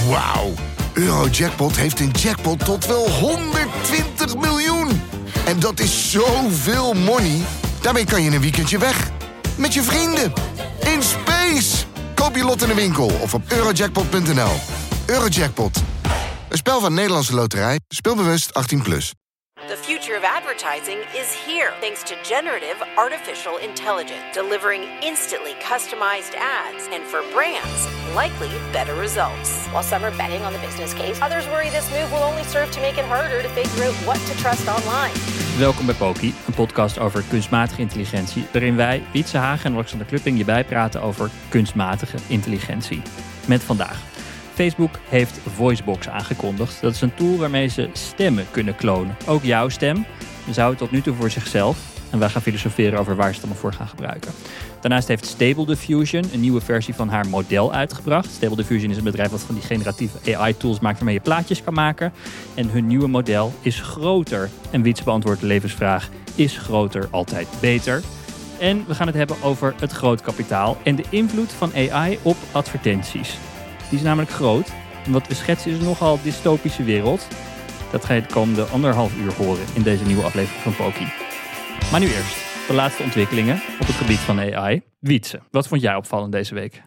Wauw. Eurojackpot heeft een jackpot tot wel 120 miljoen. En dat is zoveel money. Daarmee kan je een weekendje weg. Met je vrienden. In space. Koop je lot in de winkel of op eurojackpot.nl. Eurojackpot. Een spel van Nederlandse Loterij. Speelbewust 18+. The future of advertising is here, thanks to generative artificial intelligence, delivering instantly customized ads, and for brands, likely better results. While some are betting on the business case, others worry this move will only serve to make it harder to figure out what to trust online. Welkom bij Poki, een podcast over kunstmatige intelligentie, waarin wij, Wietse Hagen en Alexander Klupping, je bijpraten over kunstmatige intelligentie. Met vandaag. Facebook heeft Voicebox aangekondigd. Dat is een tool waarmee ze stemmen kunnen klonen. Ook jouw stem. Ze houden tot nu toe voor zichzelf. En wij gaan filosoferen over waar ze het allemaal voor gaan gebruiken. Daarnaast heeft Stable Diffusion een nieuwe versie van haar model uitgebracht. Stable Diffusion is een bedrijf dat van die generatieve AI-tools maakt waarmee je plaatjes kan maken. En hun nieuwe model is groter. En Wietse beantwoordt de levensvraag: is groter altijd beter? En we gaan het hebben over het grootkapitaal en de invloed van AI op advertenties. Die is namelijk groot. En wat we schetsen is een nogal dystopische wereld. Dat ga je de komende 1,5 uur horen in deze nieuwe aflevering van Poki. Maar nu eerst de laatste ontwikkelingen op het gebied van AI. Wietse, wat vond jij opvallend deze week?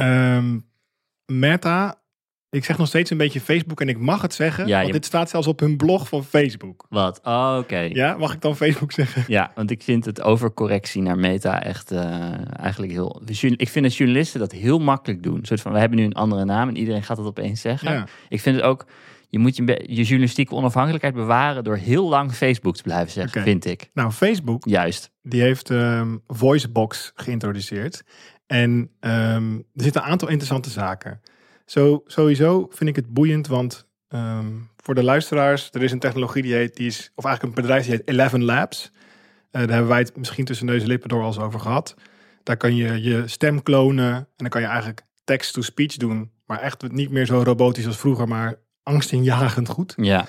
Meta, ik zeg nog steeds een beetje Facebook en ik mag het zeggen. Ja, want dit staat zelfs op hun blog van Facebook. Wat? Oh, oké. Ja, mag ik dan Facebook zeggen? Ja, want ik vind het overcorrectie naar Meta echt eigenlijk heel... Ik vind dat journalisten dat heel makkelijk doen. Een soort van, we hebben nu een andere naam en iedereen gaat het opeens zeggen. Ja. Ik vind het ook... Je moet je journalistieke onafhankelijkheid bewaren door heel lang Facebook te blijven zeggen, vind ik. Nou, Facebook, juist, die heeft Voicebox geïntroduceerd. En er zitten een aantal interessante zaken. Sowieso vind ik het boeiend, want voor de luisteraars, er is een technologie of eigenlijk een bedrijf die heet 11 Labs. Daar hebben wij het misschien tussen neus en lippen door al eens over gehad. Daar kan je je stem klonen en dan kan je eigenlijk text-to-speech doen. Maar echt niet meer zo robotisch als vroeger, maar angstaanjagend goed. Ja.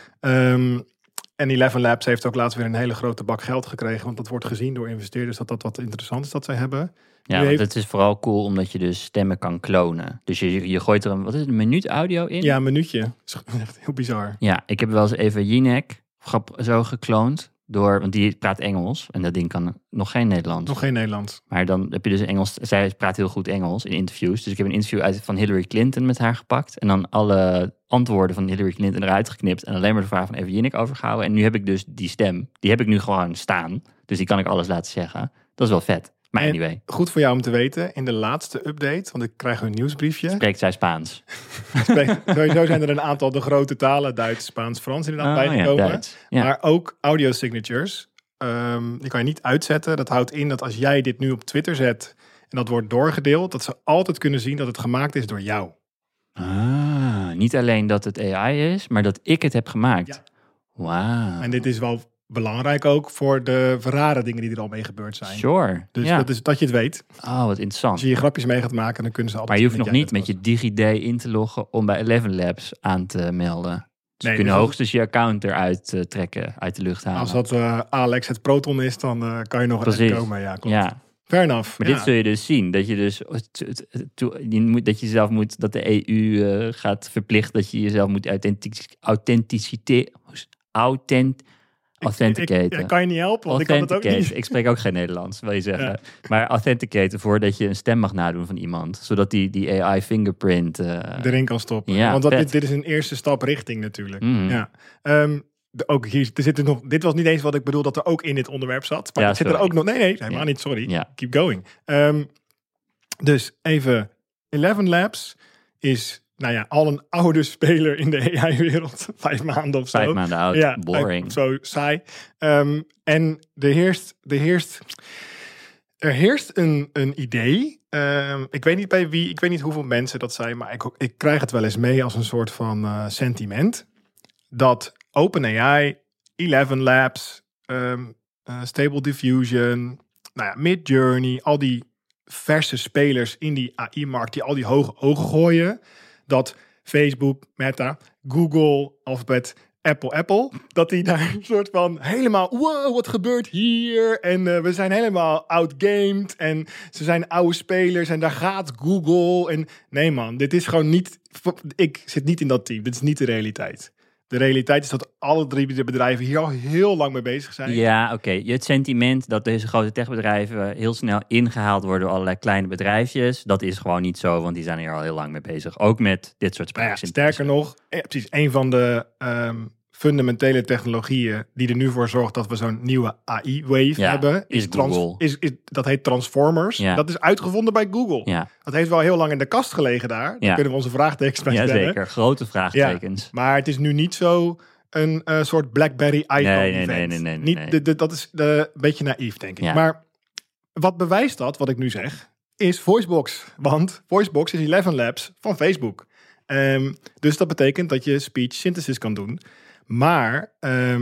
En 11 Labs heeft ook laatst weer een hele grote bak geld gekregen. Want dat wordt gezien door investeerders dat wat interessant is dat zij hebben. Ja, want het is vooral cool omdat je dus stemmen kan klonen. Dus je gooit er een minuut audio in? Ja, een minuutje. Dat is echt heel bizar. Ja, ik heb wel eens even Jinek zo gekloond. Want die praat Engels. En dat ding kan nog geen Nederlands. Nog geen Nederlands. Maar dan heb je dus Engels. Zij praat heel goed Engels in interviews. Dus ik heb een interview van Hillary Clinton met haar gepakt. En dan alle antwoorden van Hillary Clinton eruit geknipt. En alleen maar de vraag van even Jinek overgehouden. En nu heb ik dus die stem. Die heb ik nu gewoon staan. Dus die kan ik alles laten zeggen. Dat is wel vet. Maar anyway. Goed voor jou om te weten. In de laatste update, want ik krijg een nieuwsbriefje. Spreekt zij Spaans? Sowieso zijn er een aantal de grote talen. Duits, Spaans, Frans inderdaad bijgekomen. Ja. Maar ook audio signatures. Die kan je niet uitzetten. Dat houdt in dat als jij dit nu op Twitter zet en dat wordt doorgedeeld, dat ze altijd kunnen zien dat het gemaakt is door jou. Niet alleen dat het AI is, maar dat ik het heb gemaakt. Ja. Wauw. En dit is wel belangrijk ook voor de rare dingen die er al mee gebeurd zijn. Sure. Dus dat is dat je het weet. Oh, wat interessant. Als je grapjes mee gaat maken, dan kunnen ze altijd... Maar je hoeft nog niet met je DigiD in te loggen om bij 11 Labs aan te melden. Ze kunnen hoogstens je account eruit trekken, uit de lucht halen. Als dat Alex het Proton is, dan kan je nog erin komen. Ja, klopt. Ja. Fair enough. Maar dit zul je dus zien. Dat je dus dat de EU gaat verplichten dat je jezelf moet authenticaten. Kan je niet helpen, want ik kan het ook niet. Ik spreek ook geen Nederlands, wil je zeggen. Ja. Maar authenticaten voordat je een stem mag nadoen van iemand. Zodat die AI fingerprint erin kan stoppen. Ja, want dit is een eerste stap richting natuurlijk. Ja. Ook hier, dit was niet eens wat ik bedoel dat er ook in dit onderwerp zat. Maar zit er ook nog... Nee, helemaal niet, sorry. Ja. Keep going. Dus even, 11 Labs is... Nou ja, al een oude speler in de AI-wereld. 5 maanden of zo. 5 maanden oud, ja, boring. Zo saai. En er heerst een idee. Ik weet niet bij wie, ik weet niet hoeveel mensen dat zijn. Maar ik krijg het wel eens mee als een soort van sentiment. Dat OpenAI, 11 Labs, Stable Diffusion, Midjourney, al die verse spelers in die AI-markt die al die hoge ogen gooien... dat Facebook, Meta, Google, Alphabet Apple, dat die daar een soort van helemaal, wow, wat gebeurt hier? En we zijn helemaal outgamed en ze zijn oude spelers en daar gaat Google. En nee man, dit is gewoon niet, ik zit niet in dat team, dit is niet de realiteit. De realiteit is dat alle 3 de bedrijven hier al heel lang mee bezig zijn. Ja, oké. Het sentiment dat deze grote techbedrijven heel snel ingehaald worden door allerlei kleine bedrijfjes, dat is gewoon niet zo, want die zijn hier al heel lang mee bezig. Ook met dit soort spraakzinthese. Sterker nog, precies, een van de fundamentele technologieën die er nu voor zorgt dat we zo'n nieuwe AI-wave hebben, is Google. Dat heet Transformers. Ja. Dat is uitgevonden bij Google. Ja. Dat heeft wel heel lang in de kast gelegen daar. Daar kunnen we onze vraagtekens bij stellen. Ja, zeker. Grote vraagtekens. Ja, maar het is nu niet zo een soort BlackBerry iPhone-event. Nee. Dat is een beetje naïef, denk ik. Ja. Maar wat bewijst dat, wat ik nu zeg, is Voicebox. Want Voicebox is 11 Labs van Facebook. Dus dat betekent dat je speech synthesis kan doen. Maar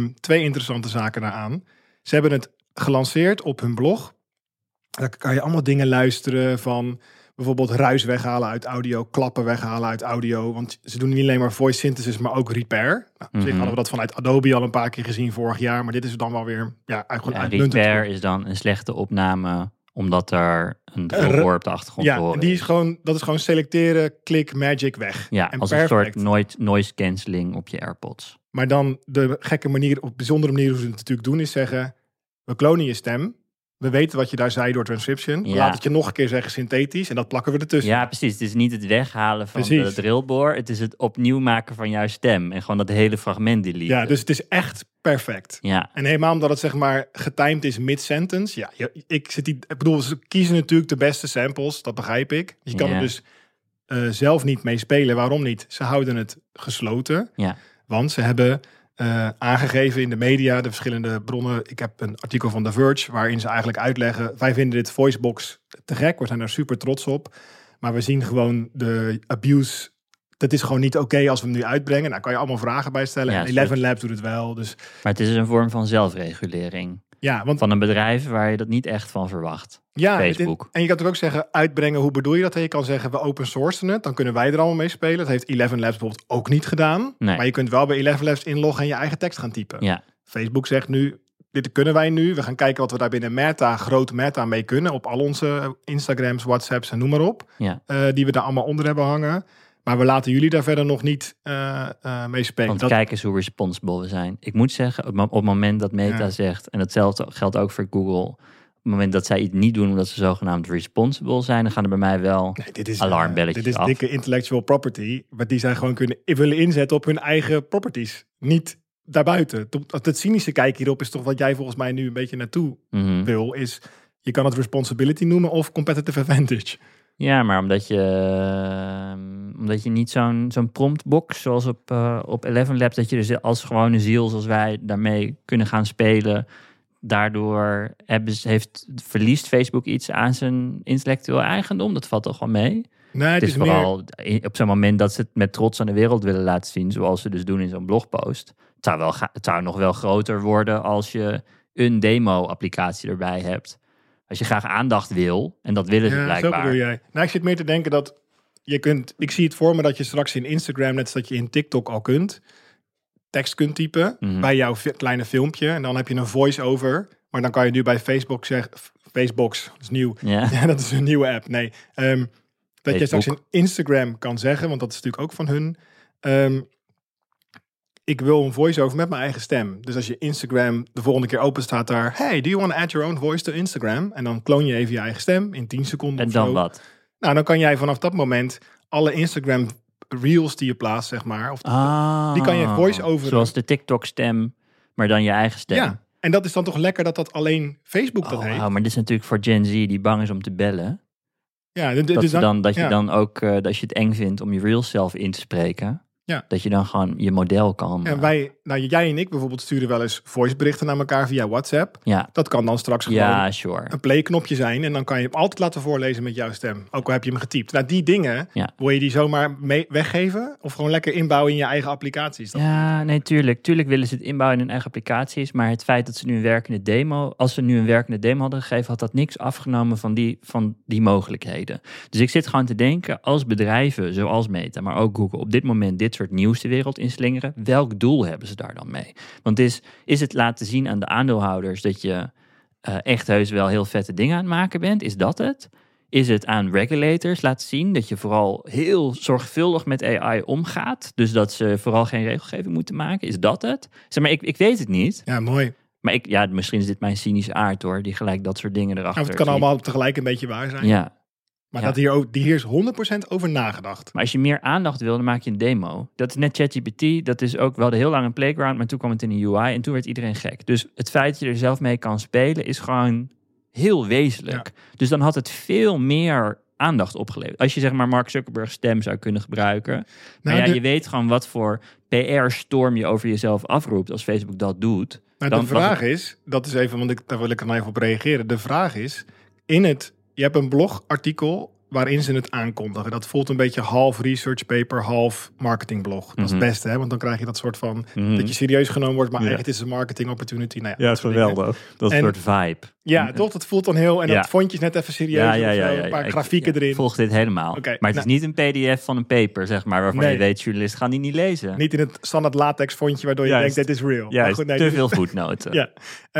2 interessante zaken daaraan. Ze hebben het gelanceerd op hun blog. Daar kan je allemaal dingen luisteren van bijvoorbeeld ruis weghalen uit audio, klappen weghalen uit audio. Want ze doen niet alleen maar voice synthesis, maar ook repair. Nou, op zich hadden we dat vanuit Adobe al een paar keer gezien vorig jaar. Maar dit is dan wel weer uitmuntend. Repair is dan een slechte opname, omdat er een drillboor op de achtergrond te horen is. Dat is gewoon selecteren, klik, magic, weg. Ja, en als perfect. Een soort noise cancelling op je AirPods. Maar dan de gekke manier, op bijzondere manier hoe ze het natuurlijk doen, is zeggen, we klonen je stem. We weten wat je daar zei door transcription. We laten het je nog een keer zeggen synthetisch en dat plakken we ertussen. Ja, precies. Het is niet het weghalen van de drillboor. Het is het opnieuw maken van jouw stem. En gewoon dat hele fragment deleten. Ja, dus het is echt perfect. Ja. En helemaal omdat het zeg maar getimed is mid-sentence. Ja, ik bedoel, ze kiezen natuurlijk de beste samples. Dat begrijp ik. Je kan er dus zelf niet mee spelen. Waarom niet? Ze houden het gesloten. Ja. Want ze hebben aangegeven in de media, de verschillende bronnen. Ik heb een artikel van The Verge waarin ze eigenlijk uitleggen, wij vinden dit Voicebox te gek. We zijn er super trots op. Maar we zien gewoon de abuse. Dat is gewoon niet oké als we hem nu uitbrengen. Nou, kan je allemaal vragen bij stellen. Ja, 11 Labs doet het wel. Dus. Maar het is een vorm van zelfregulering. Ja, want van een bedrijf waar je dat niet echt van verwacht. Ja, Facebook. En je kan natuurlijk ook zeggen, uitbrengen, hoe bedoel je dat? Je kan zeggen, we open sourcen het. Dan kunnen wij er allemaal mee spelen. Dat heeft 11 Labs bijvoorbeeld ook niet gedaan. Nee. Maar je kunt wel bij 11 Labs inloggen en je eigen tekst gaan typen. Ja. Facebook zegt nu, dit kunnen wij nu. We gaan kijken wat we daar binnen grote Meta mee kunnen. Op al onze Instagrams, WhatsApps en noem maar op. Ja. Die we daar allemaal onder hebben hangen. Maar we laten jullie daar verder nog niet mee spelen. Want kijk eens hoe responsible we zijn. Ik moet zeggen, op het moment dat Meta zegt, en datzelfde geldt ook voor Google, op het moment dat zij iets niet doen omdat ze zogenaamd responsible zijn, dan gaan er bij mij wel alarmbelletjes af. Dit is dikke intellectual property, maar die zij gewoon willen inzetten op hun eigen properties. Niet daarbuiten. Het cynische kijken hierop is toch wat jij volgens mij nu een beetje naartoe wil, is je kan het responsibility noemen of competitive advantage. Ja, maar omdat je niet zo'n promptbox zoals op 11 Labs, dat je dus als gewone ziel zoals wij daarmee kunnen gaan spelen. Daardoor verliest Facebook iets aan zijn intellectueel eigendom. Dat valt toch wel mee? Nee, het is vooral op zo'n moment dat ze het met trots aan de wereld willen laten zien, zoals ze dus doen in zo'n blogpost. Het zou nog wel groter worden als je een demo-applicatie erbij hebt. Als je graag aandacht wil, en dat willen ze blijkbaar. Zo bedoel jij. Nou, ik zit meer te denken dat ik zie het voor me dat je straks in Instagram, net als dat je in TikTok al kunt, tekst kunt typen bij jouw kleine filmpje. En dan heb je een voice-over. Maar dan kan je nu bij Facebook zeggen, Facebox, dat is nieuw. Ja, dat is een nieuwe app. Nee, dat je straks in Instagram kan zeggen, want dat is natuurlijk ook van hun. Ik wil een voice-over met mijn eigen stem. Dus als je Instagram de volgende keer open staat daar, hey, do you want to add your own voice to Instagram? En dan kloon je even je eigen stem in 10 seconden en dan zo. Wat? Nou, dan kan jij vanaf dat moment alle Instagram reels die je plaatst, zeg maar, of die kan je voice-over. Zoals de TikTok-stem, maar dan je eigen stem. Ja, en dat is dan toch lekker dat alleen Facebook dat heeft. Maar dit is natuurlijk voor Gen Z die bang is om te bellen. Ja, dat je dan ook, als je het eng vindt om je reels zelf in te spreken, dat je dan gewoon je model kan. En jij en ik bijvoorbeeld sturen wel eens voiceberichten naar elkaar via WhatsApp. Ja. Dat kan dan straks gewoon een playknopje zijn. En dan kan je hem altijd laten voorlezen met jouw stem. Ook al heb je hem getypt. Nou, die dingen, wil je die zomaar weggeven? Of gewoon lekker inbouwen in je eigen applicaties? Nee, tuurlijk. Tuurlijk willen ze het inbouwen in hun eigen applicaties. Maar het feit dat ze nu een werkende demo, als ze nu een werkende demo hadden gegeven, had dat niks afgenomen van die mogelijkheden. Dus ik zit gewoon te denken, als bedrijven zoals Meta, maar ook Google, op dit moment dit soort nieuws de wereld inslingeren. Welk doel hebben ze daar dan mee? Want is het laten zien aan de aandeelhouders dat je echt heus wel heel vette dingen aan het maken bent? Is dat het? Is het aan regulators laten zien dat je vooral heel zorgvuldig met AI omgaat? Dus dat ze vooral geen regelgeving moeten maken? Is dat het? Zeg maar, ik weet het niet. Ja, mooi. Maar misschien is dit mijn cynische aard hoor, die gelijk dat soort dingen erachter. Nou, het kan allemaal tegelijk een beetje waar zijn. Ja. Maar Ja. hier is 100% over nagedacht. Maar als je meer aandacht wil, dan maak je een demo. Dat is net ChatGPT, dat is ook, we hadden heel lang een playground, maar toen kwam het in een UI en toen werd iedereen gek. Dus het feit dat je er zelf mee kan spelen is gewoon heel wezenlijk. Ja. Dus dan had het veel meer aandacht opgeleverd. Als je zeg maar Mark Zuckerberg's stem zou kunnen gebruiken. Maar je weet gewoon wat voor PR-storm je over jezelf afroept als Facebook dat doet. Maar de vraag is, dat is even, want daar wil ik er nog even op reageren. De vraag is, je hebt een blogartikel waarin ze het aankondigen. Dat voelt een beetje half research paper, half marketingblog. Dat is het beste, hè? Want dan krijg je dat soort van, dat je serieus genomen wordt, maar eigenlijk is het een marketing opportunity. Nou ja, dat is geweldig. Dat is een soort vibe. Ja, toch? Het voelt dan heel, en dat vond je net even serieus. Een paar grafieken erin. Volg dit helemaal. Okay, maar het is niet een pdf van een paper, zeg maar, waarvan je weet, journalisten gaan die niet lezen. Niet in het standaard latex fontje, waardoor je denkt, dit is real. Ja, te veel voetnoten.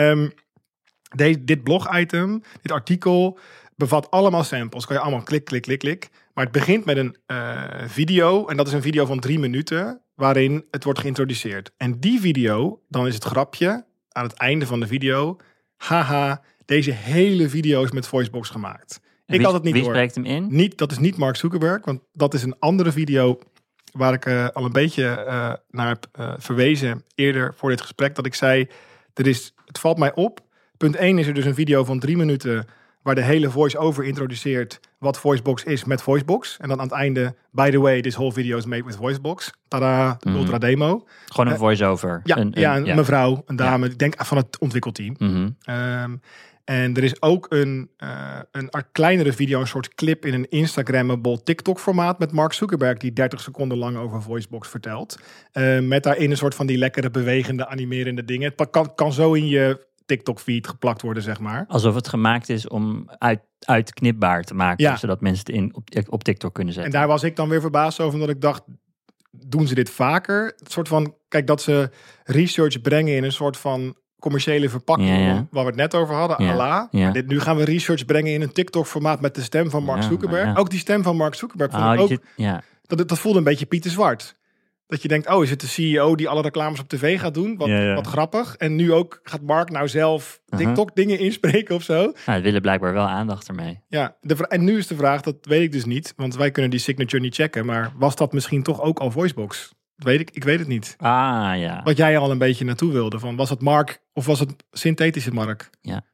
Dit blog-item, dit artikel, bevat allemaal samples. Kan je allemaal klik. Maar het begint met een video. En dat is een video van 3 minuten. Waarin het wordt geïntroduceerd. En die video, dan is het grapje aan het einde van de video. Haha, deze hele video is met Voicebox gemaakt. Ik had het niet door. Wie spreekt hem in? Dat is niet Mark Zuckerberg. Want dat is een andere video waar ik al een beetje naar heb verwezen. Eerder voor dit gesprek. Dat ik zei, het valt mij op. Punt 1 is er dus een video van 3 minuten... waar de hele voice-over introduceert wat Voicebox is met Voicebox. En dan aan het einde, by the way, this whole video is made with Voicebox. Tada, de ultra demo. Gewoon een voice-over. Een mevrouw, een dame, ik denk van het ontwikkelteam. En er is ook een kleinere video, een soort clip in een Instagrammable TikTok-formaat met Mark Zuckerberg, die 30 seconden lang over Voicebox vertelt. Met daarin een soort van die lekkere, bewegende, animerende dingen. Het kan zo in je TikTok-feed geplakt worden, zeg maar. Alsof het gemaakt is om uit knipbaar te maken, zodat mensen het op TikTok kunnen zetten. En daar was ik dan weer verbaasd over, omdat ik dacht, doen ze dit vaker? Het soort van, kijk, dat ze research brengen in een soort van commerciële verpakking, waar we het net over hadden, nu gaan we research brengen in een TikTok-formaat met de stem van Mark Zuckerberg. Ook die stem van Mark Zuckerberg vond ik ook, dat voelde een beetje Pieter Zwart. Dat je denkt, is het de CEO die alle reclames op tv gaat doen? Wat grappig. En nu ook gaat Mark nou zelf TikTok dingen inspreken of zo. Nou, willen blijkbaar wel aandacht ermee. Ja, en nu is de vraag, dat weet ik dus niet. Want wij kunnen die signature niet checken. Maar was dat misschien toch ook al Voicebox? Ik weet het niet. Wat jij al een beetje naartoe wilde. Van, was het Mark of was het synthetische Mark?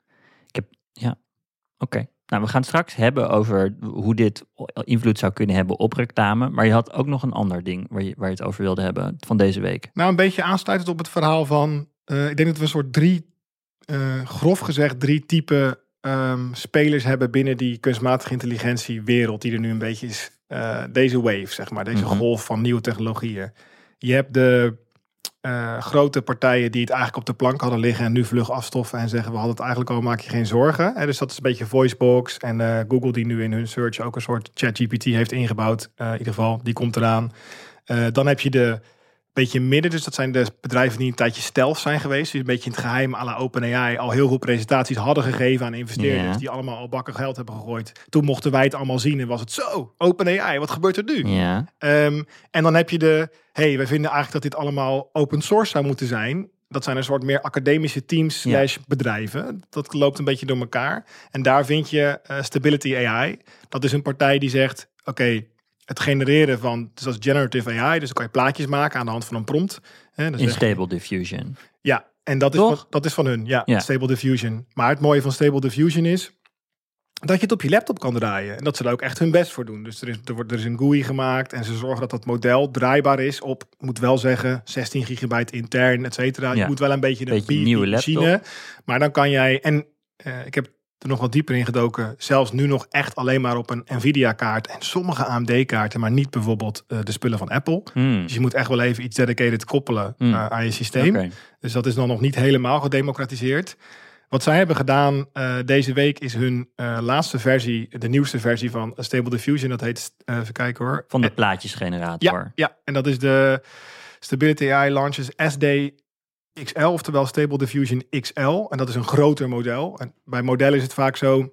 Oké. Nou, we gaan het straks hebben over hoe dit invloed zou kunnen hebben op reclame. Maar je had ook nog een ander ding waar je het over wilde hebben van deze week. Nou, een beetje aansluitend op het verhaal van... ik denk dat we een soort grof gezegd drie typen spelers hebben binnen die kunstmatige intelligentie wereld die er nu een beetje is. Deze wave, zeg maar. Deze golf van nieuwe technologieën. Je hebt de grote partijen die het eigenlijk op de plank hadden liggen en nu vlug afstoffen en zeggen we hadden het eigenlijk al, maak je geen zorgen. Dus dat is een beetje Voicebox en Google die nu in hun search ook een soort ChatGPT heeft ingebouwd. In ieder geval, die komt eraan. Dan heb je de beetje midden, dus dat zijn de bedrijven die een tijdje stealth zijn geweest. Die een beetje in het geheim à la OpenAI al heel veel presentaties hadden gegeven aan investeerders die allemaal al bakken geld hebben gegooid. Toen mochten wij het allemaal zien en was het zo, OpenAI, wat gebeurt er nu? Ja. En dan heb je wij vinden eigenlijk dat dit allemaal open source zou moeten zijn. Dat zijn een soort meer academische teams / bedrijven. Dat loopt een beetje door elkaar. En daar vind je Stability AI. Dat is een partij die zegt, oké, het genereren van, dus dat is generative AI, dus dan kan je plaatjes maken aan de hand van een prompt. Dus in Stable Diffusion. Ja, en dat is van hun. Ja, Stable Diffusion. Maar het mooie van Stable Diffusion is dat je het op je laptop kan draaien. En dat ze er ook echt hun best voor doen. Dus er is een GUI gemaakt en ze zorgen dat dat model draaibaar is op, moet wel zeggen, 16 gigabyte intern, et cetera. Je moet wel een beetje een nieuwe machine. Maar dan kan jij, en ik heb er nog wat dieper in gedoken, zelfs nu nog echt alleen maar op een Nvidia-kaart en sommige AMD-kaarten, maar niet bijvoorbeeld de spullen van Apple. Dus je moet echt wel even iets dedicated koppelen aan je systeem. Okay. Dus dat is dan nog niet helemaal gedemocratiseerd. Wat zij hebben gedaan deze week is hun laatste versie, de nieuwste versie van Stable Diffusion. Dat heet, even kijken hoor. Van de plaatjesgenerator. Ja, en dat is de Stability AI launches SD XL, oftewel Stable Diffusion XL. En dat is een groter model. En bij modellen is het vaak zo,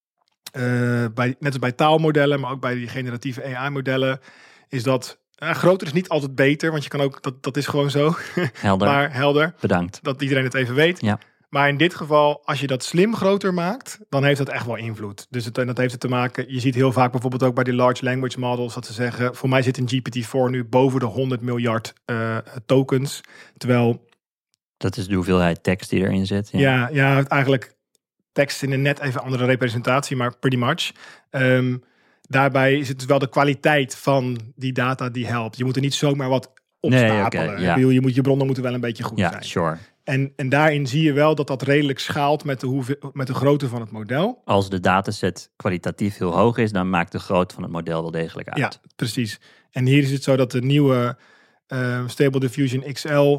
net als bij taalmodellen, maar ook bij die generatieve AI-modellen, is dat groter is niet altijd beter, want je kan ook, dat is gewoon zo. Helder. Maar helder. Bedankt. Dat iedereen het even weet. Ja. Maar in dit geval, als je dat slim groter maakt, dan heeft dat echt wel invloed. Dus dat heeft het te maken, je ziet heel vaak bijvoorbeeld ook bij die large language models, dat ze zeggen, voor mij zit een GPT-4 nu boven de 100 miljard tokens. Terwijl... Dat is de hoeveelheid tekst die erin zit. Ja, eigenlijk tekst in een net even andere representatie, maar pretty much. Daarbij is het wel de kwaliteit van die data die helpt. Je moet er niet zomaar wat opstapelen. Nee, okay, ja. Ik bedoel, je bronnen moeten wel een beetje goed zijn. Ja, sure. En daarin zie je wel dat redelijk schaalt met de grootte van het model. Als de dataset kwalitatief heel hoog is, dan maakt de grootte van het model wel degelijk uit. Ja, precies. En hier is het zo dat de nieuwe Stable Diffusion XL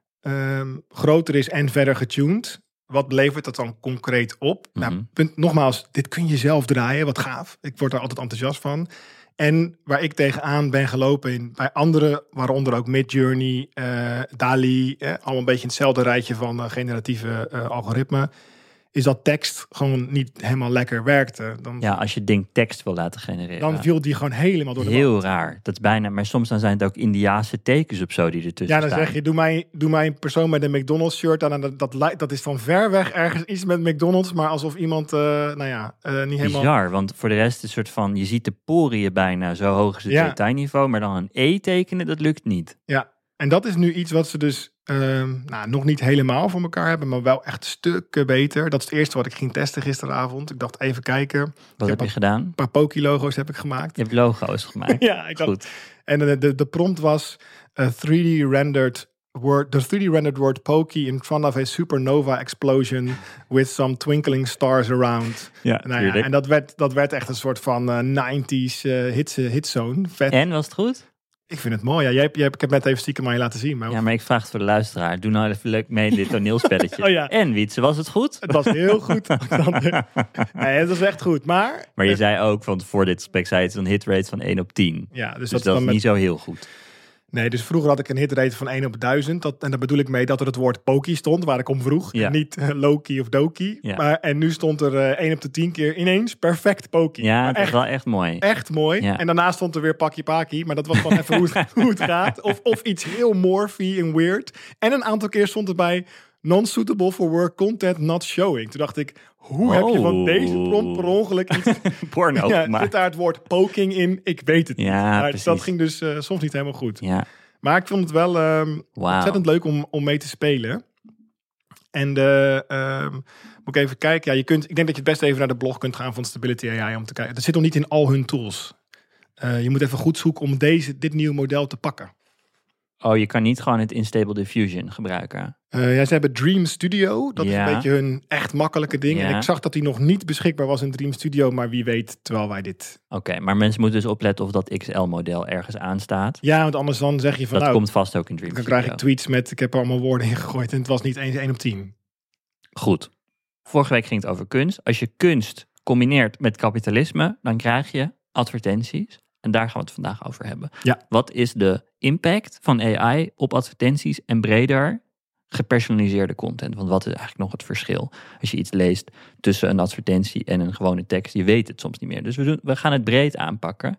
groter is en verder getuned. Wat levert dat dan concreet op? Nou, nogmaals, dit kun je zelf draaien. Wat gaaf. Ik word daar altijd enthousiast van. En waar ik tegenaan ben gelopen bij anderen, waaronder ook Midjourney, DALL-E, allemaal een beetje hetzelfde rijtje van generatieve algoritmen, is dat tekst gewoon niet helemaal lekker werkte. Als je ding tekst wil laten genereren. Dan viel die gewoon helemaal door de heel band. raar. Dat is bijna, maar soms dan zijn het ook Indiase tekens of zo die ertussen staan. Ja, dan zeg je, doe mij een persoon met een McDonald's shirt aan. En dat is dan ver weg ergens iets met McDonald's, maar alsof iemand, niet helemaal... Bizar, want voor de rest is het soort van, je ziet de poriën bijna, zo hoog is het detailniveau, maar dan een E tekenen, dat lukt niet. Ja. En dat is nu iets wat ze dus nog niet helemaal voor elkaar hebben, maar wel echt stukken beter. Dat is het eerste wat ik ging testen gisteravond. Ik dacht even kijken. Wat heb je gedaan? Een paar Poki-logo's heb ik gemaakt. Je hebt logo's gemaakt. Ja, ik dacht. Goed. En de prompt was 3D rendered word, the 3D rendered word Poki in front of a supernova explosion with some twinkling stars around. Ja, en dat werd echt een soort van 90s hitzone. Vet. En was het goed? Ik vind het mooi. Ja, ik heb net even stiekem aan je laten zien. Maar ik vraag het voor de luisteraar. Doe nou even leuk mee dit toneelspelletje. Oh ja. En Wietse, was het goed? Het was heel goed. Nee, het was echt goed. Maar je zei ook, voor dit gesprek zei het een hitrate van 1 op 10. Ja, dus dat is niet zo heel goed. Nee, dus vroeger had ik een hitrate van 1 op 1000. En daar bedoel ik mee dat er het woord Poki stond, waar ik om vroeg. Ja. En niet Loki of Doki. Ja. En nu stond er 1 op de 10 keer ineens perfect Poki. Ja, dat is wel echt mooi. Echt mooi. Ja. En daarna stond er weer Pakje Paki. Maar dat was dan even hoe het gaat. Of iets heel morphy en weird. En een aantal keer stond erbij non-suitable for work content not showing. Toen dacht ik, hoe heb je van deze prompt per ongeluk iets... porno gemaakt? Zit daar het woord poking in? Ik weet het niet. Maar dat ging dus soms niet helemaal goed. Ja. Maar ik vond het wel ontzettend leuk om mee te spelen. En moet ik even kijken. Ja, ik denk dat je het best even naar de blog kunt gaan van Stability AI om te kijken. Dat zit nog niet in al hun tools. Je moet even goed zoeken om dit nieuwe model te pakken. Oh, je kan niet gewoon het in Stable Diffusion gebruiken? Ze hebben Dream Studio. Dat is een beetje hun echt makkelijke ding. Ja. En ik zag dat die nog niet beschikbaar was in Dream Studio. Maar wie weet, terwijl wij dit... Oké, maar mensen moeten dus opletten of dat XL-model ergens aanstaat. Ja, want anders dan zeg je van... Dat komt vast ook in Dream Studio. Dan krijg ik tweets met, ik heb er allemaal woorden in gegooid. En het was niet eens 1 op 10. Goed. Vorige week ging het over kunst. Als je kunst combineert met kapitalisme, dan krijg je advertenties. En daar gaan we het vandaag over hebben. Ja. Wat is de impact van AI op advertenties en breder gepersonaliseerde content? Want wat is eigenlijk nog het verschil als je iets leest tussen een advertentie en een gewone tekst? Je weet het soms niet meer. Dus we gaan het breed aanpakken.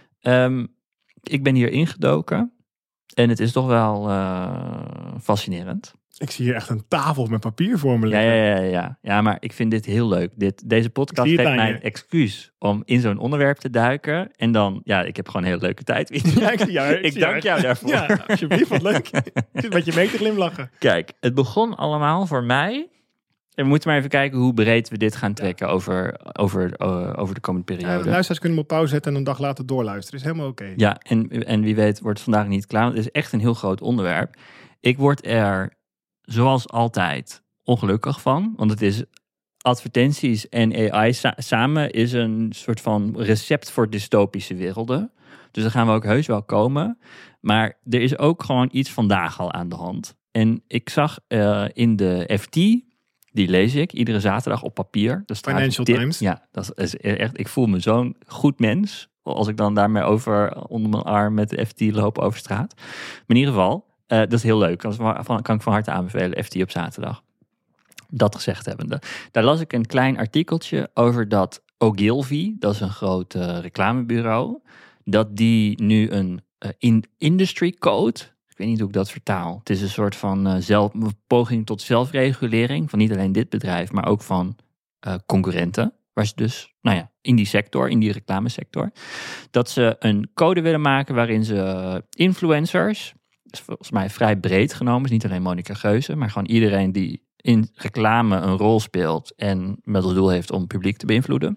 Ik ben hier ingedoken en het is toch wel fascinerend. Ik zie hier echt een tafel met papier voor me liggen. Ja, maar ik vind dit heel leuk. Deze podcast geeft mij een excuus om in zo'n onderwerp te duiken. En dan, ik heb gewoon een hele leuke tijd. Ik dank jou daarvoor. Ja, alsjeblieft, wat leuk. Ik zit met je mee te glimlachen. Kijk, het begon allemaal voor mij. En we moeten maar even kijken hoe breed we dit gaan trekken over de komende periode. Luisteraars kunnen hem op pauze zetten en een dag later doorluisteren. Is helemaal oké. Ja, en wie weet wordt het vandaag niet klaar. Want het is echt een heel groot onderwerp. Ik word er zoals altijd ongelukkig van. Want het is advertenties en AI samen is een soort van recept voor dystopische werelden. Dus daar gaan we ook heus wel komen. Maar er is ook gewoon iets vandaag al aan de hand. En ik zag in de FT Die lees ik iedere zaterdag op papier. Financial Times. Ja, dat is echt. Ik voel me zo'n goed mens als ik dan daarmee onder mijn arm met de FT loop over straat. Maar in ieder geval, dat is heel leuk. Dat kan ik van harte aanbevelen, FT op zaterdag. Dat gezegd hebbende. Daar las ik een klein artikeltje over dat Ogilvy, dat is een groot reclamebureau, dat die nu een industry code, ik weet niet hoe ik dat vertaal. Het is een soort van poging tot zelfregulering van niet alleen dit bedrijf, maar ook van concurrenten. Waar ze dus, in die sector, in die reclamesector, dat ze een code willen maken waarin ze influencers, is volgens mij vrij breed genomen, is niet alleen Monica Geuze, maar gewoon iedereen die in reclame een rol speelt en met als doel heeft om het publiek te beïnvloeden,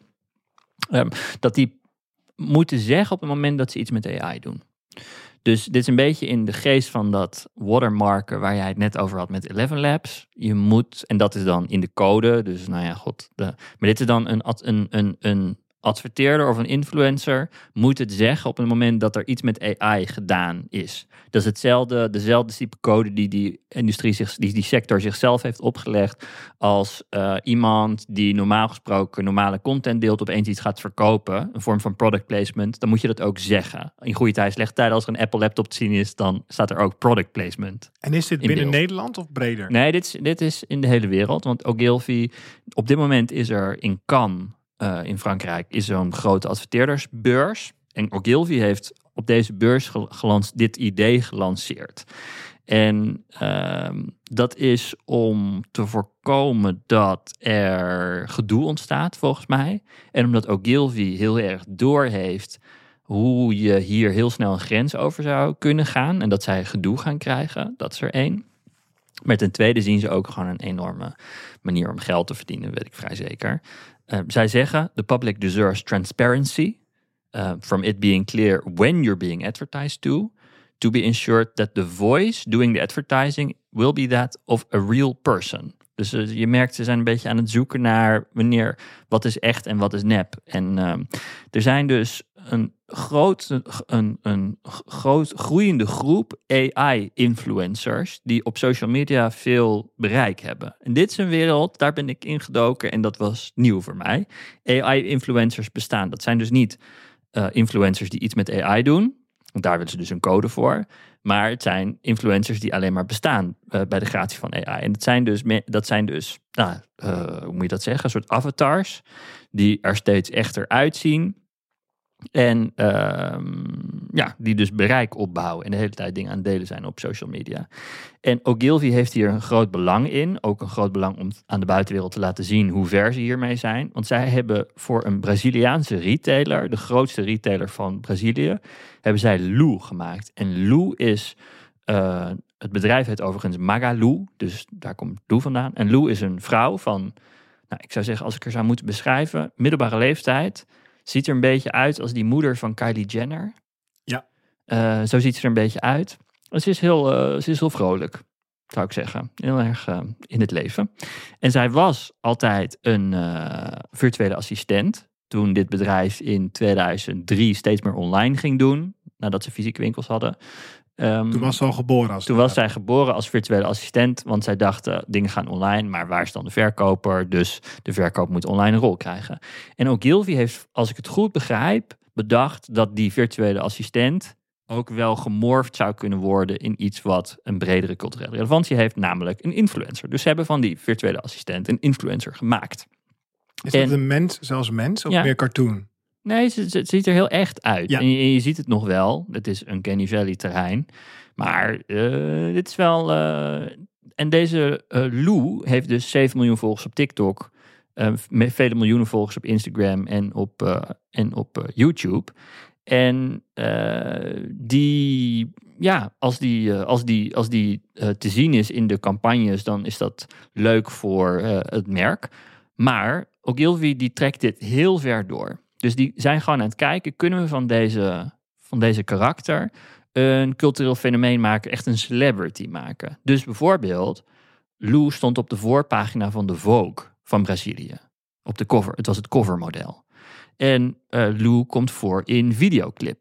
dat die moeten zeggen op het moment dat ze iets met AI doen. Dus dit is een beetje in de geest van dat watermarken waar jij het net over had met 11 Labs. Je moet, en dat is dan in de code, dus maar dit is dan een adverteerder of een influencer moet het zeggen op het moment dat er iets met AI gedaan is. Dat is dezelfde type code die die sector zichzelf heeft opgelegd als iemand die normaal gesproken normale content deelt, opeens iets gaat verkopen, een vorm van product placement, dan moet je dat ook zeggen. In goede tijd, slechte tijden, als er een Apple laptop te zien is, dan staat er ook product placement. En is dit binnen Nederland of breder? Nee, dit is in de hele wereld, want Ogilvy, op dit moment is er in Cannes, in Frankrijk, is zo'n grote adverteerdersbeurs. En Ogilvy heeft op deze beurs dit idee gelanceerd. En dat is om te voorkomen dat er gedoe ontstaat, volgens mij. En omdat Ogilvy heel erg doorheeft hoe je hier heel snel een grens over zou kunnen gaan. En dat zij gedoe gaan krijgen. Dat is er één. Maar ten tweede zien ze ook gewoon een enorme manier om geld te verdienen, weet ik vrij zeker. Zij zeggen, the public deserves transparency from it being clear when you're being advertised to be ensured that the voice doing the advertising will be that of a real person. Dus je merkt, ze zijn een beetje aan het zoeken naar wat is echt en wat is nep. En er zijn dus een groot groeiende groep AI-influencers die op social media veel bereik hebben. En dit is een wereld, daar ben ik ingedoken en dat was nieuw voor mij. AI-influencers bestaan. Dat zijn dus niet influencers die iets met AI doen. Want daar willen ze dus een code voor. Maar het zijn influencers die alleen maar bestaan bij de gratie van AI. En dat zijn dus hoe moet je dat zeggen? Een soort avatars die er steeds echter uitzien. En die dus bereik opbouwen en de hele tijd dingen aan het delen zijn op social media. En Ogilvy heeft hier een groot belang in. Ook een groot belang om aan de buitenwereld te laten zien hoe ver ze hiermee zijn. Want zij hebben voor een Braziliaanse retailer, de grootste retailer van Brazilië, hebben zij Lu gemaakt. En Lu is, het bedrijf heet overigens Magalu, dus daar komt Lu vandaan. En Lu is een vrouw van, ik zou zeggen, als ik haar zou moeten beschrijven, middelbare leeftijd. Ziet er een beetje uit als die moeder van Kylie Jenner. Ja. Zo ziet ze er een beetje uit. Ze is heel vrolijk, zou ik zeggen. Heel erg in het leven. En zij was altijd een virtuele assistent. Toen dit bedrijf in 2003 steeds meer online ging doen. Nadat ze fysieke winkels hadden. Toen was ze al geboren. Toen was zij geboren als virtuele assistent. Want zij dachten, dingen gaan online. Maar waar is dan de verkoper? Dus de verkoop moet online een rol krijgen. En Ogilvy heeft, als ik het goed begrijp, bedacht dat die virtuele assistent ook wel gemorfd zou kunnen worden in iets wat een bredere culturele relevantie heeft. Namelijk een influencer. Dus ze hebben van die virtuele assistent een influencer gemaakt. Is dat een mens, zelfs mens, of meer cartoon? Nee, het ziet er heel echt uit. Ja. En je ziet het nog wel. Het is een Uncanny Valley terrein. Maar dit is wel... en deze Lu heeft dus 7 miljoen volgers op TikTok. Met vele miljoenen volgers op Instagram en op YouTube. En als die te zien is in de campagnes, dan is dat leuk voor het merk. Maar Ogilvy die trekt dit heel ver door. Dus die zijn gewoon aan het kijken, kunnen we van deze karakter een cultureel fenomeen maken, echt een celebrity maken. Dus bijvoorbeeld, Lu stond op de voorpagina van de Vogue van Brazilië. Op de cover, het was het covermodel. En Lu komt voor in videoclips.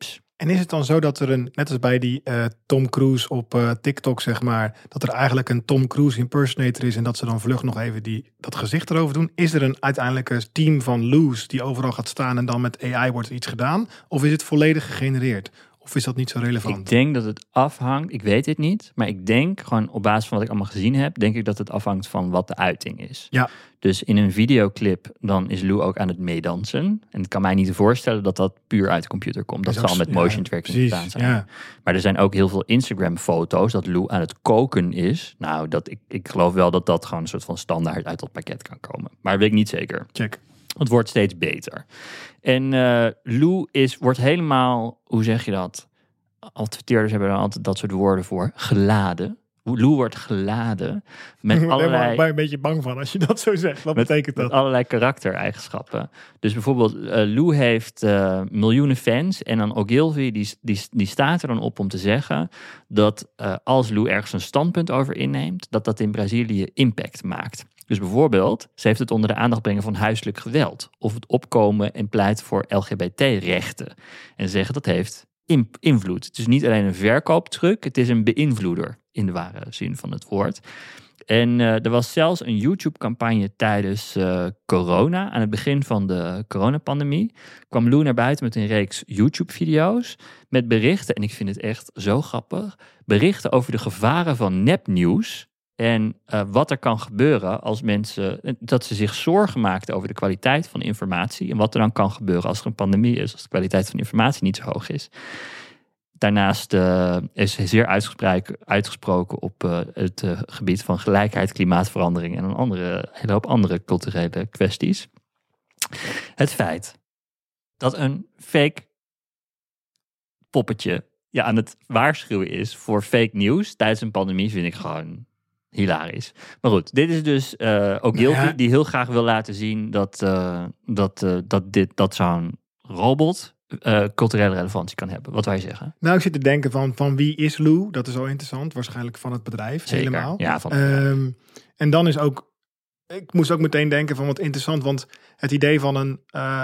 En is het dan zo dat er net als bij die Tom Cruise op TikTok, zeg maar, dat er eigenlijk een Tom Cruise impersonator is en dat ze dan vlug nog even dat gezicht erover doen? Is er uiteindelijk een team van Loes die overal gaat staan en dan met AI wordt er iets gedaan? Of is het volledig gegenereerd? Of is dat niet zo relevant? Ik denk dat het afhangt, ik weet dit niet, maar ik denk gewoon op basis van wat ik allemaal gezien heb, denk ik dat het afhangt van wat de uiting is. Ja. Dus in een videoclip, dan is Lou ook aan het meedansen. En ik kan mij niet voorstellen dat dat puur uit de computer komt. Dat zal met motion tracking gedaan zijn. Ja. Maar er zijn ook heel veel Instagram-foto's dat Lou aan het koken is. Nou, ik geloof wel dat dat gewoon een soort van standaard uit dat pakket kan komen. Maar dat weet ik niet zeker. Check. Het wordt steeds beter. En Lou wordt helemaal, hoe zeg je dat? Adverteerders hebben er altijd dat soort woorden voor. Geladen. Lou wordt geladen met allerlei... Ik ben een beetje bang van als je dat zo zegt. Wat betekent dat? Met allerlei karaktereigenschappen. Dus bijvoorbeeld, Lou heeft miljoenen fans. En dan Ogilvy, die staat er dan op om te zeggen dat als Lou ergens een standpunt over inneemt, dat in Brazilië impact maakt. Dus bijvoorbeeld, ze heeft het onder de aandacht brengen van huiselijk geweld. Of het opkomen en pleiten voor LGBT-rechten. En zeggen dat heeft invloed. Het is niet alleen een verkooptruc, het is een beïnvloeder in de ware zin van het woord. En er was zelfs een YouTube-campagne tijdens corona. Aan het begin van de coronapandemie kwam Lou naar buiten met een reeks YouTube-video's met berichten, en ik vind het echt zo grappig, berichten over de gevaren van nepnieuws. En wat er kan gebeuren als mensen, dat ze zich zorgen maakten over de kwaliteit van informatie. En wat er dan kan gebeuren als er een pandemie is, als de kwaliteit van informatie niet zo hoog is. Daarnaast is hij zeer uitgesproken op het gebied van gelijkheid, klimaatverandering en een hele hoop andere culturele kwesties. Het feit dat een fake poppetje aan het waarschuwen is voor fake nieuws tijdens een pandemie vind ik gewoon hilarisch. Maar goed, dit is dus Ogilvy die heel graag wil laten zien dat zo'n robot culturele relevantie kan hebben. Wat wij zeggen? Nou, ik zit te denken van wie is Lou? Dat is wel interessant. Waarschijnlijk van het bedrijf. Zeker. Helemaal. Ja, van het bedrijf. En dan is ook, ik moest ook meteen denken van wat interessant, want het idee van een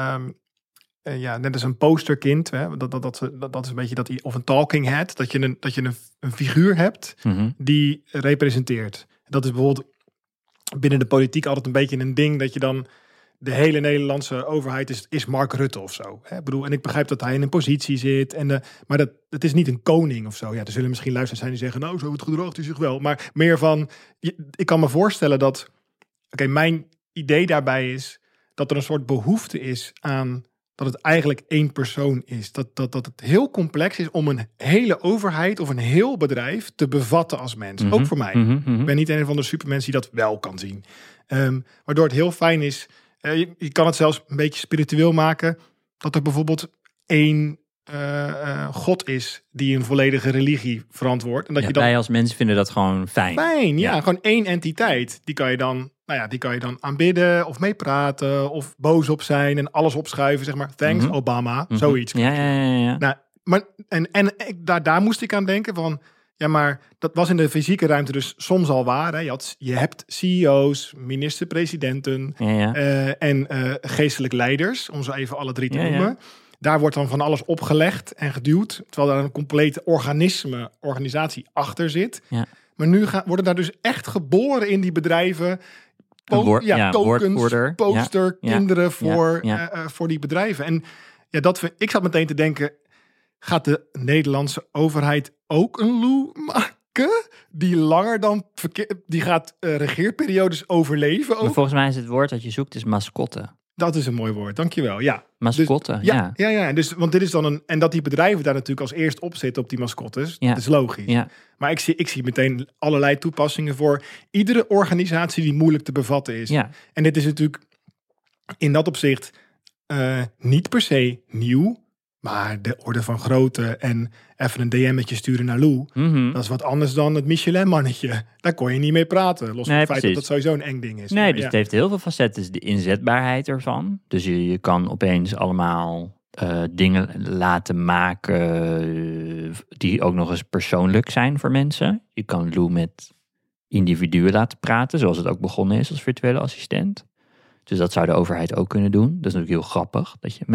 net als een posterkind, hè, dat is een beetje of een talking head, dat je een figuur hebt die representeert. Dat is bijvoorbeeld binnen de politiek altijd een beetje een ding dat je dan de hele Nederlandse overheid is Mark Rutte of zo. Hè? En ik begrijp dat hij in een positie zit. Maar het is niet een koning of zo. Ja, er zullen misschien luisteraars zijn die zeggen, nou, zo het gedraagt hij zich wel. Maar meer van, ik kan me voorstellen dat, mijn idee daarbij is dat er een soort behoefte is aan dat het eigenlijk één persoon is. Dat het heel complex is om een hele overheid of een heel bedrijf te bevatten als mens. Ook voor mij. Ik ben niet een van de supermens die dat wel kan zien. Waardoor het heel fijn is. Je kan het zelfs een beetje spiritueel maken. Dat er bijvoorbeeld één God is die een volledige religie verantwoordt. En dat je dan, wij als mensen vinden dat gewoon fijn. Gewoon één entiteit. Die kan je dan aanbidden of meepraten of boos op zijn en alles opschuiven. Zeg maar, thanks Obama, zoiets. Ja. Nou, maar daar moest ik aan denken van, ja, maar dat was in de fysieke ruimte dus soms al waar. Hè? Je hebt CEO's, minister-presidenten en geestelijk leiders, om zo even alle drie te noemen. Ja. Daar wordt dan van alles opgelegd en geduwd, terwijl daar een complete organisatie achter zit. Ja. Maar nu worden daar dus echt geboren in die bedrijven tokens, poster, kinderen voor die bedrijven. En ik zat meteen te denken, gaat de Nederlandse overheid ook een Lou maken? Die langer dan die gaat regeerperiodes overleven ook? Maar volgens mij is het woord dat je zoekt is mascotte. Dat is een mooi woord, dankjewel. Ja. Mascotte, ja. Dus, want dit is dan en dat die bedrijven daar natuurlijk als eerst op zitten op die mascottes, dat is logisch. Ja. Maar ik zie meteen allerlei toepassingen voor iedere organisatie die moeilijk te bevatten is. Ja. En dit is natuurlijk in dat opzicht niet per se nieuw. Maar de orde van grootte en even een DM'tje sturen naar Lou, dat is wat anders dan het Michelin-mannetje. Daar kon je niet mee praten, los van het feit dat dat sowieso een eng ding is. Nee, dus het heeft heel veel facetten. Dus de inzetbaarheid ervan. Dus je kan opeens allemaal dingen laten maken die ook nog eens persoonlijk zijn voor mensen. Je kan Lou met individuen laten praten, zoals het ook begonnen is als virtuele assistent. Dus dat zou de overheid ook kunnen doen. Dat is natuurlijk heel grappig, dat je met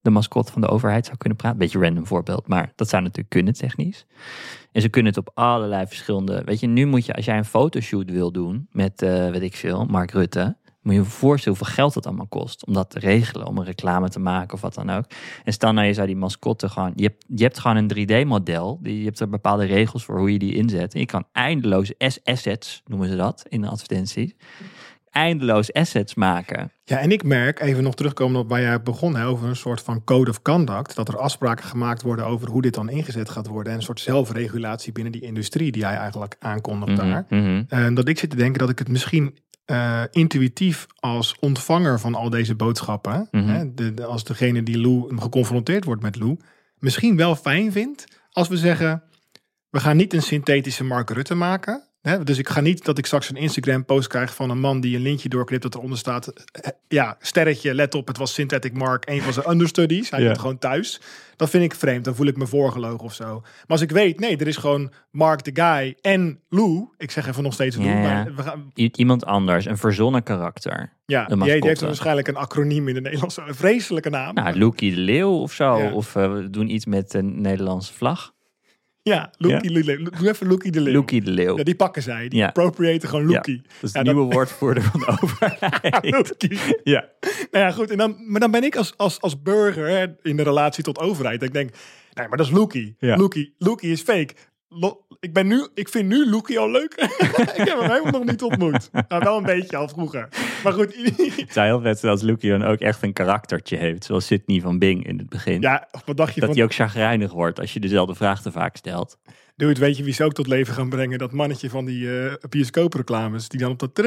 de mascotte van de overheid zou kunnen praten. Beetje random voorbeeld, maar dat zou natuurlijk kunnen technisch. En ze kunnen het op allerlei verschillende... Weet je, nu moet je, als jij een fotoshoot wil doen met, weet ik veel, Mark Rutte... moet je je voorstellen hoeveel geld dat allemaal kost om dat te regelen, om een reclame te maken of wat dan ook. En stel nou, je zou die mascotte gewoon... Je hebt gewoon een 3D-model, je hebt er bepaalde regels voor hoe je die inzet. En je kan eindeloze assets, noemen ze dat in de advertenties, eindeloos assets maken. Ja, en ik merk, even nog terugkomen op waar jij begon, over een soort van code of conduct, dat er afspraken gemaakt worden over hoe dit dan ingezet gaat worden en een soort zelfregulatie binnen die industrie die jij eigenlijk aankondigt daar. Dat ik zit te denken dat ik het misschien intuïtief als ontvanger van al deze boodschappen, als degene die Lou geconfronteerd wordt met Lou, misschien wel fijn vindt als we zeggen, we gaan niet een synthetische Mark Rutte maken. Dus ik ga niet dat ik straks een Instagram post krijg van een man die een lintje doorknipt dat eronder staat, ja, sterretje, let op, het was Synthetic Mark, een van zijn understudies. Hij zit gewoon thuis. Dat vind ik vreemd, dan voel ik me voorgelogen of zo. Maar als ik weet, nee, er is gewoon Mark the guy en Lou. Ik zeg even nog steeds Lou. Ja. Maar we gaan... Iemand anders, een verzonnen karakter. Ja, die heeft waarschijnlijk een acroniem in de Nederlandse, een vreselijke naam. Nou, Loekie de Leeuw of zo. Ja. Of we doen iets met een Nederlandse vlag. Ja, Loekie de Leeuw. Doe even Loekie de Leeuw. Loekie de Leeuw. Ja, die pakken zij. Die appropriaten gewoon Loekie. Ja, dat is het nieuwe woordvoerder van de overheid. Loekie. Ja. Nou ja, goed. Maar dan ben ik als burger in de relatie tot overheid. Dat ik denk, nee, maar dat is Loekie. Ja. Loekie is fake. Ik vind nu Loekie al leuk. Ik heb hem helemaal nog niet ontmoet. Nou, wel een beetje al vroeger. Maar goed. Het zou heel vet zijn als Loekie dan ook echt een karaktertje heeft. Zoals Sidney van Bing in het begin. Ja, wat dacht je dat hij ook chagrijnig wordt als je dezelfde vraag te vaak stelt. Weet je wie ze ook tot leven gaan brengen? Dat mannetje van die bioscoopreclames. Die dan op dat...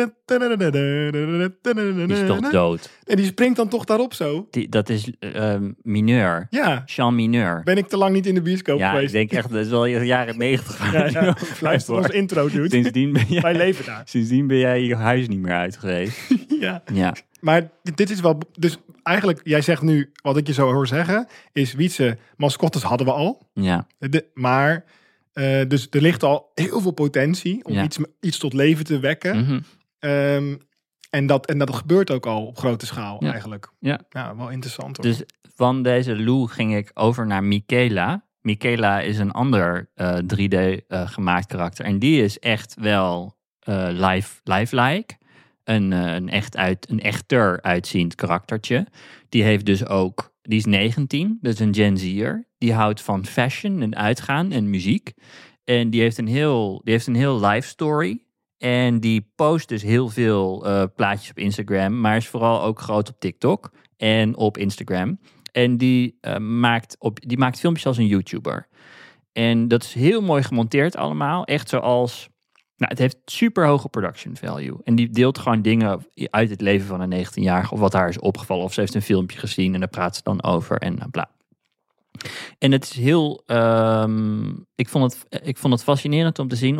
Die is toch dood? En die springt dan toch daarop zo? Dat is Mineur. Ja. Jean Mineur. Ben ik te lang niet in de bioscoop geweest? Ja, ik denk echt, dat is wel jaren 90. Ja. Luister ons intro, dude. Sindsdien ben jij, wij leven daar. Sindsdien ben jij je huis niet meer uit geweest. Ja. Maar dit is wel... Dus eigenlijk, jij zegt nu, wat ik je zo hoor zeggen, is Wietse, mascottes hadden we al. Ja. Maar... dus er ligt al heel veel potentie om iets tot leven te wekken. Mm-hmm. En dat gebeurt ook al op grote schaal eigenlijk. Ja, wel interessant hoor. Dus van deze Lou ging ik over naar Michaela. Michaela is een ander 3D gemaakt karakter. En die is echt wel lifelike. Een echter uitziend karaktertje. Die heeft dus ook... Die is 19, dus een Gen Z'er. Die houdt van fashion en uitgaan en muziek. En die heeft een heel life story. En die post dus heel veel plaatjes op Instagram. Maar is vooral ook groot op TikTok en op Instagram. En die maakt filmpjes als een YouTuber. En dat is heel mooi gemonteerd allemaal. Echt zoals... Nou, het heeft super hoge production value. En die deelt gewoon dingen uit het leven van een 19-jarige. Of wat haar is opgevallen. Of ze heeft een filmpje gezien en daar praat ze dan over en bla. En het is heel... Ik vond het fascinerend om te zien.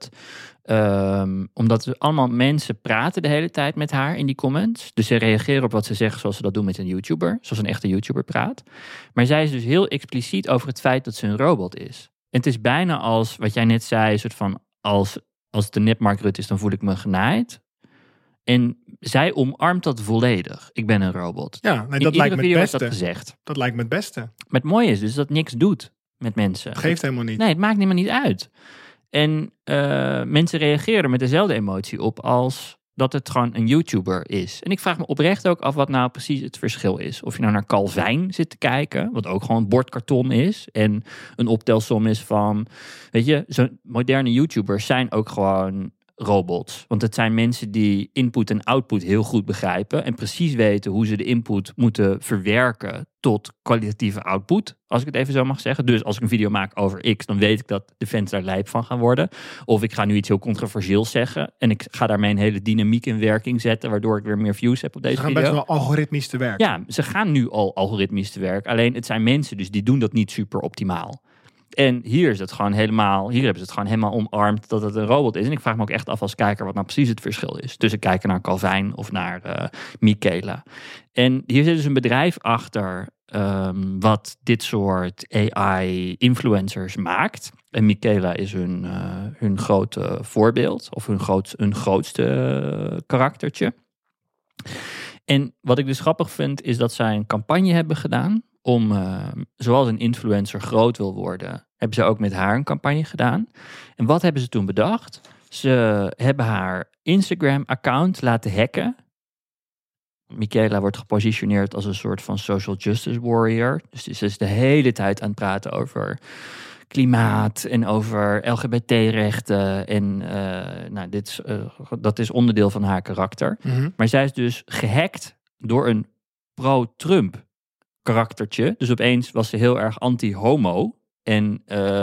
Omdat er allemaal mensen praten de hele tijd met haar in die comments. Dus ze reageren op wat ze zeggen zoals ze dat doen met een YouTuber. Zoals een echte YouTuber praat. Maar zij is dus heel expliciet over het feit dat ze een robot is. En het is bijna als, wat jij net zei, een soort van... Als het een nep Mark Rutte is, dan voel ik me genaaid. En zij omarmt dat volledig. Ik ben een robot. Ja, nee, dat lijkt me het beste. Dat gezegd. Dat lijkt me het beste. Maar het mooie is dus dat niks doet met mensen. Het geeft helemaal niet. Nee, het maakt helemaal niet uit. En mensen reageren met dezelfde emotie op als dat het gewoon een YouTuber is. En ik vraag me oprecht ook af wat nou precies het verschil is. Of je nou naar Calvijn zit te kijken, wat ook gewoon bordkarton is. En een optelsom is van, weet je, zo'n moderne YouTubers zijn ook gewoon robots. Want het zijn mensen die input en output heel goed begrijpen. En precies weten hoe ze de input moeten verwerken tot kwalitatieve output. Als ik het even zo mag zeggen. Dus als ik een video maak over X, dan weet ik dat de fans daar lijp van gaan worden. Of ik ga nu iets heel controversieels zeggen. En ik ga daarmee een hele dynamiek in werking zetten. Waardoor ik weer meer views heb op deze video. Ze gaan best wel algoritmisch te werk. Ja, ze gaan nu al algoritmisch te werk. Alleen het zijn mensen, dus die doen dat niet super optimaal. En hier is het gewoon helemaal, hier hebben ze het gewoon helemaal omarmd dat het een robot is. En ik vraag me ook echt af als kijker wat nou precies het verschil is tussen kijken naar Calvijn of naar Michaela. En hier zit dus een bedrijf achter wat dit soort AI-influencers maakt. En Michaela is hun grote voorbeeld of hun grootste karaktertje. En wat ik dus grappig vind is dat zij een campagne hebben gedaan om, zoals een influencer groot wil worden, hebben ze ook met haar een campagne gedaan. En wat hebben ze toen bedacht? Ze hebben haar Instagram-account laten hacken. Michaela wordt gepositioneerd als een soort van social justice warrior. Dus ze is de hele tijd aan het praten over klimaat en over LGBT-rechten. En dat is onderdeel van haar karakter. Mhm. Maar zij is dus gehackt door een pro-Trump karaktertje. Dus opeens was ze heel erg anti-homo. En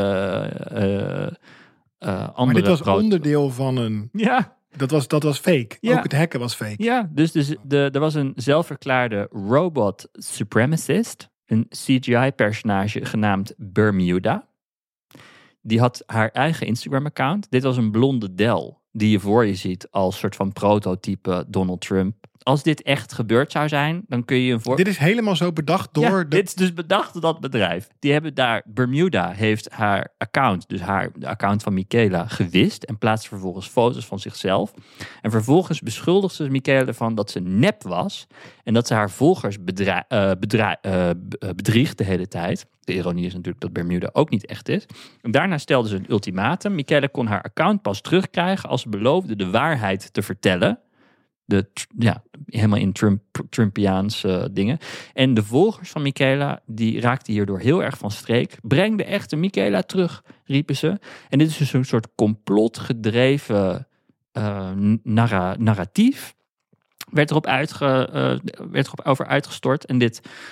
andere Maar dit was onderdeel van een... Ja. Dat was fake. Ja. Ook het hacken was fake. Ja, dus er was een zelfverklaarde robot supremacist. Een CGI-personage genaamd Bermuda. Die had haar eigen Instagram-account. Dit was een blonde Del die je voor je ziet als soort van prototype Donald Trump. Als dit echt gebeurd zou zijn, dan kun je een Dit is helemaal zo bedacht door dit is dus bedacht door dat bedrijf. Die hebben daar, Bermuda heeft haar account, dus de account van Michaela, gewist en plaatst vervolgens foto's van zichzelf. En vervolgens beschuldigt ze Michaela ervan dat ze nep was en dat ze haar volgers bedriegt de hele tijd. De ironie is natuurlijk dat Bermuda ook niet echt is. En daarna stelde ze een ultimatum. Michaela kon haar account pas terugkrijgen als ze beloofde de waarheid te vertellen. Helemaal in Trumpiaanse dingen. En de volgers van Michaela, die raakten hierdoor heel erg van streek. Breng de echte Michaela terug, riepen ze. En dit is dus een soort complotgedreven narratief. Werd erop over uitgestort. En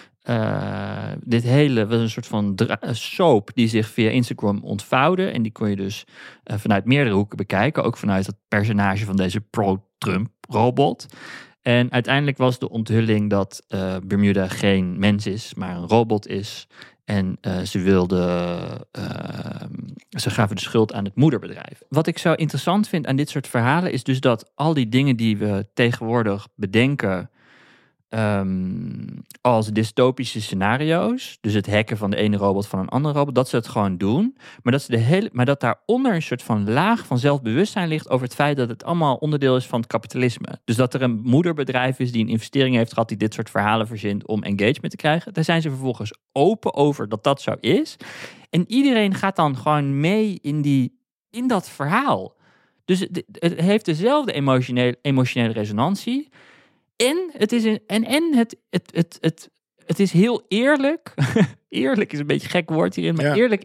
dit hele was een soort van soap die zich via Instagram ontvouwde. En die kon je dus vanuit meerdere hoeken bekijken. Ook vanuit het personage van deze pro-Trump robot. En uiteindelijk was de onthulling dat Bermuda geen mens is, maar een robot is. En ze gaven de schuld aan het moederbedrijf. Wat ik zo interessant vind aan dit soort verhalen is dus dat al die dingen die we tegenwoordig bedenken als dystopische scenario's, dus het hacken van de ene robot van een andere robot, dat ze het gewoon doen, maar dat daaronder een soort van laag van zelfbewustzijn ligt over het feit dat het allemaal onderdeel is van het kapitalisme. Dus dat er een moederbedrijf is die een investering heeft gehad die dit soort verhalen verzint om engagement te krijgen. Daar zijn ze vervolgens open over dat dat zo is. En iedereen gaat dan gewoon mee in dat verhaal. Dus het heeft dezelfde emotionele resonantie. En het is heel eerlijk. Eerlijk is een beetje een gek woord hierin. Maar eerlijk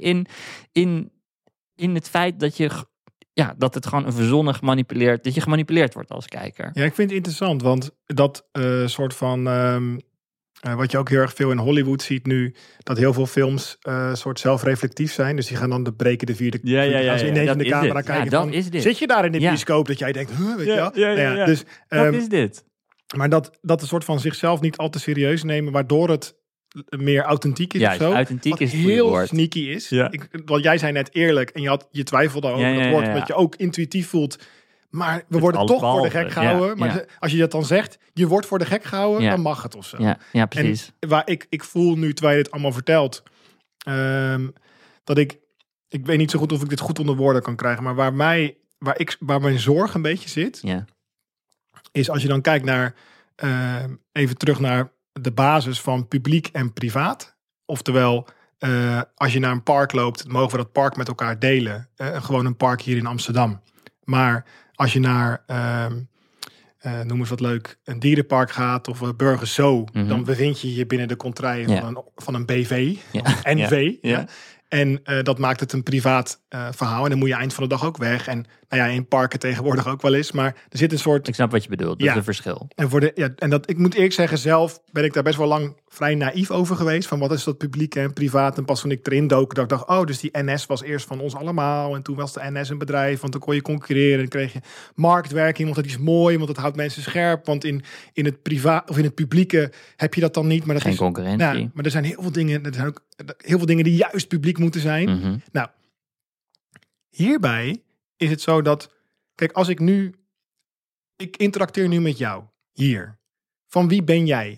in het feit dat het gewoon een verzonnen gemanipuleerd... dat je gemanipuleerd wordt als kijker. Ja, ik vind het interessant. Want dat soort van... wat je ook heel erg veel in Hollywood ziet nu... dat heel veel films soort zelfreflectief zijn. Dus die gaan dan breken de vierde... Als ze ineens in de camera kijken van... Zit je daar in de bioscoop dat jij denkt... weet je wel? Dus, dat is dit. Maar dat een soort van zichzelf niet al te serieus nemen, waardoor het meer authentiek is. Juist, of zo. authentiek wat is het heel woord. sneaky is. Ja. Want jij zei net eerlijk en je twijfelde over dat woord, omdat je ook intuïtief voelt. Maar we worden toch voor de gek gehouden. Maar als je dat dan zegt, je wordt voor de gek gehouden, dan mag het of zo. Ja, precies. En waar ik voel nu, terwijl je dit allemaal vertelt, dat ik weet niet zo goed of ik dit goed onder woorden kan krijgen, maar waar mijn zorg een beetje zit, is als je dan kijkt naar even terug naar de basis van publiek en privaat. Oftewel, als je naar een park loopt, mogen we dat park met elkaar delen. Gewoon een park hier in Amsterdam. Maar als je naar, noem eens wat leuk, een dierenpark gaat of een Burger Zoo, dan bevind je je binnen de contraien van een BV, een NV. Ja. En dat maakt het een privaat verhaal. En dan moet je eind van de dag ook weg. En in parken tegenwoordig ook wel eens. Maar er zit een soort... Ik snap wat je bedoelt. Dat is een verschil. En ik moet eerlijk zeggen, zelf ben ik daar best wel lang vrij naïef over geweest. Van wat is dat publiek en privaat? En pas toen ik erin dook, dat ik dacht, dus die NS was eerst van ons allemaal. En toen was de NS een bedrijf, want dan kon je concurreren. En kreeg je marktwerking, want dat is mooi, want het houdt mensen scherp. Want in het privaat of in het publieke heb je dat dan niet. Maar dat geen concurrentie. Maar er zijn heel veel dingen. Er zijn ook heel veel dingen die juist publiek moeten zijn. Mm-hmm. Nou, hierbij is het zo dat, kijk, als ik interacteer nu met jou hier. Van wie ben jij?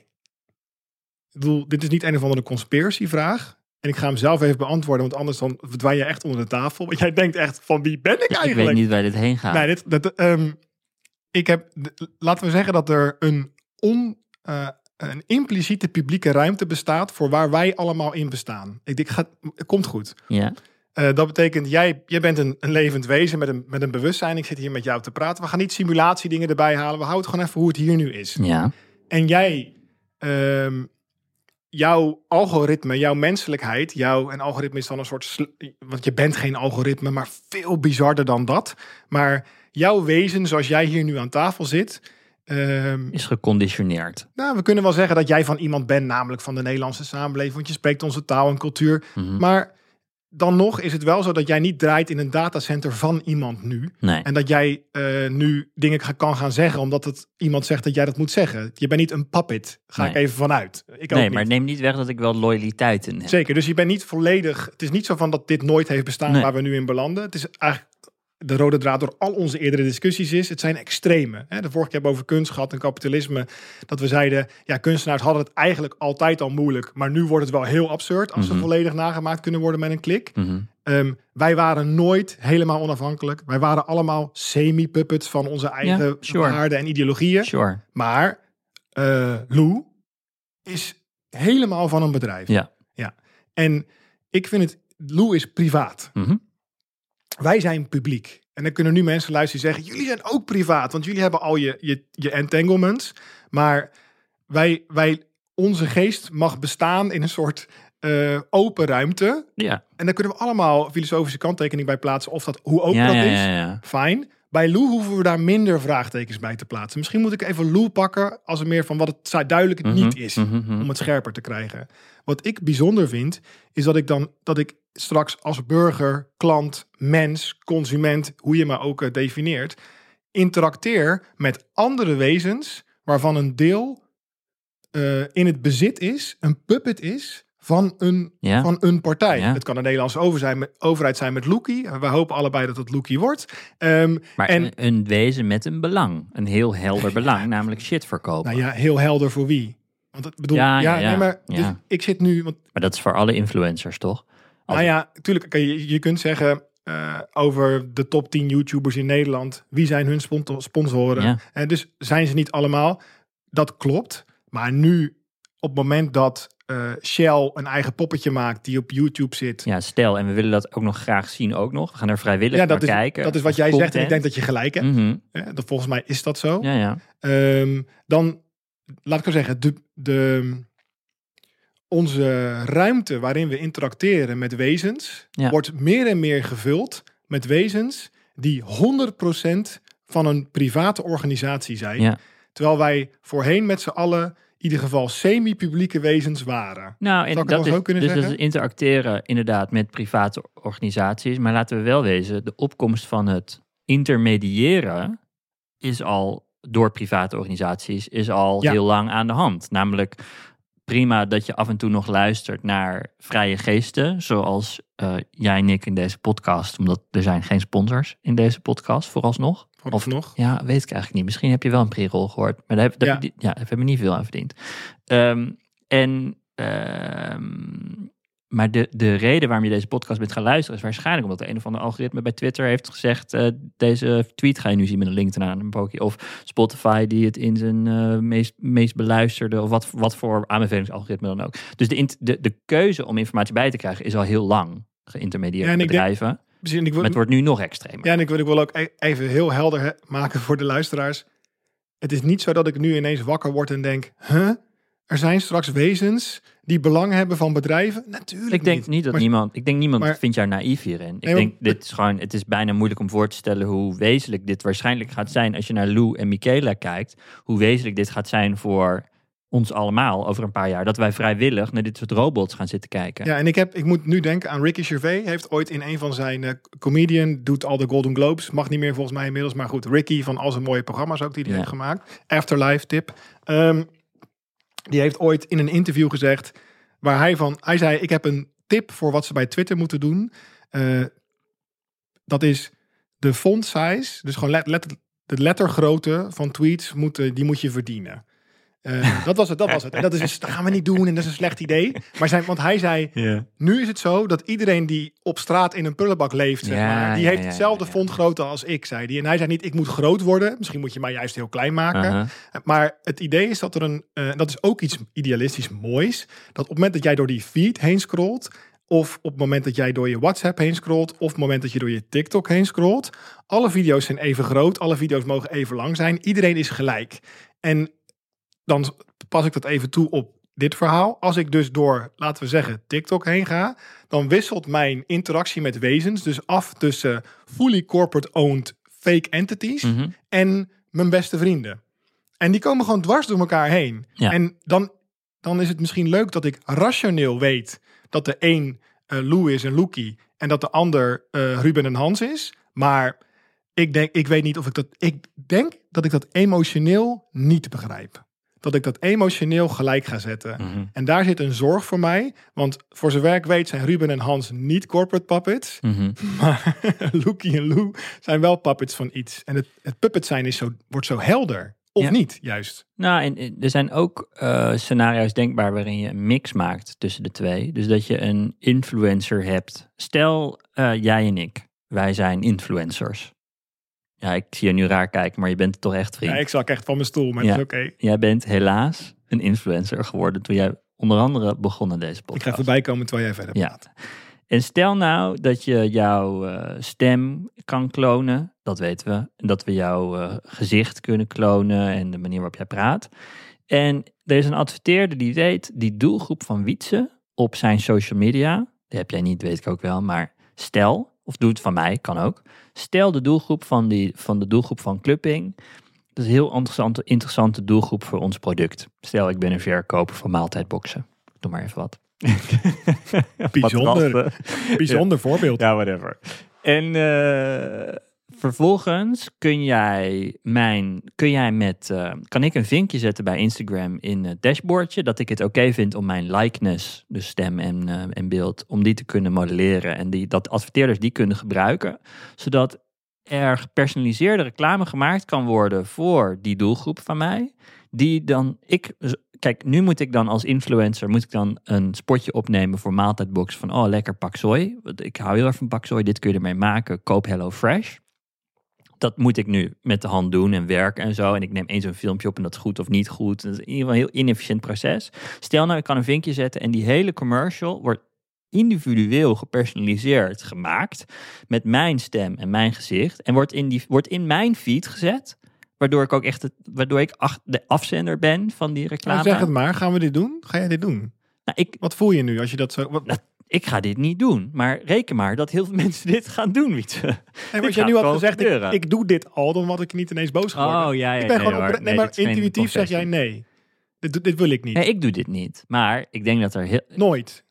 Ik bedoel, dit is niet een of andere conspiracy-vraag. En ik ga hem zelf even beantwoorden, want anders dan verdwijn je echt onder de tafel. Want jij denkt echt, van wie ben ik eigenlijk? Ik weet niet waar dit heen gaat. Nee, laten we zeggen dat er een een impliciete publieke ruimte bestaat voor waar wij allemaal in bestaan. Ik denk, het komt goed. Ja. Dat betekent, jij bent een levend wezen met een bewustzijn. Ik zit hier met jou te praten. We gaan niet simulatiedingen erbij halen. We houden gewoon even hoe het hier nu is. Ja. En jij, jouw algoritme, jouw menselijkheid, en algoritme is dan een soort, want je bent geen algoritme, maar veel bizarder dan dat. Maar jouw wezen, zoals jij hier nu aan tafel zit, is geconditioneerd. Nou, we kunnen wel zeggen dat jij van iemand bent, namelijk van de Nederlandse samenleving, want je spreekt onze taal en cultuur. Maar dan nog is het wel zo dat jij niet draait in een datacenter van iemand nu. Nee. En dat jij nu dingen kan gaan zeggen omdat het iemand zegt dat jij dat moet zeggen. Je bent niet een puppet, ga ik even vanuit. Ik ook niet. Maar neem niet weg dat ik wel loyaliteiten heb. Zeker, dus je bent niet volledig. Het is niet zo van dat dit nooit heeft bestaan waar we nu in belanden. Het is eigenlijk de rode draad door al onze eerdere discussies is, het zijn extreme. De vorige keer hebben we over kunst gehad en kapitalisme, dat we zeiden, ja, kunstenaars hadden het eigenlijk altijd al moeilijk, maar nu wordt het wel heel absurd als ze volledig nagemaakt kunnen worden met een klik. Wij waren nooit helemaal onafhankelijk. Wij waren allemaal semi-puppets van onze eigen waarden en ideologieën. Sure. Maar Lou is helemaal van een bedrijf. Ja. En ik vind het, Lou is privaat. Wij zijn publiek. En dan kunnen nu mensen luisteren die zeggen, jullie zijn ook privaat, want jullie hebben al je entanglements. Maar onze geest mag bestaan in een soort open ruimte. Ja. En daar kunnen we allemaal filosofische kanttekening bij plaatsen. Of dat, hoe open dat is, fijn. Bij Lou hoeven we daar minder vraagtekens bij te plaatsen. Misschien moet ik even Lou pakken als een meer van wat het duidelijk niet is. Om het scherper te krijgen. Wat ik bijzonder vind, is dat ik straks als burger, klant, mens, consument, hoe je maar ook definieert, interacteer met andere wezens waarvan een deel in het bezit is, een puppet is van een partij. Het kan een Nederlandse overheid zijn met Loekie. We hopen allebei dat het Loekie wordt. Een wezen met een belang. Een heel helder belang, namelijk shit verkopen. Nou ja, heel helder voor wie? Want ik bedoel, Dus ik zit nu. Maar dat is voor alle influencers, toch? Natuurlijk. Je kunt zeggen over de top 10 YouTubers in Nederland. Wie zijn hun sponsoren? En dus zijn ze niet allemaal. Dat klopt. Maar nu, op het moment dat Shell een eigen poppetje maakt die op YouTube zit. Ja, stel. En we willen dat ook nog graag zien ook nog. We gaan er vrijwillig naar kijken. Dat is wat jij zegt en ik denk dat je gelijk hebt. Dat volgens mij is dat zo. Dan, laat ik zo zeggen, onze ruimte waarin we interacteren met wezens wordt meer en meer gevuld met wezens die 100% van een private organisatie zijn. Ja. Terwijl wij voorheen met z'n allen in ieder geval semi-publieke wezens waren. Nou, en dat is dus interacteren inderdaad met private organisaties. Maar laten we wel wezen, de opkomst van het intermediëren is al door private organisaties is al heel lang aan de hand. Namelijk prima dat je af en toe nog luistert naar vrije geesten, zoals jij en ik in deze podcast, omdat er zijn geen sponsors in deze podcast vooralsnog. Vooralsnog? Ja, weet ik eigenlijk niet. Misschien heb je wel een pre-roll gehoord, maar daar hebben we niet veel aan verdiend. Maar de reden waarom je deze podcast bent gaan luisteren is waarschijnlijk omdat de een of ander algoritme bij Twitter heeft gezegd, deze tweet ga je nu zien met een link eraan een pokie. Of Spotify die het in zijn meest beluisterde, of wat voor aanbevelingsalgoritme dan ook. Dus de keuze om informatie bij te krijgen is al heel lang geïntermedieerde bedrijven. Maar het wordt nu nog extremer. Ja, en ik wil ook even heel helder maken voor de luisteraars. Het is niet zo dat ik nu ineens wakker word en denk, er zijn straks wezens die belang hebben van bedrijven? Natuurlijk ik denk niet dat niemand vindt jou naïef hierin. Het is bijna moeilijk om voor te stellen hoe wezenlijk dit waarschijnlijk gaat zijn als je naar Lou en Michaela kijkt. Hoe wezenlijk dit gaat zijn voor ons allemaal over een paar jaar. Dat wij vrijwillig naar dit soort robots gaan zitten kijken. Ja, en ik moet nu denken aan Ricky Gervais. Heeft ooit in een van zijn comedian, doet al de Golden Globes. Mag niet meer volgens mij inmiddels. Maar goed, Ricky van al zijn mooie programma's ook die hij heeft gemaakt. Afterlife tip. Die heeft ooit in een interview gezegd, waar hij zei, ik heb een tip voor wat ze bij Twitter moeten doen. Dat is de font size, dus gewoon de lettergrootte van tweets, die moet je verdienen. Dat was het. En dat gaan we niet doen en dat is een slecht idee. Want hij zei, nu is het zo dat iedereen die op straat in een prullenbak leeft, zeg maar, die heeft hetzelfde fondgrootte als ik, zei die. En hij zei niet, ik moet groot worden. Misschien moet je mij juist heel klein maken. Maar het idee is dat dat is ook iets idealistisch moois, dat op het moment dat jij door die feed heen scrolt, of op het moment dat jij door je WhatsApp heen scrolt, of op het moment dat je door je TikTok heen scrolt, alle video's zijn even groot, alle video's mogen even lang zijn. Iedereen is gelijk. En dan pas ik dat even toe op dit verhaal. Als ik dus door, laten we zeggen, TikTok heen ga, dan wisselt mijn interactie met wezens dus af tussen fully corporate-owned fake entities en mijn beste vrienden. En die komen gewoon dwars door elkaar heen. Ja. En dan is het misschien leuk dat ik rationeel weet dat de een Lou is en Loekie en dat de ander Ruben en Hans is. Maar ik denk dat ik dat emotioneel niet begrijp. Dat ik dat emotioneel gelijk ga zetten. En daar zit een zorg voor mij. Want voor zover ik weet zijn Ruben en Hans niet corporate puppets. Maar Loekie en Lou zijn wel puppets van iets. En het puppet zijn wordt zo helder. Of niet, juist. Nou, en er zijn ook scenario's denkbaar waarin je een mix maakt tussen de twee. Dus dat je een influencer hebt. Stel, jij en ik, wij zijn influencers. Ja, ik zie je nu raar kijken, maar je bent toch echt vriend. Ja, ik zak echt van mijn stoel, maar dat is oké. Jij bent helaas een influencer geworden toen jij onder andere begon aan deze podcast. Ik ga voorbij komen terwijl jij verder praat. En stel nou dat je jouw stem kan klonen, dat weten we. En dat we jouw gezicht kunnen klonen en de manier waarop jij praat. En er is een adverteerder die weet die doelgroep van Wietse op zijn social media. Die heb jij niet, weet ik ook wel, maar stel, of doe het van mij, kan ook. Stel de doelgroep van de doelgroep van Clubbing. Dat is een heel interessante doelgroep voor ons product. Stel, ik ben een verkoper van maaltijdboxen. Doe maar even wat. Bijzonder voorbeeld. Ja, whatever. En vervolgens kan ik een vinkje zetten bij Instagram in het dashboardje dat ik het oké vind om mijn likeness, dus stem en beeld, om die te kunnen modelleren en dat adverteerders die kunnen gebruiken, zodat er gepersonaliseerde reclame gemaakt kan worden voor die doelgroep van mij, die dan Kijk, nu moet ik dan als influencer een spotje opnemen voor maaltijdbox van lekker pak soy. Ik hou heel erg van pak soy, dit kun je ermee maken, koop Hello Fresh. Dat moet ik nu met de hand doen en werken en zo. En ik neem eens een filmpje op en dat is goed of niet goed. Dat is in ieder geval een heel inefficiënt proces. Stel nou, ik kan een vinkje zetten en die hele commercial wordt individueel gepersonaliseerd gemaakt met mijn stem en mijn gezicht. En wordt in mijn feed gezet. Waardoor ik de afzender ben van die reclame. Nou, zeg het maar, gaan we dit doen? Ga jij dit doen? Nou, wat voel je nu als je dat zo... Ik ga dit niet doen, maar reken maar dat heel veel mensen dit gaan doen, Wietse. Nee, als jij nu had gezegd, ik doe dit al, dan had ik niet ineens boos geworden. Oh, ja, ik ben gewoon maar intuïtief zeg jij nee. Dit wil ik niet. Nee, ik doe dit niet, maar ik denk dat er Nooit.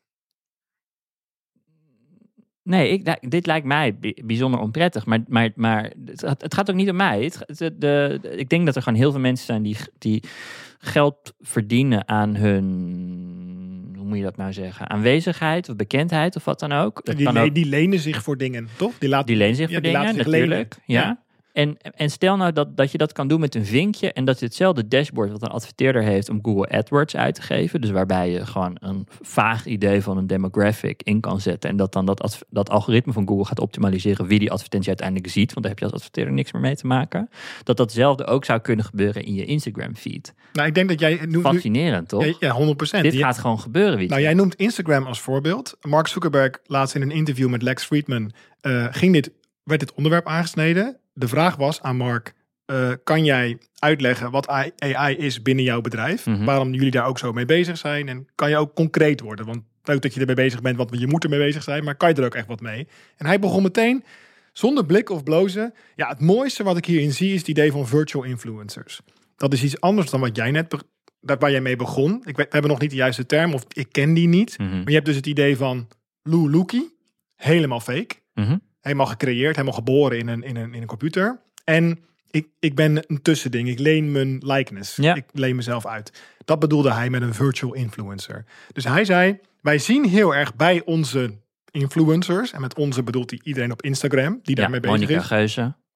Nee, dit lijkt mij bijzonder onprettig, maar het gaat ook niet om mij. Ik denk dat er gewoon heel veel mensen zijn die geld verdienen aan hun, hoe moet je dat nou zeggen, aanwezigheid of bekendheid of wat dan ook. Die lenen zich voor dingen, toch? Die lenen zich voor dingen, natuurlijk. Ja. En stel nou dat je dat kan doen met een vinkje en dat je hetzelfde dashboard wat een adverteerder heeft om Google AdWords uit te geven. Dus waarbij je gewoon een vaag idee van een demographic in kan zetten. En dat dan dat algoritme van Google gaat optimaliseren wie die advertentie uiteindelijk ziet. Want daar heb je als adverteerder niks meer mee te maken. Datzelfde ook zou kunnen gebeuren in je Instagram feed. Nou, ik denk dat jij... Fascinerend, toch? Ja, 100%. Dit gaat gewoon gebeuren, Wietse. Nou, jij noemt Instagram als voorbeeld. Mark Zuckerberg laatst in een interview met Lex Fridman werd dit onderwerp aangesneden. De vraag was aan Mark, kan jij uitleggen wat AI is binnen jouw bedrijf? Waarom jullie daar ook zo mee bezig zijn? En kan je ook concreet worden? Want leuk dat je ermee bezig bent, want je moet ermee bezig zijn, maar kan je er ook echt wat mee? En hij begon meteen, zonder blik of blozen. Ja, het mooiste wat ik hierin zie is het idee van virtual influencers. Dat is iets anders dan wat jij net, waar jij mee begon. We hebben nog niet de juiste term, of ik ken die niet. Maar je hebt dus het idee van Lou Loekie, helemaal fake. Helemaal gecreëerd, helemaal geboren in een computer. En ik ben een tussending. Ik leen mijn likeness. Ja. Ik leen mezelf uit. Dat bedoelde hij met een virtual influencer. Dus hij zei, wij zien heel erg bij onze influencers, en met onze bedoelt hij iedereen op Instagram die daarmee bezig Monica is. Geuze.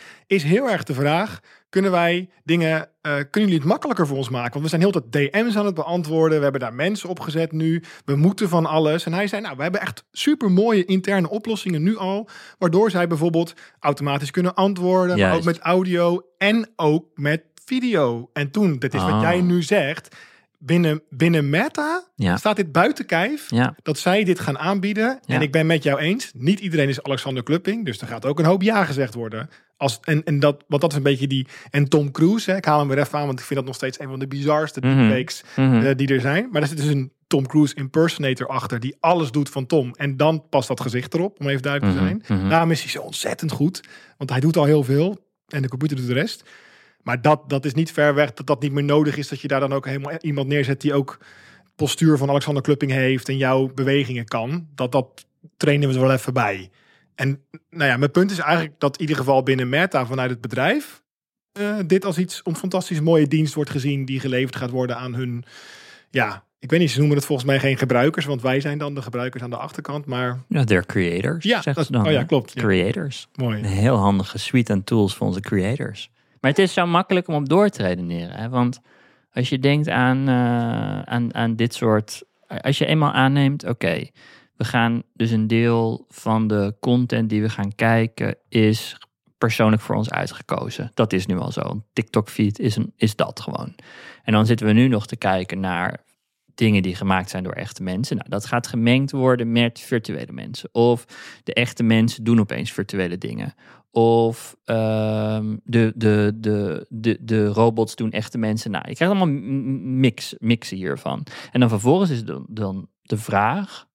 is heel erg de vraag, kunnen jullie het makkelijker voor ons maken? Want we zijn heel de DM's aan het beantwoorden. We hebben daar mensen op gezet nu. We moeten van alles. En hij zei, nou, we hebben echt super mooie interne oplossingen nu al. Waardoor zij bijvoorbeeld automatisch kunnen antwoorden. Maar ook met audio en ook met video. En toen, dat is wat jij nu zegt, binnen Meta staat dit buiten kijf. Dat zij dit gaan aanbieden. En ik ben met jou eens. Niet iedereen is Alexander Klupping. Dus er gaat ook een hoop ja gezegd worden. Want dat is een beetje die... En Tom Cruise, hè, ik haal hem weer even aan, want ik vind dat nog steeds een van de bizarste deepfakes die er zijn. Maar daar zit dus een Tom Cruise impersonator achter die alles doet van Tom. En dan past dat gezicht erop, om even duidelijk te zijn. Daarom is hij zo ontzettend goed. Want hij doet al heel veel. En de computer doet de rest. Maar dat is niet ver weg, dat niet meer nodig is, dat je daar dan ook helemaal iemand neerzet die ook postuur van Alexander Klupping heeft en jouw bewegingen kan. Dat trainen we er wel even bij. En nou ja, mijn punt is eigenlijk dat in ieder geval binnen Meta vanuit het bedrijf dit als iets om fantastisch mooie dienst wordt gezien die geleverd gaat worden aan hun, ik weet niet, ze noemen het volgens mij geen gebruikers, want wij zijn dan de gebruikers aan de achterkant, maar... Ja, they're creators. Ja, klopt. Creators. Ja. Mooi. Een heel handige suite aan tools voor onze creators. Maar het is zo makkelijk om op door te redeneren. Hè? Want als je denkt aan dit soort... Als je eenmaal aanneemt, oké, we gaan dus een deel van de content die we gaan kijken is persoonlijk voor ons uitgekozen. Dat is nu al zo. Een TikTok-feed is dat gewoon. En dan zitten we nu nog te kijken naar dingen die gemaakt zijn door echte mensen. Nou, dat gaat gemengd worden met virtuele mensen. Of de echte mensen doen opeens virtuele dingen. Of de robots doen echte mensen. Nou, je krijgt allemaal mixen hiervan. En dan vervolgens is dan de vraag: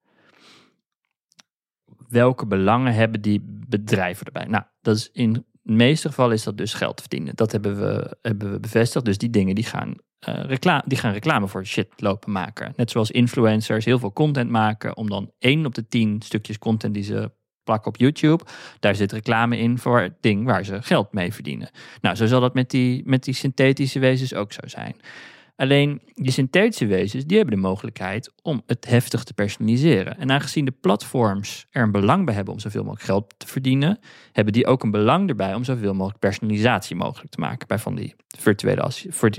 welke belangen hebben die bedrijven erbij? Nou, dat is in de meeste gevallen is dat dus geld verdienen. Dat hebben we bevestigd. Dus die dingen die gaan reclame voor shit lopen maken. Net zoals influencers heel veel content maken om dan 1 op de 10 stukjes content die ze plakken op YouTube, daar zit reclame in voor het ding waar ze geld mee verdienen. Nou, zo zal dat met die synthetische wezens ook zo zijn. Alleen die synthetische wezens, die hebben de mogelijkheid om het heftig te personaliseren. En aangezien de platforms er een belang bij hebben om zoveel mogelijk geld te verdienen, hebben die ook een belang erbij om zoveel mogelijk personalisatie mogelijk te maken bij van die virtuele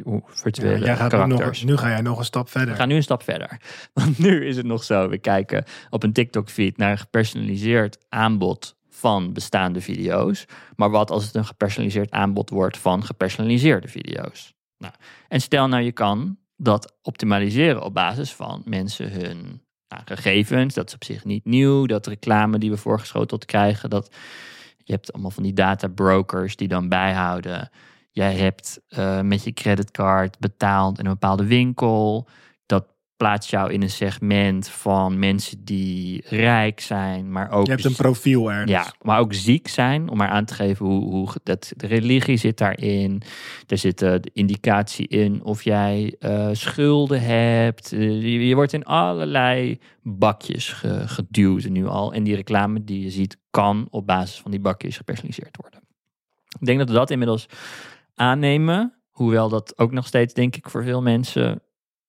karakters. Nu ga jij nog een stap verder. We gaan nu een stap verder. Want nu is het nog zo, we kijken op een TikTok-feed naar een gepersonaliseerd aanbod van bestaande video's. Maar wat als het een gepersonaliseerd aanbod wordt van gepersonaliseerde video's? Nou, en stel nou je kan dat optimaliseren op basis van mensen hun gegevens. Dat is op zich niet nieuw. Dat reclame die we voorgeschoteld krijgen. Dat je hebt allemaal van die databrokers die dan bijhouden. Jij hebt met je creditcard betaald in een bepaalde winkel. Dat plaatst jou in een segment van mensen die rijk zijn, maar ook... Je hebt een profiel ergens. Ja, maar ook ziek zijn, om maar aan te geven hoe de religie zit daarin. Er zit de indicatie in of jij schulden hebt. Je wordt in allerlei bakjes geduwd nu al. En die reclame die je ziet, kan op basis van die bakjes gepersonaliseerd worden. Ik denk dat we dat inmiddels aannemen. Hoewel dat ook nog steeds, denk ik, voor veel mensen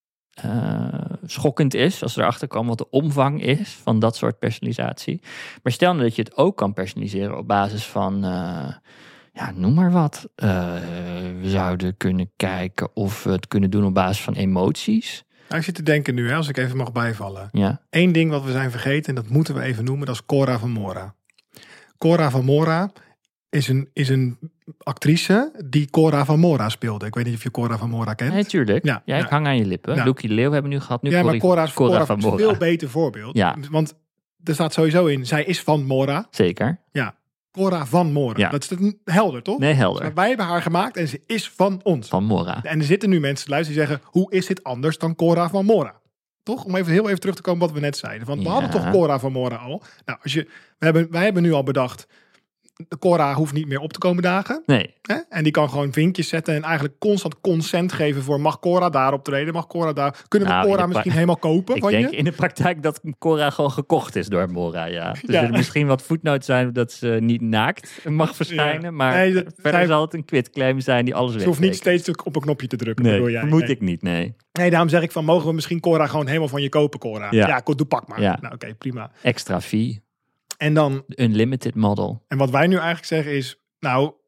schokkend is als ze erachter komen wat de omvang is van dat soort personalisatie. Maar stel nou dat je het ook kan personaliseren op basis van noem maar wat. We zouden kunnen kijken of we het kunnen doen op basis van emoties. Nou, ik zit te denken nu, als ik even mag bijvallen. Ja. Eén ding wat we zijn vergeten, en dat moeten we even noemen, dat is Cora van Mora. Cora van Mora is een actrice die Cora van Mora speelde. Ik weet niet of je Cora van Mora kent. Nee, tuurlijk. Ja, ik hang aan je lippen. Ja. Loekie de Leeuw hebben we nu gehad. Nu maar Cora van is Mora. een veel beter voorbeeld. Ja. Want er staat sowieso in, zij is van Mora. Zeker. Ja, Cora van Mora. Ja. Dat is helder, toch? Nee, helder. Maar wij hebben haar gemaakt en ze is van ons. Van Mora. En er zitten nu mensen te luisteren die zeggen, hoe is dit anders dan Cora van Mora? Toch? Om heel even terug te komen wat we net zeiden. Want we hadden toch Cora van Mora al. Nou, wij hebben nu al bedacht, de Cora hoeft niet meer op te komen dagen. Nee. Hè? En die kan gewoon vinkjes zetten en eigenlijk constant consent geven voor, mag Cora daar optreden, mag Cora daar. Kunnen we Cora misschien helemaal kopen ik van denk je? In de praktijk dat Cora gewoon gekocht is door Mora, ja. Dus er misschien wat voetnoot zijn dat ze niet naakt mag verschijnen. Ja. Maar verder zal het een quitclaim zijn die alles weet. Ze hoeft niet steeds op een knopje te drukken. Nee, moet ik niet, nee. Nee, daarom zeg ik van, mogen we misschien Cora gewoon helemaal van je kopen, Cora? Ja, doe pak maar. Ja. Nou, oké, prima. Extra fee. En dan de unlimited model. En wat wij nu eigenlijk zeggen is, nou,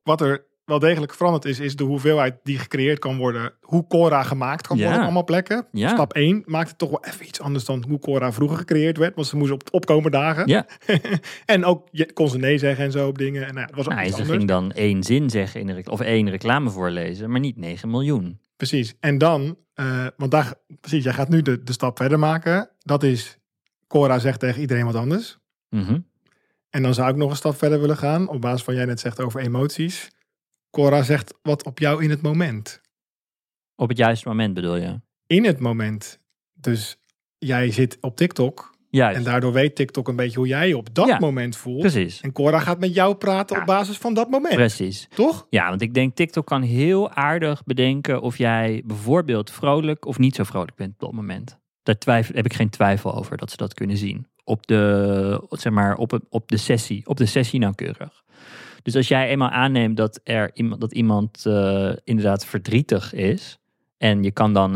wat er wel degelijk veranderd is de hoeveelheid die gecreëerd kan worden. Hoe Quora gemaakt kan worden op allemaal plekken. Ja. Stap 1 maakt het toch wel even iets anders dan hoe Quora vroeger gecreëerd werd. Want ze moesten op opkomen dagen. Ja. En ook kon ze nee zeggen en zo op dingen. En dat was ook iets Ze anders. ging dan 1 zin zeggen of 1 reclame voorlezen, maar niet 9 miljoen. Precies. En dan, want jij gaat nu de stap verder maken. Dat is, Quora zegt tegen iedereen wat anders. Mm-hmm. En dan zou ik nog een stap verder willen gaan. Op basis van jij net zegt over emoties. Quora zegt wat op jou in het moment. Op het juiste moment bedoel je? In het moment. Dus jij zit op TikTok. Juist. En daardoor weet TikTok een beetje hoe jij je op dat moment voelt. Precies. En Quora gaat met jou praten op basis van dat moment. Precies. Toch? Ja, want ik denk TikTok kan heel aardig bedenken of jij bijvoorbeeld vrolijk of niet zo vrolijk bent op dat moment. Daar heb ik geen twijfel over dat ze dat kunnen zien. Op de sessie nauwkeurig. Dus als jij eenmaal aanneemt dat iemand inderdaad verdrietig is en je kan dan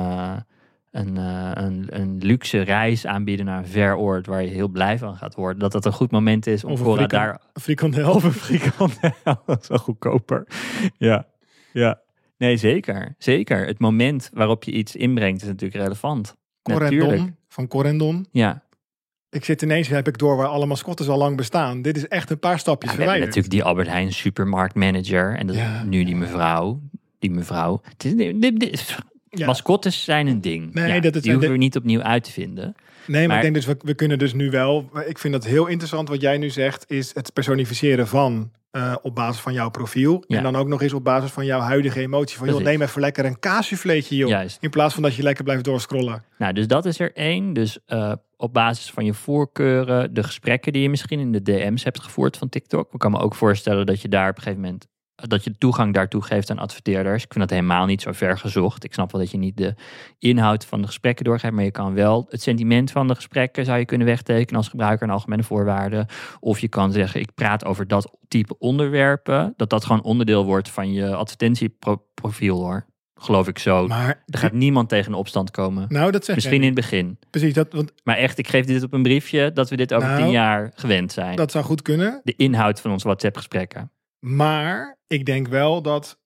een luxe reis aanbieden naar een ver oord waar je heel blij van gaat worden, dat een goed moment is om Quora daar... Een frikandel. Of een frikandel, dat is wel goedkoper. Ja. Nee, zeker. Zeker. Het moment waarop je iets inbrengt is natuurlijk relevant. Corendon, van Corendon. Ja. Ik zit ineens, heb ik door waar alle mascottes al lang bestaan. Dit is echt een paar stapjes We hebben verwijderd. natuurlijk die Albert Heijn supermarktmanager. En dat nu die mevrouw. Mascottes zijn een ding. Nee, die hoeven we niet opnieuw uit te vinden. Nee, maar ik denk dus, we kunnen dus nu wel... Ik vind dat heel interessant wat jij nu zegt, is het personificeren van op basis van jouw profiel. Ja. En dan ook nog eens op basis van jouw huidige emotie. Van, joh, neem even lekker een kaassouffleetje, joh. Juist. In plaats van dat je lekker blijft doorscrollen. Nou, dus dat is er 1. Dus op basis van je voorkeuren, de gesprekken die je misschien in de DM's hebt gevoerd van TikTok. Ik kan me ook voorstellen dat je daar op een gegeven moment... dat je toegang daartoe geeft aan adverteerders. Ik vind dat helemaal niet zo ver gezocht. Ik snap wel dat je niet de inhoud van de gesprekken doorgeeft, maar je kan wel het sentiment van de gesprekken zou je kunnen wegtekenen als gebruiker en algemene voorwaarden. Of je kan zeggen, ik praat over dat type onderwerpen, dat gewoon onderdeel wordt van je advertentieprofiel, hoor. Geloof ik zo. Maar er gaat niemand tegen een opstand komen. Nou, dat zeg misschien in het begin. Precies. Maar echt, ik geef dit op een briefje dat we dit over 10 jaar gewend zijn. Dat zou goed kunnen. De inhoud van onze WhatsApp-gesprekken. Maar ik denk wel dat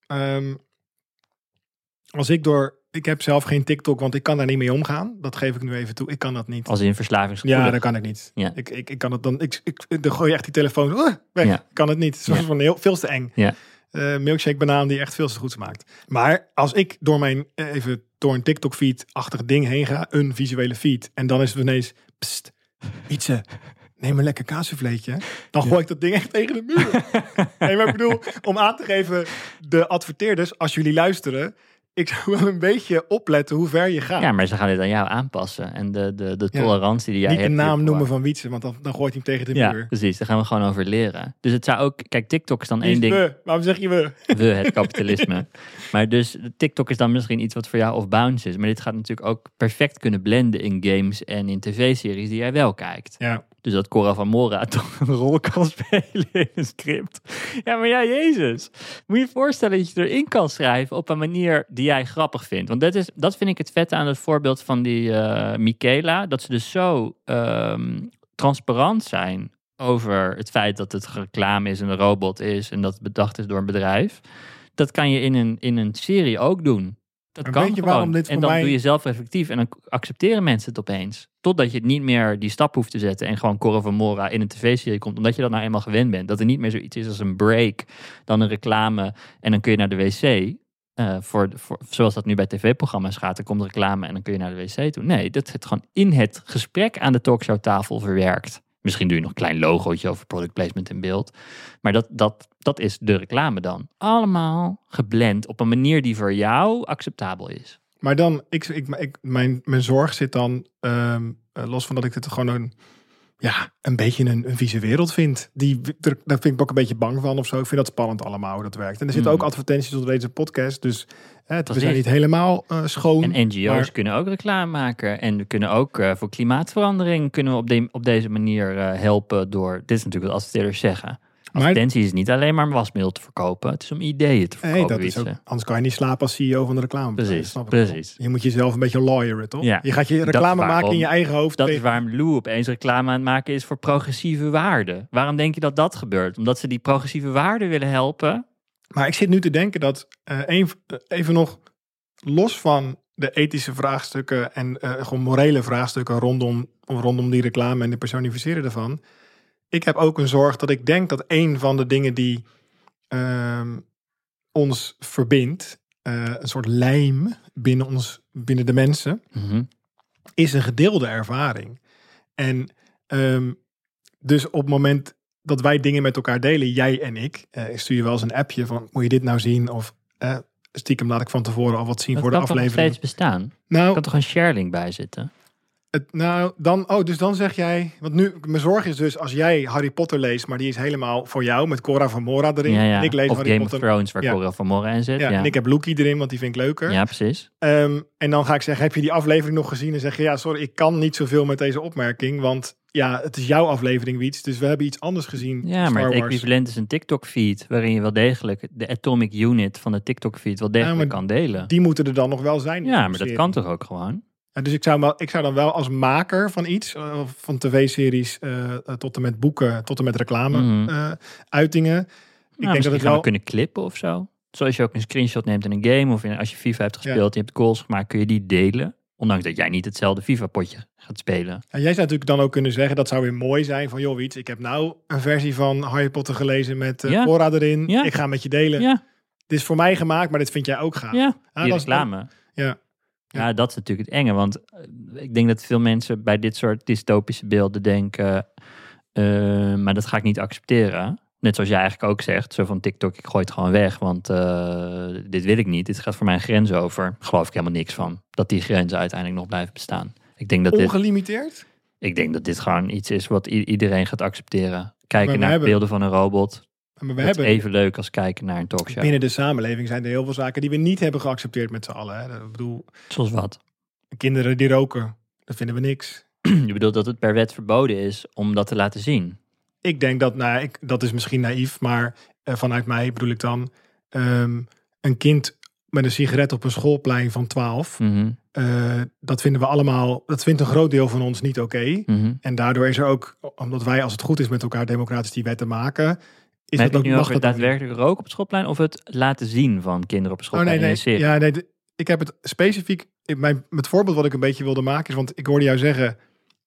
ik heb zelf geen TikTok, want ik kan daar niet mee omgaan. Dat geef ik nu even toe. Ik kan dat niet. Als in verslavingsgevoelig. Ja, dat kan ik niet. Ja. Ik kan het dan. Dan gooi je echt die telefoon weg. Ja. Ik kan het niet. Het is van veel te eng. Ja. Milkshake banaan die echt veel te goed smaakt. Maar als ik door een TikTok feed-achtig ding heen ga, een visuele feed, en dan is het ineens, pst, Wietse, neem een lekker kaassouffleetje. Dan gooi ik dat ding echt tegen de muur. Nee, maar ik bedoel, om aan te geven, de adverteerders, als jullie luisteren, ik zou wel een beetje opletten hoe ver je gaat. Ja, maar ze gaan dit aan jou aanpassen. En de tolerantie die jij hebt. Niet de naam noemen van Wietse, want dan gooit hij hem tegen de muur. Ja, precies. Daar gaan we gewoon over leren. Dus het zou ook... Kijk, TikTok is dan één ding... Waarom zeg je we? We, het kapitalisme. Maar dus TikTok is dan misschien iets wat voor jou off-bounds is. Maar dit gaat natuurlijk ook perfect kunnen blenden in games en in tv-series die jij wel kijkt. Ja. Dus dat Cora van Mora toch een rol kan spelen in een script. Ja, maar ja, Jezus. Moet je je voorstellen dat je erin kan schrijven op een manier die jij grappig vindt. Want dat vind ik het vette aan het voorbeeld van die Michaela. Dat ze dus zo transparant zijn over het feit dat het reclame is en een robot is en dat het bedacht is door een bedrijf. Dat kan je in een serie ook doen. Dat kan weet je gewoon. Waarom dit voor en dan mij... doe je zelf reflectief en dan accepteren mensen het opeens. Totdat je het niet meer die stap hoeft te zetten en gewoon Cora van Mora in een tv-serie komt. Omdat je dat nou eenmaal gewend bent. Dat er niet meer zoiets is als een break, dan een reclame en dan kun je naar de wc. Zoals dat nu bij tv-programma's gaat. Er komt reclame en dan kun je naar de wc toe. Nee, dat zit gewoon in het gesprek aan de talkshowtafel verwerkt. Misschien doe je nog een klein logootje over product placement in beeld. Maar dat is de reclame dan. Allemaal geblend op een manier die voor jou acceptabel is. Maar dan, mijn zorg zit dan, los van dat ik het gewoon een beetje een vieze wereld vind. Daar vind ik ook een beetje bang van of zo. Ik vind dat spannend allemaal hoe dat werkt. En er zitten ook advertenties onder deze podcast. Dus we zijn niet helemaal schoon. En NGO's kunnen ook reclame maken. En we kunnen ook voor klimaatverandering kunnen we op deze manier helpen door... Dit is natuurlijk wat adverteerders zeggen. Advertentie is niet alleen maar wasmiddel te verkopen. Het is om ideeën te verkopen. dat is ook, anders kan je niet slapen als CEO van de reclame. Precies. Je moet jezelf een beetje lawyeren, toch? Ja. Je gaat je reclame maken in je eigen hoofd. Dat is waarom Lou opeens reclame aan het maken is voor progressieve waarden. Waarom denk je dat dat gebeurt? Omdat ze die progressieve waarden willen helpen. Maar ik zit nu te denken dat even nog los van de ethische vraagstukken en gewoon morele vraagstukken rondom die reclame en de personificeren daarvan. Ik heb ook een zorg dat ik denk dat een van de dingen die ons verbindt, een soort lijm binnen de mensen, is een gedeelde ervaring. En dus op het moment dat wij dingen met elkaar delen, jij en ik stuur je wel eens een appje van, moet je dit nou zien? Of stiekem laat ik van tevoren al wat zien voor de aflevering. Dat kan nog steeds bestaan? Nou, er kan toch een sharing bij zitten? Dus dan zeg jij, want nu, mijn zorg is dus als jij Harry Potter leest, maar die is helemaal voor jou met Cora van Mora erin. Ja. En ik lees of Harry Game Potter, of Thrones waar Cora van Mora in zit. Ja, en ik heb Loki erin, want die vind ik leuker. Ja, precies. En dan ga ik zeggen, heb je die aflevering nog gezien? En zeg je, ja, sorry, ik kan niet zoveel met deze opmerking, want ja, het is jouw aflevering, Wiets. Dus we hebben iets anders gezien. Ja, maar het equivalent is een TikTok-feed, waarin je wel degelijk de atomic unit van de TikTok-feed wel degelijk kan delen. Die moeten er dan nog wel zijn. Ja, maar dat kan toch ook gewoon? Dus ik zou dan wel als maker van iets, van tv-series tot en met boeken, tot en met reclame, uitingen. Ik denk dat het wel kunnen clippen of zo. Zoals je ook een screenshot neemt in een game of als je FIFA hebt gespeeld, je hebt goals gemaakt, kun je die delen. Ondanks dat jij niet hetzelfde FIFA-potje gaat spelen. En jij zou natuurlijk dan ook kunnen zeggen, dat zou weer mooi zijn van, joh, Wiets, ik heb nou een versie van Harry Potter gelezen met Cora erin. Ja. Ik ga met je delen. Ja. Dit is voor mij gemaakt, maar dit vind jij ook gaaf. Ja, die reclame. Ja, dat is natuurlijk het enge. Want ik denk dat veel mensen bij dit soort dystopische beelden denken, maar dat ga ik niet accepteren. Net zoals jij eigenlijk ook zegt, zo van TikTok, ik gooi het gewoon weg, want dit wil ik niet. Dit gaat voor mij een grens over. Daar geloof ik helemaal niks van. Dat die grenzen uiteindelijk nog blijven bestaan. Ik denk dat ongelimiteerd? Ik denk dat dit gewoon iets is wat iedereen gaat accepteren. Kijken naar beelden van een robot. Maar dat is even leuk als kijken naar een talkshow. Binnen de samenleving zijn er heel veel zaken die we niet hebben geaccepteerd met z'n allen. Hè. Ik bedoel, zoals wat? Kinderen die roken, dat vinden we niks. Je bedoelt dat het per wet verboden is om dat te laten zien? Ik denk dat, dat is misschien naïef, maar vanuit mij bedoel ik dan een kind met een sigaret op een schoolplein van 12. Dat vinden we allemaal, dat vindt een groot deel van ons niet oké. En daardoor is er ook, omdat wij als het goed is met elkaar democratisch die wetten maken, is maar dat ook, nu over het daadwerkelijk roken op het schoolplein of het laten zien van kinderen op het schoolplein in een serie? Ja, ik heb het specifiek, het voorbeeld wat ik een beetje wilde maken is, want ik hoorde jou zeggen,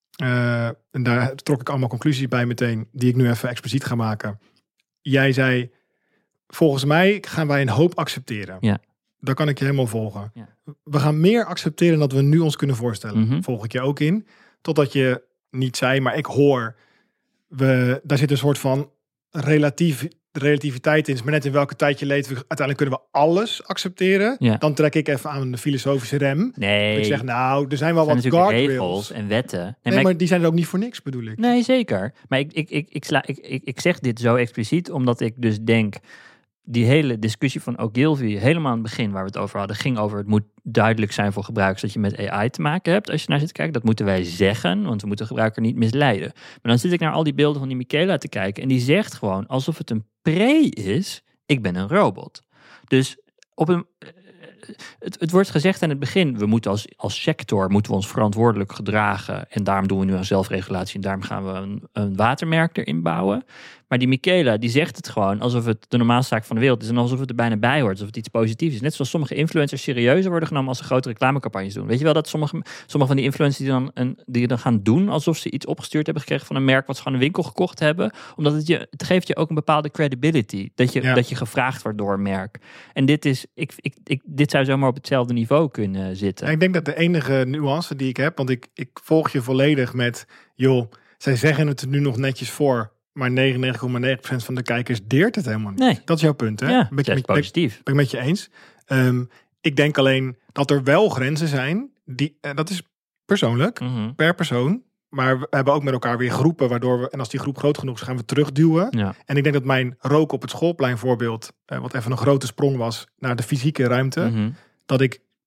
en daar trok ik allemaal conclusies bij meteen, die ik nu even expliciet ga maken. Jij zei, volgens mij gaan wij een hoop accepteren. Ja. Daar kan ik je helemaal volgen. Ja. We gaan meer accepteren dan we nu ons kunnen voorstellen. Volg ik je ook in. Totdat je niet zei, maar ik hoor, daar zit een soort van relativiteit in. Is maar net in welke tijd je leeft. Uiteindelijk kunnen we alles accepteren. Ja. Dan trek ik even aan de filosofische rem. Nee. Ik zeg, er zijn wel wat guardrails. Regels en wetten. Nee, maar die zijn er ook niet voor niks, bedoel ik. Nee, zeker. Maar ik zeg dit zo expliciet, omdat ik dus denk, die hele discussie van Ogilvy, helemaal aan het begin waar we het over hadden, ging over het moet duidelijk zijn voor gebruikers dat je met AI te maken hebt als je naar zit te kijken. Dat moeten wij zeggen, want we moeten de gebruiker niet misleiden. Maar dan zit ik naar al die beelden van die Michaela te kijken en die zegt gewoon alsof het een pre is, ik ben een robot. Dus het wordt gezegd aan het begin, we moeten als sector moeten we ons verantwoordelijk gedragen en daarom doen we nu aan zelfregulatie en daarom gaan we een watermerk erin bouwen. Maar die Michaela, die zegt het gewoon alsof het de normaalste zaak van de wereld is en alsof het er bijna bij hoort, alsof het iets positiefs is. Net zoals sommige influencers serieuzer worden genomen als ze grote reclamecampagnes doen. Weet je wel dat sommige van die influencers die dan gaan doen alsof ze iets opgestuurd hebben gekregen van een merk wat ze gewoon een winkel gekocht hebben, omdat het geeft je ook een bepaalde credibility, dat je gevraagd wordt door een merk. En dit zou zomaar op hetzelfde niveau kunnen zitten. Ja, ik denk dat de enige nuance die ik heb, want ik volg je volledig met, joh, zij zeggen het er nu nog netjes voor, maar 99,9% van de kijkers deert het helemaal niet. Nee. Dat is jouw punt, hè? Ja, dat is positief. Ben ik met je eens. Ik denk alleen dat er wel grenzen zijn, dat is persoonlijk, per persoon. Maar we hebben ook met elkaar weer groepen, waardoor we, en als die groep groot genoeg is, gaan we terugduwen. Ja. En ik denk dat mijn rook op het schoolplein voorbeeld, wat even een grote sprong was naar de fysieke ruimte, dat ik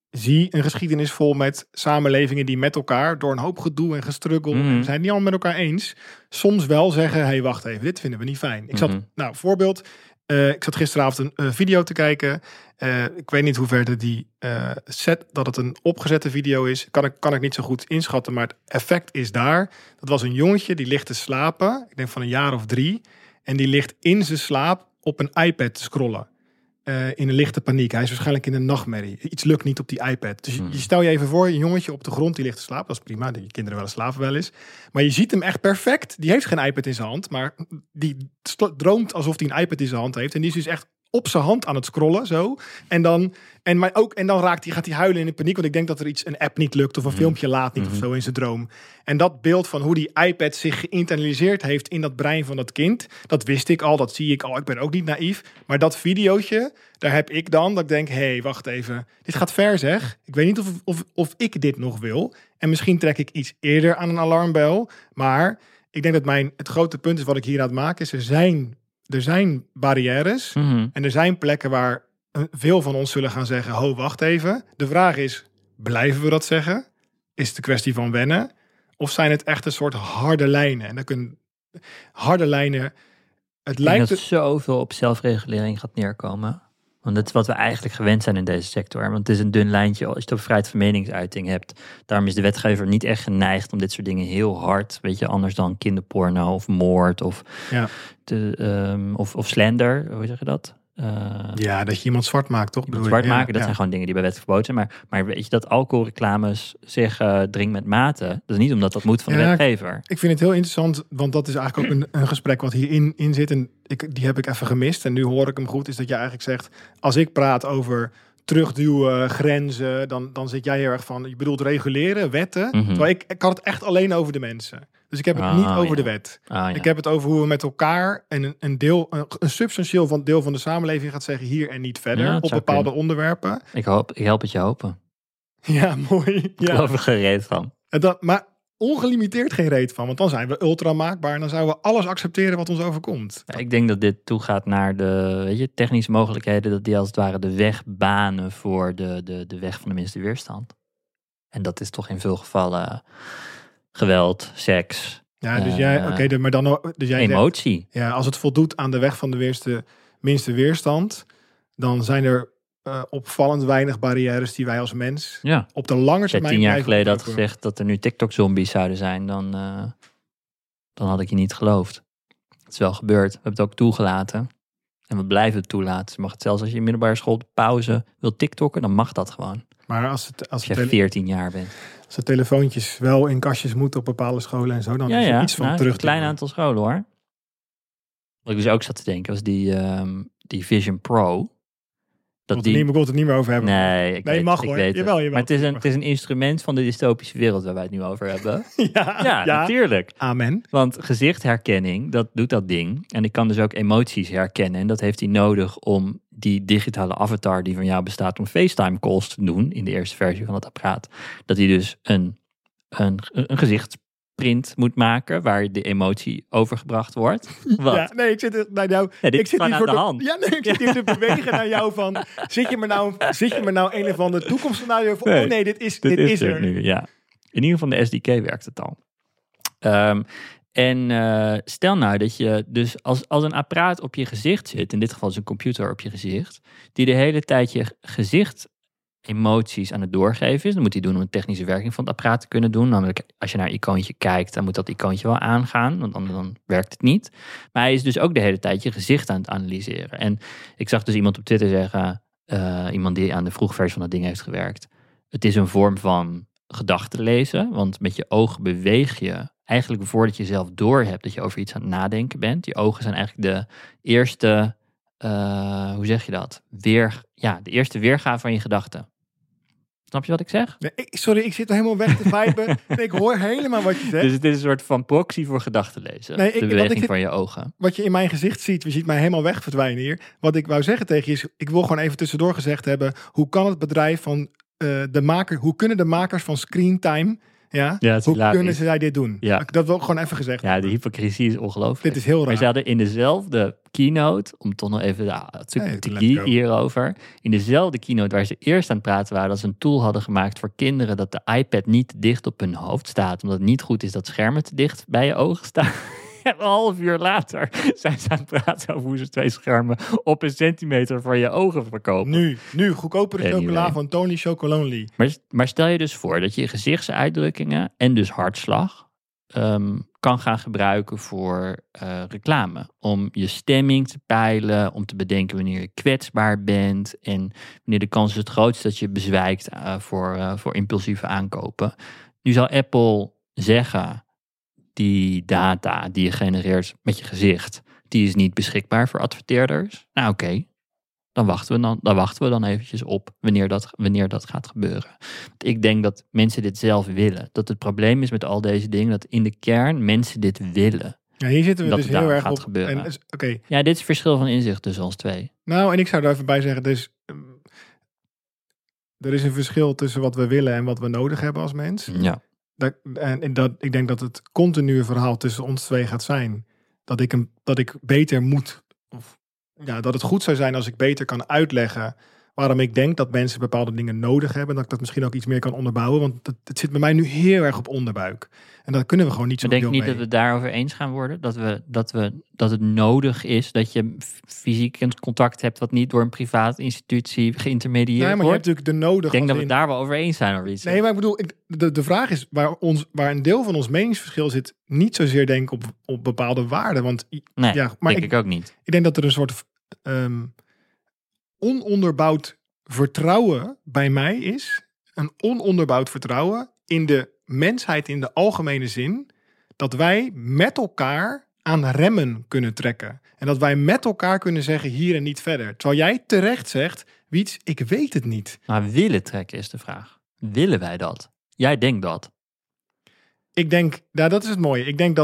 zie een geschiedenis vol met samenlevingen die met elkaar door een hoop gedoe en gestruggel, we zijn het niet allemaal met elkaar eens, soms wel zeggen, hey, wacht even, dit vinden we niet fijn. Ik zat, voorbeeld, ik zat gisteravond een video te kijken. Ik weet niet hoe ver die set, dat het een opgezette video is, kan ik niet zo goed inschatten, maar het effect is daar. Dat was een jongetje, die ligt te slapen, ik denk van een jaar of 3, en die ligt in zijn slaap op een iPad te scrollen. In een lichte paniek. Hij is waarschijnlijk in een nachtmerrie. Iets lukt niet op die iPad. Dus je stel je even voor, een jongetje op de grond die ligt te slapen. Dat is prima, die kinderen wel eens slapen wel eens. Maar je ziet hem echt perfect. Die heeft geen iPad in zijn hand, maar die droomt alsof hij een iPad in zijn hand heeft. En die is dus echt op zijn hand aan het scrollen, zo. En dan gaat hij huilen in paniek, want ik denk dat er een app niet lukt of een filmpje laat niet of zo in zijn droom. En dat beeld van hoe die iPad zich geïnternaliseerd heeft in dat brein van dat kind, dat wist ik al, dat zie ik al. Ik ben ook niet naïef. Maar dat videootje, daar heb ik dan, dat ik denk, hé, wacht even. Dit gaat ver, zeg. Ik weet niet of ik dit nog wil. En misschien trek ik iets eerder aan een alarmbel. Maar ik denk dat het grote punt is wat ik hier aan het maken is, er zijn barrières en er zijn plekken waar veel van ons zullen gaan zeggen, ho, wacht even. De vraag is, blijven we dat zeggen? Is het een kwestie van wennen? Of zijn het echt een soort harde lijnen? En dan kunnen harde lijnen, het lijkt dat het zoveel op zelfregulering gaat neerkomen. Want dat is wat we eigenlijk gewend zijn in deze sector. Want het is een dun lijntje als je het over vrijheid van meningsuiting hebt. Daarom is de wetgever niet echt geneigd om dit soort dingen heel hard, weet je, anders dan kinderporno of moord of slander, hoe zeg je dat? Dat je iemand zwart maakt, toch? Zwart maken, dat zijn gewoon dingen die bij wet verboden zijn. Maar weet je dat alcoholreclames zeggen drink met mate? Dat is niet omdat dat moet van de wetgever. Ik vind het heel interessant, want dat is eigenlijk ook een gesprek wat hierin zit. En die heb ik even gemist. En nu hoor ik hem goed, is dat je eigenlijk zegt, als ik praat over terugduwen, grenzen, dan zit jij heel erg van, je bedoelt reguleren, wetten. Terwijl ik had het echt alleen over de mensen. Dus ik heb het niet over de wet. Ik heb het over hoe we met elkaar een substantieel deel van de samenleving gaat zeggen hier en niet verder op bepaalde onderwerpen. Ik help het je hopen. Ja, mooi. Ik geloof er geen reet van. Maar ongelimiteerd geen reet van, want dan zijn we ultra maakbaar en dan zouden we alles accepteren wat ons overkomt. Ja, ik denk dat dit toegaat naar de technische mogelijkheden, dat die als het ware de weg banen voor de weg van de minste weerstand. En dat is toch in veel gevallen geweld, seks. Ja, dus jij emotie. Zegt, als het voldoet aan de weg van de minste weerstand, dan zijn er opvallend weinig barrières die wij als mens op de lange termijn. Als je 10 jaar geleden had gezegd dat er nu TikTok-zombies zouden zijn, dan had ik je niet geloofd. Het is wel gebeurd. We hebben het ook toegelaten. En we blijven het toelaten. Je mag het zelfs als je in middelbare school op pauze wil TikTokken, dan mag dat gewoon. Maar als je 14 jaar bent. Als de telefoontjes wel in kastjes moeten op bepaalde scholen en zo, dan is er iets van terug. Een klein aantal scholen hoor. Wat ik dus ook zat te denken was die Vision Pro. Ik wil het niet meer over hebben. Nee, ik weet het. Jawel. Maar het is een instrument van de dystopische wereld waar wij het nu over hebben. ja, natuurlijk. Amen. Want gezichtherkenning, dat doet dat ding. En ik kan dus ook emoties herkennen. En dat heeft hij nodig om die digitale avatar die van jou bestaat om FaceTime calls te doen in de eerste versie van het apparaat. Dat hij dus een gezichtsprint moet maken waar de emotie overgebracht wordt. Wat? Ja, nee, ik zit naar jou. Ja, ik zit hier aan de hand. Ik zit hier te bewegen naar jou van, zit je me nou een of andere toekomstscenario voor? Nee, oh nee, dit is er nu. Ja. In ieder geval de SDK werkt het al. Stel nou dat je dus als een apparaat op je gezicht zit, in dit geval is een computer op je gezicht, die de hele tijd je gezicht emoties aan het doorgeven is. Dan moet hij doen om een technische werking van het apparaat te kunnen doen. Namelijk, als je naar een icoontje kijkt, dan moet dat icoontje wel aangaan, want dan werkt het niet. Maar hij is dus ook de hele tijd je gezicht aan het analyseren. En ik zag dus iemand op Twitter zeggen, iemand die aan de vroege versie van dat ding heeft gewerkt, het is een vorm van gedachten lezen, want met je ogen beweeg je eigenlijk voordat je zelf doorhebt dat je over iets aan het nadenken bent. Je ogen zijn eigenlijk de eerste, hoe zeg je dat? De eerste weergave van je gedachten. Snap je wat ik zeg? Nee, sorry, ik zit er helemaal weg te viben. Ik hoor helemaal wat je zegt. Dus het is een soort van proxy voor gedachten lezen. De beweging van je ogen. Wat je in mijn gezicht ziet, je ziet mij helemaal weg verdwijnen hier. Wat ik wou zeggen tegen je is, ik wil gewoon even tussendoor gezegd hebben, hoe kan het bedrijf van de maker, hoe kunnen de makers van Screentime Ja? Ja, het is Hoe hilarisch. kunnen zij dit doen? Ja. Dat wil ik gewoon even gezegd. Ja, de hypocrisie is ongelooflijk. Dit is heel Maar raar. ze hadden in dezelfde keynote, om toch nog even let's de go. hierover. In dezelfde keynote waar ze eerst aan het praten waren, dat ze een tool hadden gemaakt voor kinderen dat de iPad niet te dicht op hun hoofd staat. Omdat het niet goed is dat schermen te dicht bij je ogen staan. En een half uur later zijn ze aan het praten over hoe ze 2 schermen op 1 centimeter van je ogen verkopen. Nu goedkopere Anyway. chocola van Tony Chocolonely. Maar stel je dus voor dat je gezichtsuitdrukkingen en dus hartslag kan gaan gebruiken voor reclame. Om je stemming te peilen, om te bedenken wanneer je kwetsbaar bent en wanneer de kans is het grootst dat je bezwijkt voor impulsieve aankopen. Nu zal Apple zeggen, die data die je genereert met je gezicht, die is niet beschikbaar voor adverteerders. Nou oké. Dan wachten we dan eventjes op wanneer dat gaat gebeuren. Want ik denk dat mensen dit zelf willen. Dat het probleem is met al deze dingen, dat in de kern mensen dit willen. Ja, hier zitten we Dat dus het daar heel erg gaat op. gebeuren. Oké. Ja, dit is het verschil van inzicht tussen ons twee. Nou, en ik zou daar even bij zeggen, dus er is een verschil tussen wat we willen en wat we nodig hebben als mens. Ja. Ik denk dat het continue verhaal tussen ons twee gaat zijn. Dat ik beter moet. Dat het goed zou zijn als ik beter kan uitleggen waarom ik denk dat mensen bepaalde dingen nodig hebben. Dat ik dat misschien ook iets meer kan onderbouwen. Want het zit bij mij nu heel erg op onderbuik. En dat kunnen we gewoon niet zo Ik heel denk niet mee. dat we het daarover eens gaan worden. Dat het nodig is dat je fysiek een contact hebt wat niet door een privaat institutie geïntermedieerd Nee, maar je hebt wordt. natuurlijk de nodig. Ik denk dat we als het in- daar wel over eens zijn. Of iets. Nee, maar ik bedoel, de vraag is waar een deel van ons meningsverschil zit, niet zozeer denk ik op bepaalde waarden. Want Nee, ja, maar denk ik ook niet. ik denk dat er een soort ononderbouwd vertrouwen bij mij is. Een ononderbouwd vertrouwen in de mensheid in de algemene zin. Dat wij met elkaar aan remmen kunnen trekken. En dat wij met elkaar kunnen zeggen hier en niet verder. Terwijl jij terecht zegt, Wiets, ik weet het niet. Maar willen trekken is de vraag. Willen wij dat? Jij denkt dat. Ik denk, dat is het mooie. Ik denk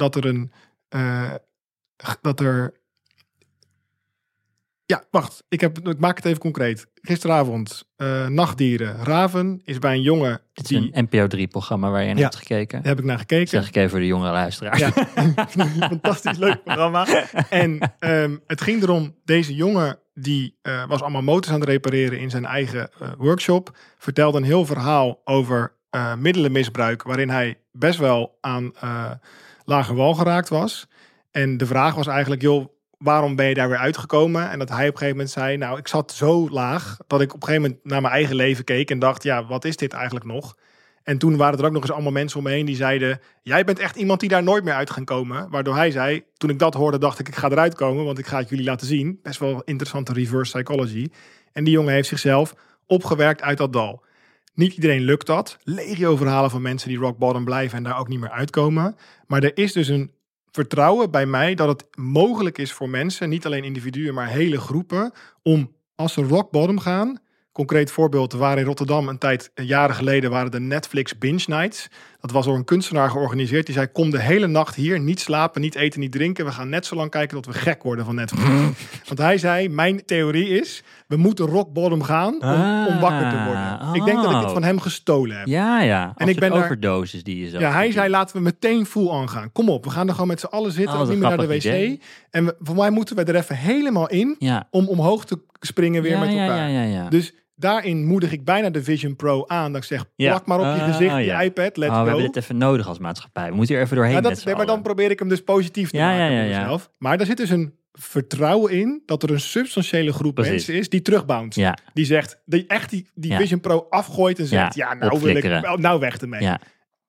Ja, wacht. Ik maak het even concreet. Gisteravond, Nachtdieren. Raven is bij een jongen. Het is een NPO 3-programma waar je naar hebt gekeken. Daar heb ik naar gekeken. Zeg ik even voor de jonge luisteraars. Ja, fantastisch leuk programma. En het ging erom, deze jongen die was allemaal motors aan het repareren in zijn eigen workshop. Vertelde een heel verhaal over middelenmisbruik, waarin hij best wel aan lage wal geraakt was. En de vraag was eigenlijk, joh, waarom ben je daar weer uitgekomen? En dat hij op een gegeven moment zei, nou, ik zat zo laag dat ik op een gegeven moment naar mijn eigen leven keek en dacht, ja, wat is dit eigenlijk nog? En toen waren er ook nog eens allemaal mensen om me heen die zeiden, jij bent echt iemand die daar nooit meer uit gaan komen. Waardoor hij zei, toen ik dat hoorde, dacht ik ga eruit komen, want ik ga het jullie laten zien. Best wel interessante reverse psychology. En die jongen heeft zichzelf opgewerkt uit dat dal. Niet iedereen lukt dat. Legio verhalen van mensen die rock bottom blijven en daar ook niet meer uitkomen. Maar er is dus een vertrouwen bij mij dat het mogelijk is voor mensen, niet alleen individuen, maar hele groepen, om als ze rock bottom gaan. Concreet voorbeeld, er waren in Rotterdam jaren geleden waren de Netflix Binge Nights. Dat was door een kunstenaar georganiseerd. Die zei, kom de hele nacht hier, niet slapen, niet eten, niet drinken. We gaan net zo lang kijken tot we gek worden van Netflix. Want hij zei, mijn theorie is, we moeten rock bottom gaan om wakker te worden. Ik denk dat ik het van hem gestolen heb. Ja. En ik ben overdosis die je zo. Ja, hij zei, laten we meteen full aan gaan. Kom op, we gaan er gewoon met z'n allen zitten, wat niet een meer naar de wc. grappig idee. En voor mij moeten we er even helemaal in om omhoog te springen weer met elkaar. Ja. Dus daarin moedig ik bijna de Vision Pro aan. Dat ik zeg, plak maar op je gezicht, je iPad, let's go. We hebben dit even nodig als maatschappij. We moeten hier even doorheen met z'n maar dan allen. probeer ik hem dus positief te maken voor mezelf. Maar daar zit dus een vertrouwen in dat er een substantiële groep mensen is die terugbount. Ja. Die zegt, die Vision Pro afgooit en zegt, nou weg ermee. Ja.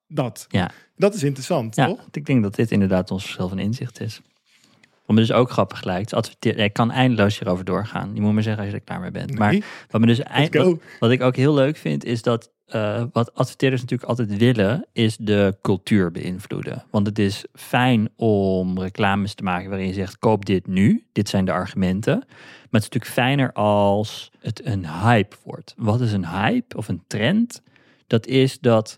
Dat is interessant, ja, toch? want ik denk dat dit inderdaad ons verschil van inzicht is. Wat me dus ook grappig lijkt, ik kan eindeloos hierover doorgaan. Je moet maar zeggen als je er klaar mee bent. Maar wat ik ook heel leuk vind, is dat wat adverteerders natuurlijk altijd willen, is de cultuur beïnvloeden. Want het is fijn om reclames te maken waarin je zegt, koop dit nu. Dit zijn de argumenten. Maar het is natuurlijk fijner als het een hype wordt. Wat is een hype of een trend? Dat is dat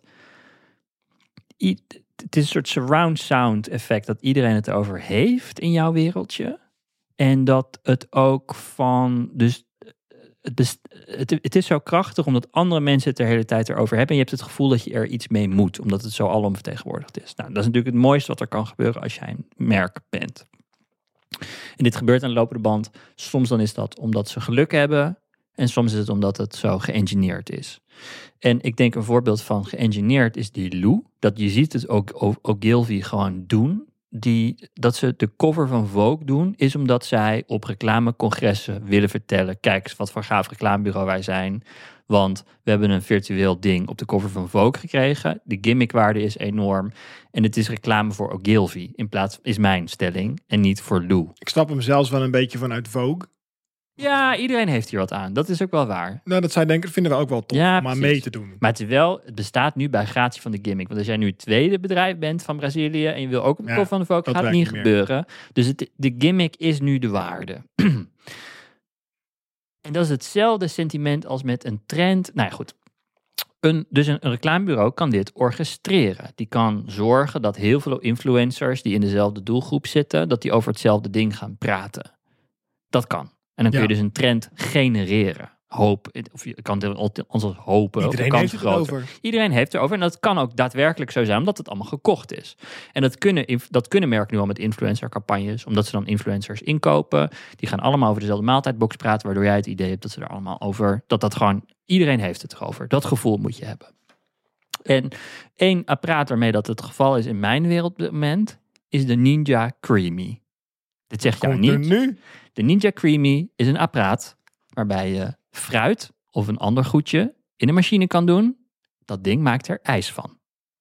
het is een soort surround sound effect dat iedereen het over heeft in jouw wereldje. En dat het ook het is zo krachtig omdat andere mensen het de hele tijd erover hebben. En je hebt het gevoel dat je er iets mee moet, omdat het zo alomvertegenwoordigd is. Nou, dat is natuurlijk het mooiste wat er kan gebeuren als jij een merk bent. En dit gebeurt aan de lopende band. Soms dan is dat omdat ze geluk hebben. En soms is het omdat het zo geëngineerd is. En ik denk een voorbeeld van geëngineerd is die Lou. Dat je ziet het ook Ogilvy gewoon doen. Dat ze de cover van Vogue doen, is omdat zij op reclamecongressen willen vertellen, kijk eens wat voor gaaf reclamebureau wij zijn. Want we hebben een virtueel ding op de cover van Vogue gekregen. De gimmickwaarde is enorm. En het is reclame voor Ogilvy. Is mijn stelling. En niet voor Lou. Ik snap hem zelfs wel een beetje vanuit Vogue. Ja, iedereen heeft hier wat aan. Dat is ook wel waar. Nou, dat zij denken, vinden we ook wel tof Ja, om aan mee te doen. Maar het bestaat nu bij gratie van de gimmick. Want als jij nu het tweede bedrijf bent van Brazilië en je wil ook op de cover van de Vogue, gaat het niet gebeuren. Dus de gimmick is nu de waarde. En dat is hetzelfde sentiment als met een trend. Nou ja, goed. Dus een reclamebureau kan dit orchestreren. Die kan zorgen dat heel veel influencers die in dezelfde doelgroep zitten, dat die over hetzelfde ding gaan praten. Dat kan. En dan kun je dus een trend genereren. Of je kan het ons hopen. Iedereen heeft het erover. Iedereen heeft het erover. En dat kan ook daadwerkelijk zo zijn, omdat het allemaal gekocht is. En dat kunnen merken nu al met influencercampagnes, omdat ze dan influencers inkopen. Die gaan allemaal over dezelfde maaltijdbox praten, waardoor jij het idee hebt dat ze er allemaal over, dat gewoon, iedereen heeft het erover. Dat gevoel moet je hebben. En één apparaat waarmee dat het geval is in mijn wereld op dit moment, is de Ninja Creamy. Dit zegt jou niet. Nu? De Ninja Creamy is een apparaat waarbij je fruit of een ander goedje in een machine kan doen. Dat ding maakt er ijs van.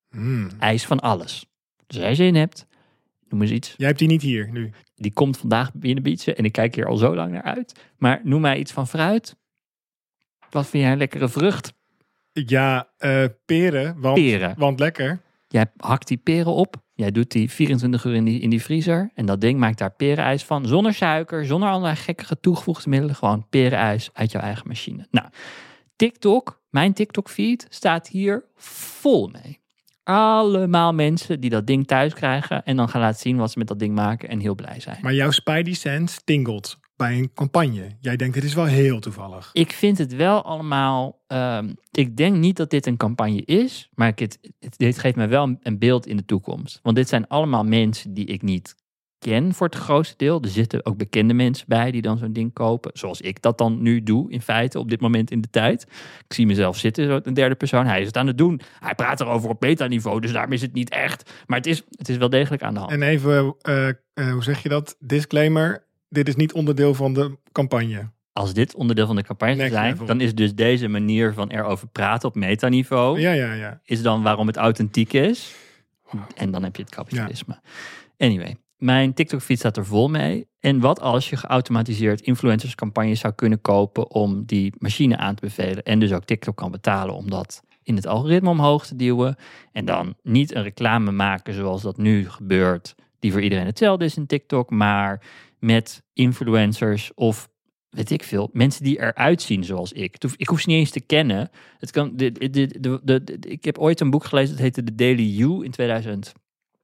Ijs van alles. Dus als je zin hebt, noem eens iets. Jij hebt die niet hier nu. Die komt vandaag binnenbietsen en ik kijk hier al zo lang naar uit. Maar noem mij iets van fruit. Wat vind jij een lekkere vrucht? Ja, peren. Want lekker. Jij hakt die peren op. Jij doet die 24 uur in die vriezer. En dat ding maakt daar perenijs van. Zonder suiker, zonder allerlei gekkige toegevoegde middelen. Gewoon perenijs uit jouw eigen machine. Nou, TikTok, mijn TikTok feed staat hier vol mee. Allemaal mensen die dat ding thuis krijgen. En dan gaan laten zien wat ze met dat ding maken. En heel blij zijn. Maar jouw Spidey Sense tingelt bij een campagne. Jij denkt, het is wel heel toevallig. Ik vind het wel allemaal. Ik denk niet dat dit een campagne is. Maar dit geeft me wel een beeld in de toekomst. Want dit zijn allemaal mensen die ik niet ken voor het grootste deel. Er zitten ook bekende mensen bij die dan zo'n ding kopen. Zoals ik dat dan nu doe in feite op dit moment in de tijd. Ik zie mezelf zitten, zo een derde persoon. Hij is het aan het doen. Hij praat erover op metaniveau. Dus daarom is het niet echt. Maar het is wel degelijk aan de hand. En even, hoe zeg je dat? Disclaimer. Dit is niet onderdeel van de campagne. Als dit onderdeel van de campagne zou zijn, dan is dus deze manier van erover praten op metaniveau, is dan waarom het authentiek is. En dan heb je het kapitalisme. Ja. Anyway, mijn TikTok-feed staat er vol mee. En wat als je geautomatiseerd influencerscampagnes zou kunnen kopen om die machine aan te bevelen en dus ook TikTok kan betalen om dat in het algoritme omhoog te duwen en dan niet een reclame maken zoals dat nu gebeurt, die voor iedereen hetzelfde is in TikTok, maar met influencers of weet ik veel, mensen die eruit zien zoals ik. Ik hoef ze niet eens te kennen. Het kan, ik heb ooit een boek gelezen, dat heette The Daily You in 2013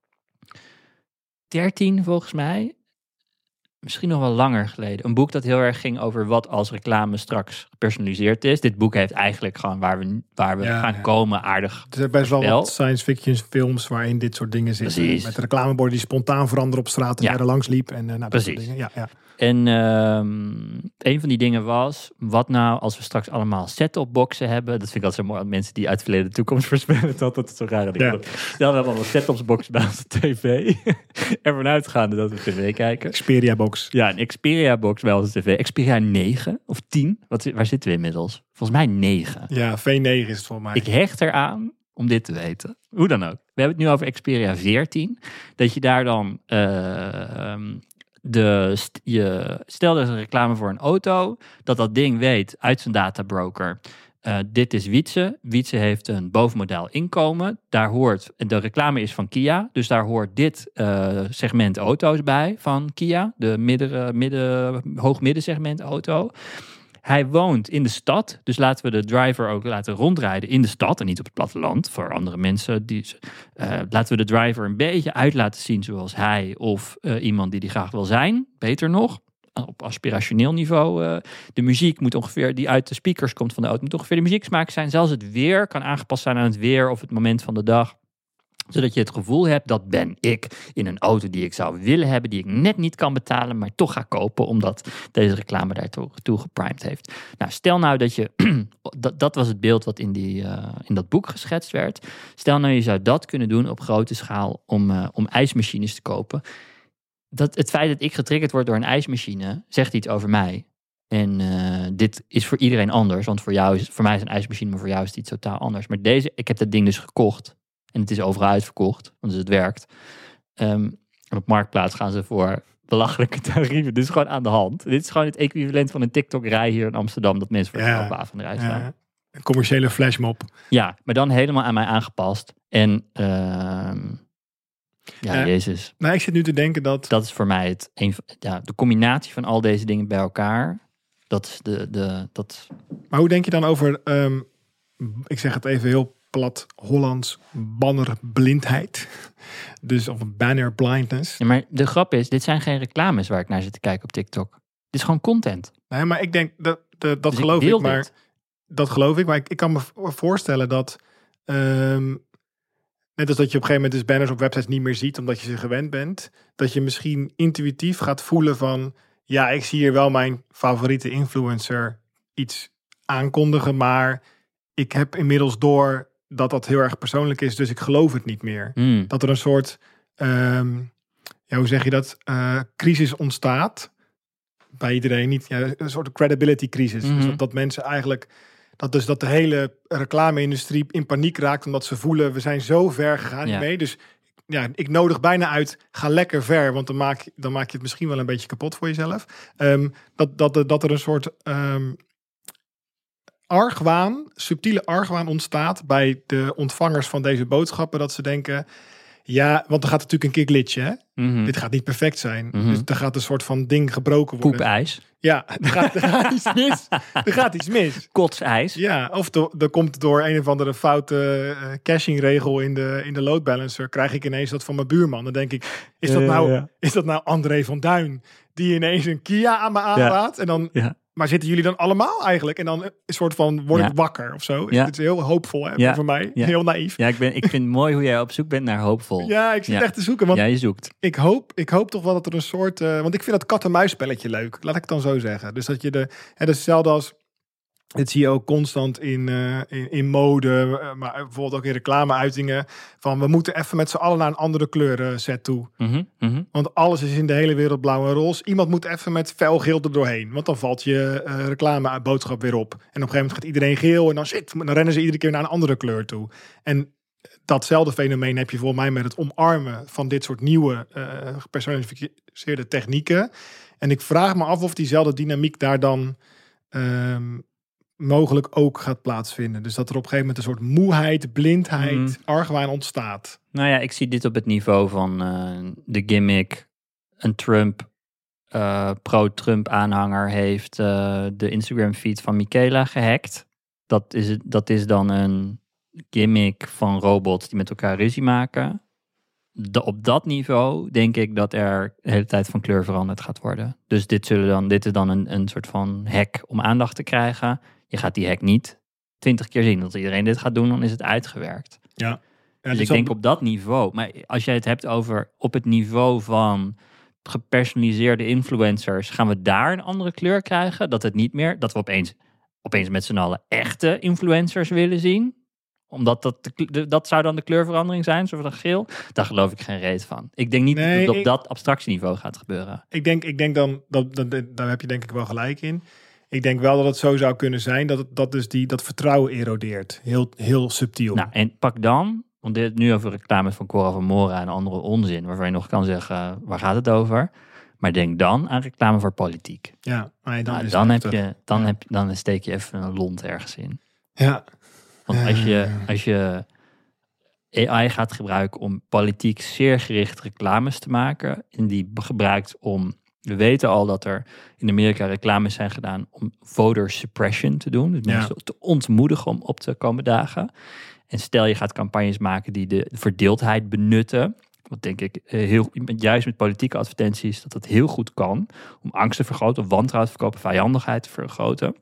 volgens mij. Misschien nog wel langer geleden. Een boek dat heel erg ging over wat als reclame straks gepersonaliseerd is. Dit boek heeft eigenlijk gewoon waar we gaan komen aardig. Er zijn best wel wat science fiction films waarin dit soort dingen zitten. Precies. Met reclameborden die spontaan veranderen op straat en jij er langs liep. En dat soort dingen. Ja. En een van die dingen was, wat nou als we straks allemaal set-top-boxen hebben? Dat vind ik altijd zo mooi aan mensen die uit de verleden toekomst voorspellen. Het altijd zo raar. Ja. Stel, we hebben allemaal set-top-boxen bij onze tv. Ervan uitgaande dat we tv kijken. Xperia-box. Ja, een Xperia-box bij onze tv. Xperia 9 of 10? Waar zitten we inmiddels? Volgens mij 9. Ja, V9 is het volgens mij. Ik hecht eraan om dit te weten. Hoe dan ook. We hebben het nu over Xperia 14. Dat je daar dan stel er is een reclame voor een auto, dat ding weet uit zijn databroker, dit is Wietse. Wietse heeft een bovenmodel inkomen. Daar hoort, de reclame is van Kia, dus daar hoort dit segment auto's bij van Kia, de hoog-midden segment auto. Hij woont in de stad, dus laten we de driver ook laten rondrijden in de stad en niet op het platteland voor andere mensen. Laten we de driver een beetje uit laten zien zoals hij of iemand die graag wil zijn. Beter nog, op aspirationeel niveau. De muziek moet ongeveer, die uit de speakers komt van de auto, moet ongeveer de muzieksmaak zijn. Zelfs het weer kan aangepast zijn aan het weer of het moment van de dag. Zodat je het gevoel hebt, dat ben ik in een auto die ik zou willen hebben, die ik net niet kan betalen, maar toch ga kopen, omdat deze reclame daartoe geprimed heeft. Nou, stel nou dat je, dat was het beeld wat in dat boek geschetst werd. Stel nou je zou dat kunnen doen op grote schaal om ijsmachines te kopen. Het feit dat ik getriggerd word door een ijsmachine, zegt iets over mij. En dit is voor iedereen anders, want voor mij is een ijsmachine, maar voor jou is het iets totaal anders. Maar ik heb dat ding dus gekocht. En het is overal uitverkocht, want het werkt. En op Marktplaats gaan ze voor belachelijke tarieven. Dit is gewoon aan de hand. Dit is gewoon het equivalent van een TikTok-rij hier in Amsterdam, dat mensen voor de van de rij staan. Ja. Een commerciële flashmob. Ja, maar dan helemaal aan mij aangepast. En Jezus. Nou, ik zit nu te denken dat is voor mij de combinatie van al deze dingen bij elkaar. Dat is Maar hoe denk je dan over, ik zeg het even heel plat Hollands, bannerblindheid. Dus of een banner blindness. Ja, maar de grap is, dit zijn geen reclames waar ik naar zit te kijken op TikTok. Dit is gewoon content. Nee, maar ik denk dat Dus geloof ik. Maar dit. dat geloof ik. Maar ik kan me voorstellen dat net als dat je op een gegeven moment dus banners op websites niet meer ziet, omdat je ze gewend bent, dat je misschien intuïtief gaat voelen van, ja, ik zie hier wel mijn favoriete influencer iets aankondigen, maar ik heb inmiddels door dat heel erg persoonlijk is, dus ik geloof het niet meer. Dat er een soort, hoe zeg je dat, crisis ontstaat bij iedereen. Niet, een soort credibility crisis. Dus dat mensen eigenlijk, dat de hele reclame-industrie in paniek raakt, omdat ze voelen, we zijn zo ver gegaan hiermee. Dus ja, ik nodig bijna uit, ga lekker ver, want dan maak je het misschien wel een beetje kapot voor jezelf. Dat er een soort subtiele argwaan ontstaat bij de ontvangers van deze boodschappen, dat ze denken, ja, want er gaat natuurlijk een keer glitchen, hè? Dit gaat niet perfect zijn. Dus er gaat een soort van ding gebroken worden. Poepijs. Ja, er gaat iets mis. Er gaat iets mis. Kotsijs. Ja, of er komt door een of andere foute cachingregel in de load balancer, krijg ik ineens dat van mijn buurman. Dan denk ik, is dat nou André van Duin die ineens een Kia aan me aanraadt? En dan, maar zitten jullie dan allemaal eigenlijk? En dan een soort van, word ik wakker of zo? Het is heel hoopvol voor mij. Heel naïef. Ja, ik vind het mooi hoe jij op zoek bent naar hoopvol. Ja, ik zit echt te zoeken. Want je zoekt. Ik hoop toch wel dat er een soort, want ik vind dat kat-en-muisspelletje leuk. Laat ik het dan zo zeggen. Dus dat je dat is hetzelfde als, dit zie je ook constant in mode, maar bijvoorbeeld ook in reclameuitingen, van we moeten even met z'n allen naar een andere kleurenset toe. Want alles is in de hele wereld blauw en roze. Iemand moet even met felgeel er doorheen, want dan valt je reclameboodschap weer op. En op een gegeven moment gaat iedereen geel en dan rennen ze iedere keer naar een andere kleur toe. En datzelfde fenomeen heb je volgens mij met het omarmen van dit soort nieuwe gepersonaliseerde technieken. En ik vraag me af of diezelfde dynamiek daar dan mogelijk ook gaat plaatsvinden. Dus dat er op een gegeven moment een soort moeheid, blindheid, argwaan ontstaat. Nou ja, ik zie dit op het niveau van de gimmick. Een pro-Trump aanhanger heeft de Instagram feed van Michaela gehackt. Dat is dan een gimmick van robots die met elkaar ruzie maken. Op dat niveau denk ik dat er de hele tijd van kleur veranderd gaat worden. Dus dit is dan een soort van hack om aandacht te krijgen. Je gaat die hack niet 20 keer zien. Als iedereen dit gaat doen, dan is het uitgewerkt. Ja. Dus ik denk op dat niveau. Maar als jij het hebt over op het niveau van gepersonaliseerde influencers, gaan we daar een andere kleur krijgen? Dat het niet meer, dat we opeens met z'n allen echte influencers willen zien? Omdat dat zou dan de kleurverandering zijn, zoals dat geel. Daar geloof ik geen reet van. Ik denk niet dat het op dat abstractieniveau gaat gebeuren. Ik denk dan, daar heb je denk ik wel gelijk in. Ik denk wel dat het zo zou kunnen zijn dat dat vertrouwen erodeert. Heel, heel subtiel. Nou, en pak dan, want dit nu over reclames van Cora van Mora en andere onzin, waarvan je nog kan zeggen, waar gaat het over? Maar denk dan aan reclame voor politiek. Ja, maar dan steek je even een lont ergens in. Ja. Want als je AI gaat gebruiken om politiek zeer gericht reclames te maken, en die gebruikt om, we weten al dat er in Amerika reclames zijn gedaan om voter suppression te doen. Dus mensen te ontmoedigen om op te komen dagen. En stel je gaat campagnes maken die de verdeeldheid benutten wat denk ik juist met politieke advertenties, dat het heel goed kan om angst te vergroten, wantrouwen te verkopen, vijandigheid te vergroten.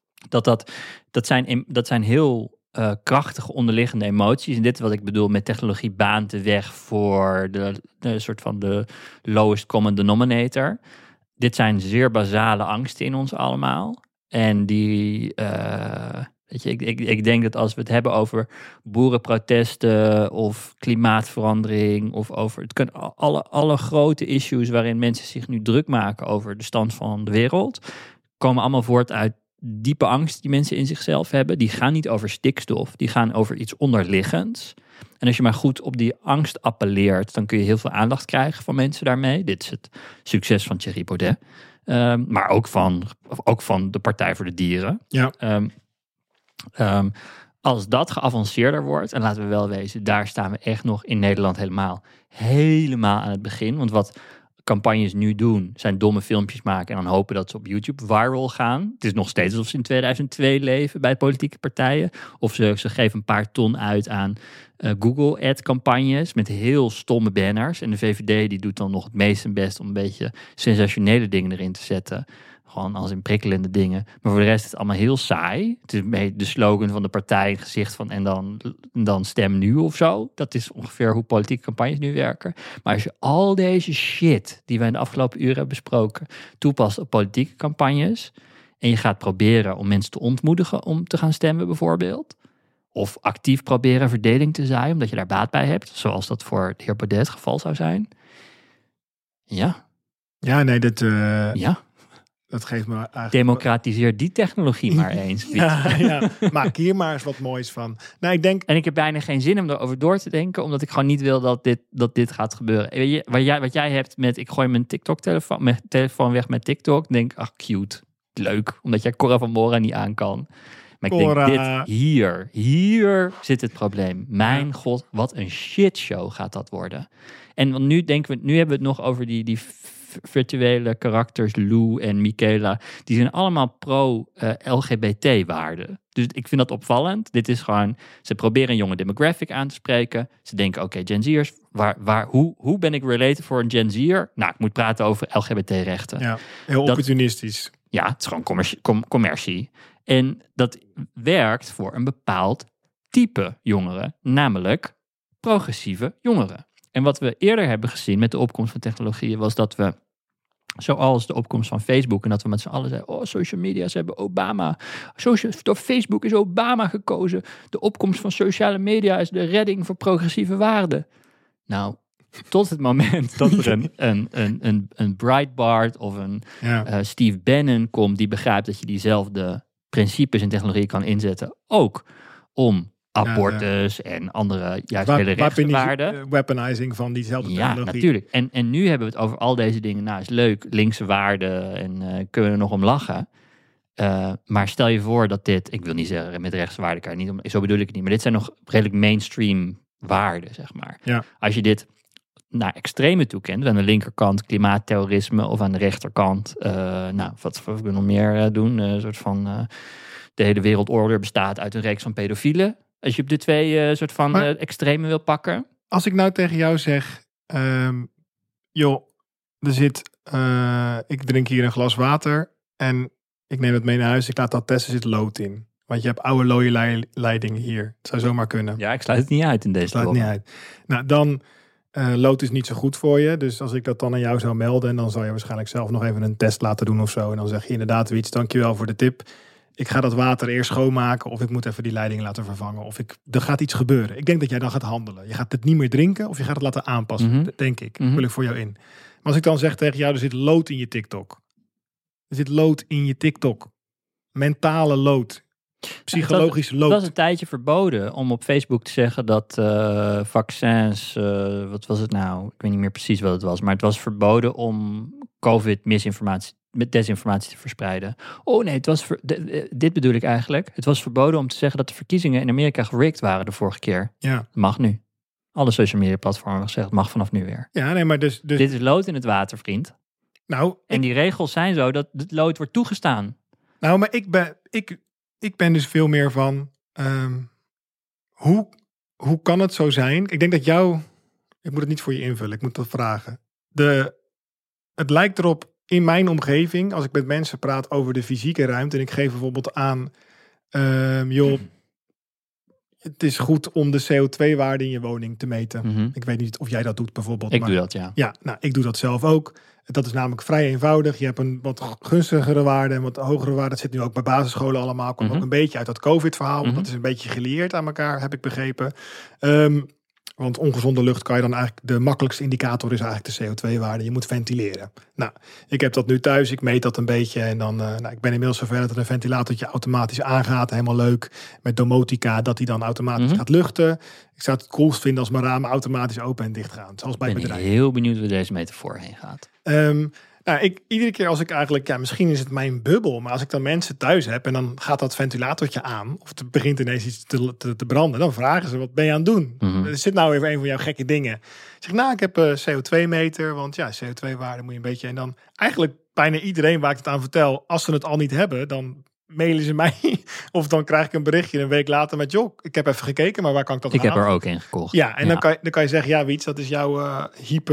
Dat zijn heel krachtige onderliggende emoties. En dit is wat ik bedoel met technologie baant de weg voor de soort van de lowest common denominator. Dit zijn zeer basale angsten in ons allemaal. En die, weet je, ik denk dat als we het hebben over boerenprotesten of klimaatverandering of over het kunnen alle grote issues waarin mensen zich nu druk maken over de stand van de wereld, komen allemaal voort uit diepe angst die mensen in zichzelf hebben. Die gaan niet over stikstof, die gaan over iets onderliggends. En als je maar goed op die angst appelleert, dan kun je heel veel aandacht krijgen van mensen daarmee. Dit is het succes van Thierry Baudet. Maar ook van de Partij voor de Dieren. Ja. Als dat geavanceerder wordt, en laten we wel wezen, daar staan we echt nog in Nederland helemaal aan het begin. Want wat campagnes nu doen, zijn domme filmpjes maken en dan hopen dat ze op YouTube viral gaan. Het is nog steeds alsof ze in 2002 leven bij politieke partijen. Of ze geven een paar ton uit aan Google ad campagnes met heel stomme banners. En de VVD die doet dan nog het meest en best om een beetje sensationele dingen erin te zetten. Gewoon als in prikkelende dingen. Maar voor de rest is het allemaal heel saai. Het is de slogan van de partij in gezicht van en dan stem nu of zo. Dat is ongeveer hoe politieke campagnes nu werken. Maar als je al deze shit die wij in de afgelopen uren hebben besproken toepast op politieke campagnes en je gaat proberen om mensen te ontmoedigen om te gaan stemmen bijvoorbeeld, of actief proberen verdeling te zaaien omdat je daar baat bij hebt, zoals dat voor de heer Baudet het geval zou zijn. Ja. Ja, nee, dat... Ja. Dat geeft me eigenlijk... Democratiseer die technologie maar eens. ja, maak hier maar eens wat moois van. Nou, ik denk... En ik heb bijna geen zin om erover door te denken, omdat ik gewoon niet wil dat dit gaat gebeuren. Weet je, wat jij hebt met, ik gooi mijn telefoon weg met TikTok, denk ach, cute, leuk, omdat jij Cora van Mora niet aan kan. Maar ik denk, hier zit het probleem. Mijn god, wat een shitshow gaat dat worden. En want nu hebben we het nog over die virtuele karakters, Lou en Michaela, die zijn allemaal pro-LGBT-waarden. Dus ik vind dat opvallend. Dit is gewoon, ze proberen een jonge demographic aan te spreken. Ze denken, oké, Gen Z'ers, hoe ben ik related voor een Gen Z'er? Nou, ik moet praten over LGBT-rechten. Ja, heel opportunistisch. Ja, het is gewoon commercie. En dat werkt voor een bepaald type jongeren, namelijk progressieve jongeren. En wat we eerder hebben gezien met de opkomst van technologieën was dat we, zoals de opkomst van Facebook, en dat we met z'n allen zeiden, social media, ze hebben Obama. Door Facebook is Obama gekozen. De opkomst van sociale media is de redding voor progressieve waarden. Nou, tot het moment dat er een Breitbart of een Steve Bannon komt die begrijpt dat je diezelfde principes en technologie kan inzetten, ook om abortus en andere juist hele rechtse waarden. Weaponizing van diezelfde technologie. Ja, natuurlijk. En nu hebben we het over al deze dingen. Nou, is leuk, linkse waarden en kunnen we er nog om lachen. Maar stel je voor dat dit, ik wil niet zeggen met rechtse waarden kan je niet, zo bedoel ik het niet, maar dit zijn nog redelijk mainstream waarden, zeg maar. Ja. Als je dit naar extreme toekent, aan de linkerkant klimaatterrorisme of aan de rechterkant, wat we nog meer doen, een soort van de hele wereldorde bestaat uit een reeks van pedofielen. Als je op de twee soort van extreme wil pakken. Als ik nou tegen jou zeg, ik drink hier een glas water en ik neem het mee naar huis, ik laat dat testen, zit lood in. Want je hebt oude leidingen hier. Het zou zomaar kunnen. Ja, ik sluit het niet uit in deze sluit het niet uit. Nou, dan lood is niet zo goed voor je. Dus als ik dat dan aan jou zou melden, en dan zal je waarschijnlijk zelf nog even een test laten doen of zo. En dan zeg je inderdaad iets, dankjewel voor de tip. Ik ga dat water eerst schoonmaken of ik moet even die leiding laten vervangen. Of er gaat iets gebeuren. Ik denk dat jij dan gaat handelen. Je gaat het niet meer drinken of je gaat het laten aanpassen. Dat denk ik. Vul ik voor jou in. Maar als ik dan zeg tegen jou, er zit lood in je TikTok. Er zit lood in je TikTok. Mentale lood. Psychologisch lood. Het was een tijdje verboden om op Facebook te zeggen dat vaccins, wat was het nou? Ik weet niet meer precies wat het was. Maar het was verboden om COVID-misinformatie met desinformatie te verspreiden. Oh nee, het was dit bedoel ik eigenlijk. Het was verboden om te zeggen dat de verkiezingen in Amerika gerigged waren de vorige keer. Ja. Het mag nu. Alle social media platformen hebben gezegd, het mag vanaf nu weer. Ja, nee, maar dus... Dit is lood in het water, vriend. Nou... En die regels zijn zo dat het lood wordt toegestaan. Nou, maar ik ben dus veel meer van... Hoe kan het zo zijn? Ik denk dat Ik moet het niet voor je invullen. Ik moet dat vragen. Het lijkt erop in mijn omgeving, als ik met mensen praat over de fysieke ruimte en ik geef bijvoorbeeld aan, het is goed om de CO2-waarde in je woning te meten. Mhm. Ik weet niet of jij dat doet bijvoorbeeld. Ik doe dat, ja. Ja, nou, ik doe dat zelf ook. Dat is namelijk vrij eenvoudig. Je hebt een wat gunstigere waarde en wat hogere waarde. Dat zit nu ook bij basisscholen allemaal. Komt ook een beetje uit dat COVID-verhaal. Want dat is een beetje gelieerd aan elkaar, heb ik begrepen. Want ongezonde lucht kan je dan eigenlijk... De makkelijkste indicator is eigenlijk de CO2-waarde. Je moet ventileren. Nou, ik heb dat nu thuis. Ik meet dat een beetje. En dan, ik ben inmiddels zover dat er een ventilatortje automatisch aangaat. Helemaal leuk. Met domotica, dat hij dan automatisch gaat luchten. Ik zou het coolst vinden als mijn ramen automatisch open en dicht gaan. Zoals bij bedrijven. Ik ben heel benieuwd waar deze metafoor heen gaat. Iedere keer als ik eigenlijk, misschien is het mijn bubbel, maar als ik dan mensen thuis heb en dan gaat dat ventilatortje aan, of het begint ineens iets te branden, dan vragen ze, wat ben je aan het doen? Er zit nou even een van jouw gekke dingen. Ik zeg, ik heb een CO2-meter, want ja, CO2-waarde moet je een beetje, en dan eigenlijk bijna iedereen waar ik het aan vertel, als ze het al niet hebben, dan mailen ze mij. Of dan krijg ik een berichtje een week later met, joh, ik heb even gekeken, maar waar kan ik dat Ik halen? heb er ook een gekocht. Ja, en dan kan je zeggen, ja Wiets, dat is jouw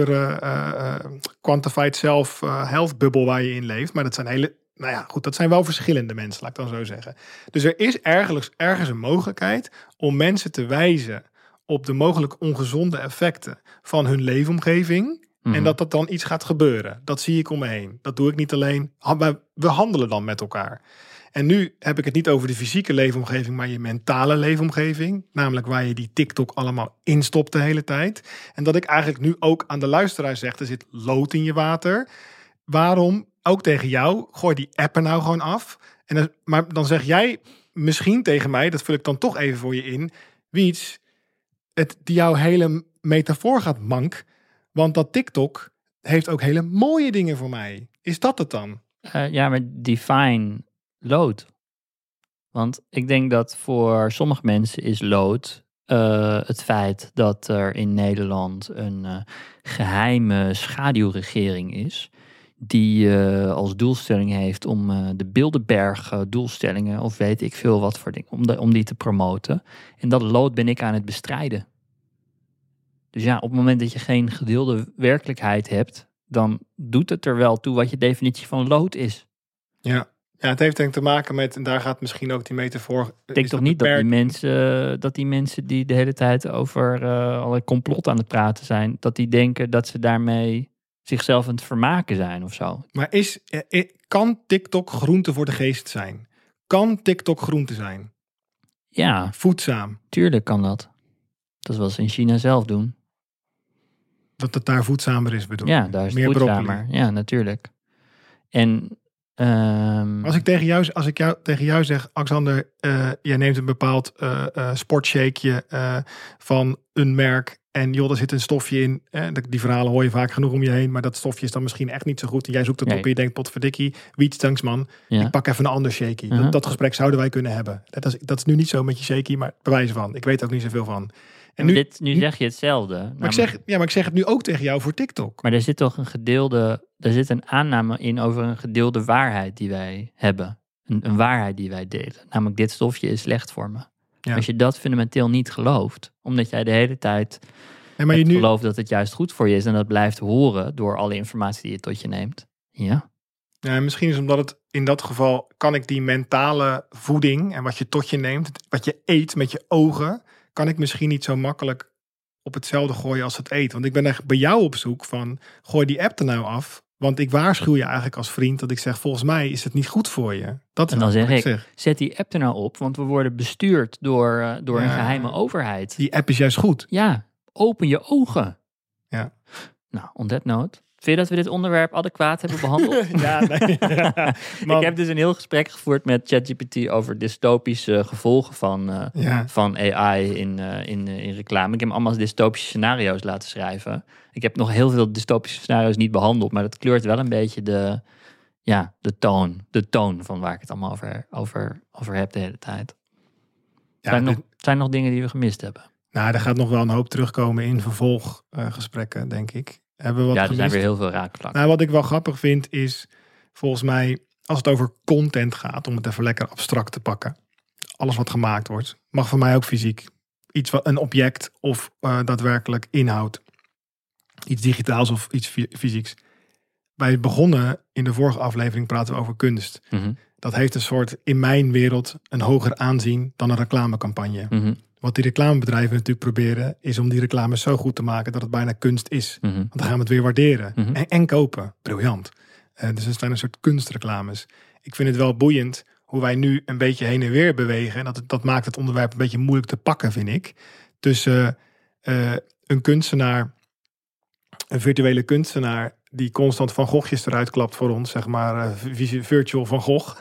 quantified self health bubbel waar je in leeft. Maar dat zijn dat zijn wel verschillende mensen, laat ik dan zo zeggen. Dus er is ergens een mogelijkheid om mensen te wijzen op de mogelijk ongezonde effecten van hun leefomgeving. En dat dan iets gaat gebeuren. Dat zie ik om me heen. Dat doe ik niet alleen. We handelen dan met elkaar. En nu heb ik het niet over de fysieke leefomgeving, maar je mentale leefomgeving. Namelijk waar je die TikTok allemaal instopt de hele tijd. En dat ik eigenlijk nu ook aan de luisteraar zeg, er zit lood in je water. Waarom, ook tegen jou, gooi die app er nou gewoon af. Maar dan zeg jij misschien tegen mij, dat vul ik dan toch even voor je in, Wiets, jouw hele metafoor gaat mank. Want dat TikTok heeft ook hele mooie dingen voor mij. Is dat het dan? Maar define lood. Want ik denk dat voor sommige mensen is lood het feit dat er in Nederland een geheime schaduwregering is, die als doelstelling heeft om de Bilderberg doelstellingen, of weet ik veel wat voor dingen, om die te promoten. En dat lood ben ik aan het bestrijden. Dus ja, op het moment dat je geen gedeelde werkelijkheid hebt, dan doet het er wel toe wat je definitie van lood is. Ja, het heeft denk ik te maken met, en daar gaat misschien ook die metafoor. Ik denk toch niet dat die mensen die de hele tijd over allerlei complot aan het praten zijn, dat die denken dat ze daarmee zichzelf aan het vermaken zijn of zo. Maar kan TikTok groente voor de geest zijn? Kan TikTok groente zijn? Ja. Voedzaam? Tuurlijk kan dat. Dat is wat ze in China zelf doen. Dat het daar voedzamer is, bedoel Ja, daar is het voedzamer. Ja, natuurlijk. En als ik tegen jou zeg, Alexander, jij neemt een bepaald sportshakeje van een merk en joh, er zit een stofje in. Die verhalen hoor je vaak genoeg om je heen, maar dat stofje is dan misschien echt niet zo goed. En jij zoekt het op en je denkt, potverdikkie, Wiets, thanks man. Ik pak even een ander shakie. Dat gesprek zouden wij kunnen hebben. Dat is nu niet zo met je shakie, maar bewijs van. Ik weet er ook niet zoveel van. En nu zeg je hetzelfde. Maar ik zeg het nu ook tegen jou voor TikTok. Maar er zit toch er zit een aanname in over een gedeelde waarheid die wij hebben. Een waarheid die wij delen. Namelijk, dit stofje is slecht voor me. Ja. Als je dat fundamenteel niet gelooft, omdat jij de hele tijd gelooft dat het juist goed voor je is en dat blijft horen door alle informatie die je tot je neemt. Ja. Ja, misschien is omdat het in dat geval, kan ik die mentale voeding en wat je tot je neemt, wat je eet met je ogen, kan ik misschien niet zo makkelijk op hetzelfde gooien als het eten. Want ik ben echt bij jou op zoek van, gooi die app er nou af. Want ik waarschuw je eigenlijk als vriend dat ik zeg, volgens mij is het niet goed voor je. En dan zeg ik, zet die app er nou op, want we worden bestuurd door een geheime overheid. Die app is juist goed. Ja, open je ogen. Ja. Nou, on that note. Vind je dat we dit onderwerp adequaat hebben behandeld? Ik heb dus een heel gesprek gevoerd met ChatGPT over dystopische gevolgen van AI in reclame. Ik heb hem allemaal dystopische scenario's laten schrijven. Ik heb nog heel veel dystopische scenario's niet behandeld, maar dat kleurt wel een beetje de toon van waar ik het allemaal over heb de hele tijd. Zijn er nog dingen die we gemist hebben? Nou, er gaat nog wel een hoop terugkomen in vervolggesprekken, denk ik. Er zijn weer heel veel raakvlakken. Nou, wat ik wel grappig vind is, volgens mij, als het over content gaat, om het even lekker abstract te pakken. Alles wat gemaakt wordt, mag voor mij ook fysiek. Een object of daadwerkelijk inhoud. iets digitaals of iets fysieks. Wij begonnen in de vorige aflevering praten we over kunst. Mm-hmm. Dat heeft een soort, in mijn wereld, een hoger aanzien dan een reclamecampagne. Mm-hmm. Wat die reclamebedrijven natuurlijk proberen, is om die reclame zo goed te maken dat het bijna kunst is. Mm-hmm. Want dan gaan we het weer waarderen. Mm-hmm. En kopen. Briljant. Dus het zijn een soort kunstreclames. Ik vind het wel boeiend hoe wij nu een beetje heen en weer bewegen. En dat maakt het onderwerp een beetje moeilijk te pakken, vind ik. Tussen een kunstenaar, een virtuele kunstenaar, die constant Van Goghjes eruit klapt voor ons, zeg maar, virtual Van Gogh.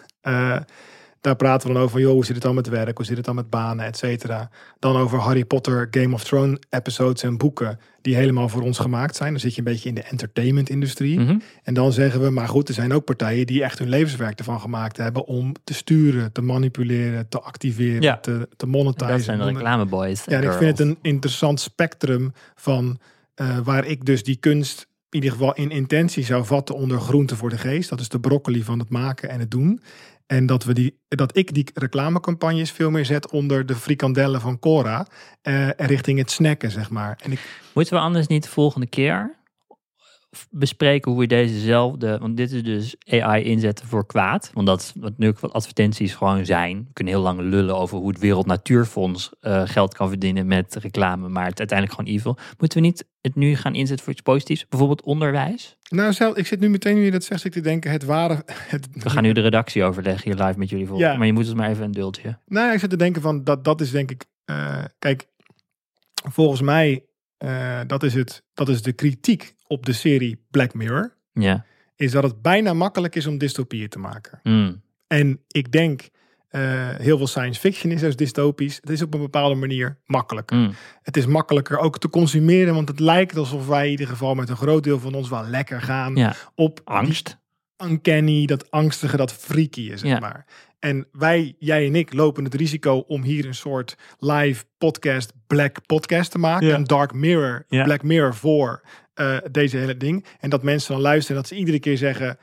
Daar praten we dan over, joh, hoe zit het dan met werk, hoe zit het dan met banen, et cetera. Dan over Harry Potter, Game of Thrones episodes en boeken die helemaal voor ons gemaakt zijn. Dan zit je een beetje in de entertainment-industrie. Mm-hmm. En dan zeggen we, maar goed, er zijn ook partijen die echt hun levenswerk ervan gemaakt hebben om te sturen, te manipuleren, te activeren, Ja. te monetizen. Dat zijn de reclameboys. Ja, en ik vind het een interessant spectrum van waar ik dus die kunst in ieder geval in intentie zou vatten onder groente voor de geest. Dat is de broccoli van het maken en het doen. En dat ik die reclamecampagnes veel meer zet onder de frikandellen van Cora. En richting het snacken, zeg maar. En Moeten we anders niet de volgende keer bespreken hoe we dezezelfde... Want dit is dus AI inzetten voor kwaad. Want dat is wat nu wat advertenties gewoon zijn. We kunnen heel lang lullen over hoe het Wereld Natuurfonds geld kan verdienen met reclame. Maar het uiteindelijk gewoon evil. Moeten we niet het nu gaan inzetten voor iets positiefs? Bijvoorbeeld onderwijs? Nou, ik zit nu meteen, nu je dat zegt, ik te denken, het ware... We gaan nu de redactie overleggen hier live met jullie volgen. Ja. Maar je moet het maar even een duldje. Nou ja, ik zit te denken van, dat is denk ik... kijk, volgens mij, dat is de kritiek op de serie Black Mirror. Ja. Is dat het bijna makkelijk is om dystopieën te maken. Mm. En ik denk, heel veel science fiction is dus dystopisch. Het is op een bepaalde manier makkelijker. Mm. Het is makkelijker ook te consumeren, want het lijkt alsof wij in ieder geval met een groot deel van ons wel lekker gaan Ja. op Angst. uncanny, dat angstige, dat freaky is, zeg Ja. maar. En jij en ik lopen het risico om hier een soort live podcast, black podcast te maken. Ja. Een dark mirror, Ja. Black Mirror voor deze hele ding. En dat mensen dan luisteren en dat ze iedere keer zeggen,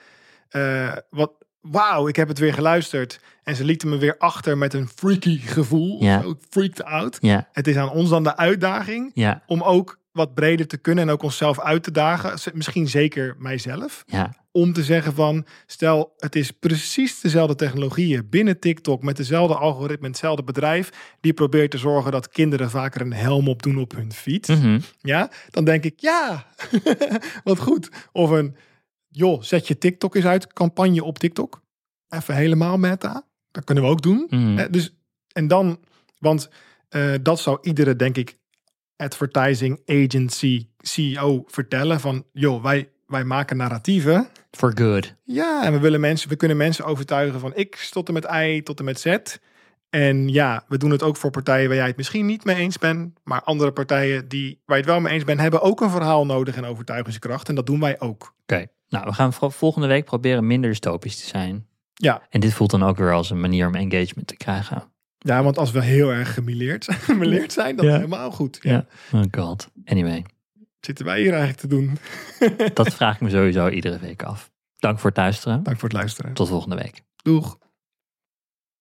wauw, ik heb het weer geluisterd. En ze lieten me weer achter met een freaky gevoel. Ja. Zo, freaked out. Ja. Het is aan ons dan de uitdaging Ja. om ook wat breder te kunnen en ook onszelf uit te dagen. Misschien zeker mijzelf. Ja. Om te zeggen van, stel het is precies dezelfde technologieën binnen TikTok met dezelfde algoritme, hetzelfde bedrijf, die probeert te zorgen dat kinderen vaker een helm op doen op hun fiets. Mhm. Ja, dan denk ik, ja, wat goed. Of een, joh, zet je TikTok eens uit, campagne op TikTok. Even helemaal meta. Dat kunnen we ook doen. Mhm. Dus, en dan, want dat zou iedere, denk ik, advertising agency CEO vertellen van, joh, wij maken narratieven. For good. Ja, en we kunnen mensen overtuigen van X tot en met Y tot en met Z. En ja, we doen het ook voor partijen waar jij het misschien niet mee eens bent. Maar andere partijen waar je het wel mee eens bent, hebben ook een verhaal nodig en overtuigingskracht. En dat doen wij ook. Oké. Nou, we gaan volgende week proberen minder dystopisch te zijn. Ja, En dit voelt dan ook weer als een manier om engagement te krijgen. ja, want als we heel erg gemêleerd zijn, dan is helemaal goed. Ja. Oh god. Anyway. Zitten wij hier eigenlijk te doen? Dat vraag ik me sowieso iedere week af. Dank voor het luisteren. Dank voor het luisteren. Tot volgende week. Doeg.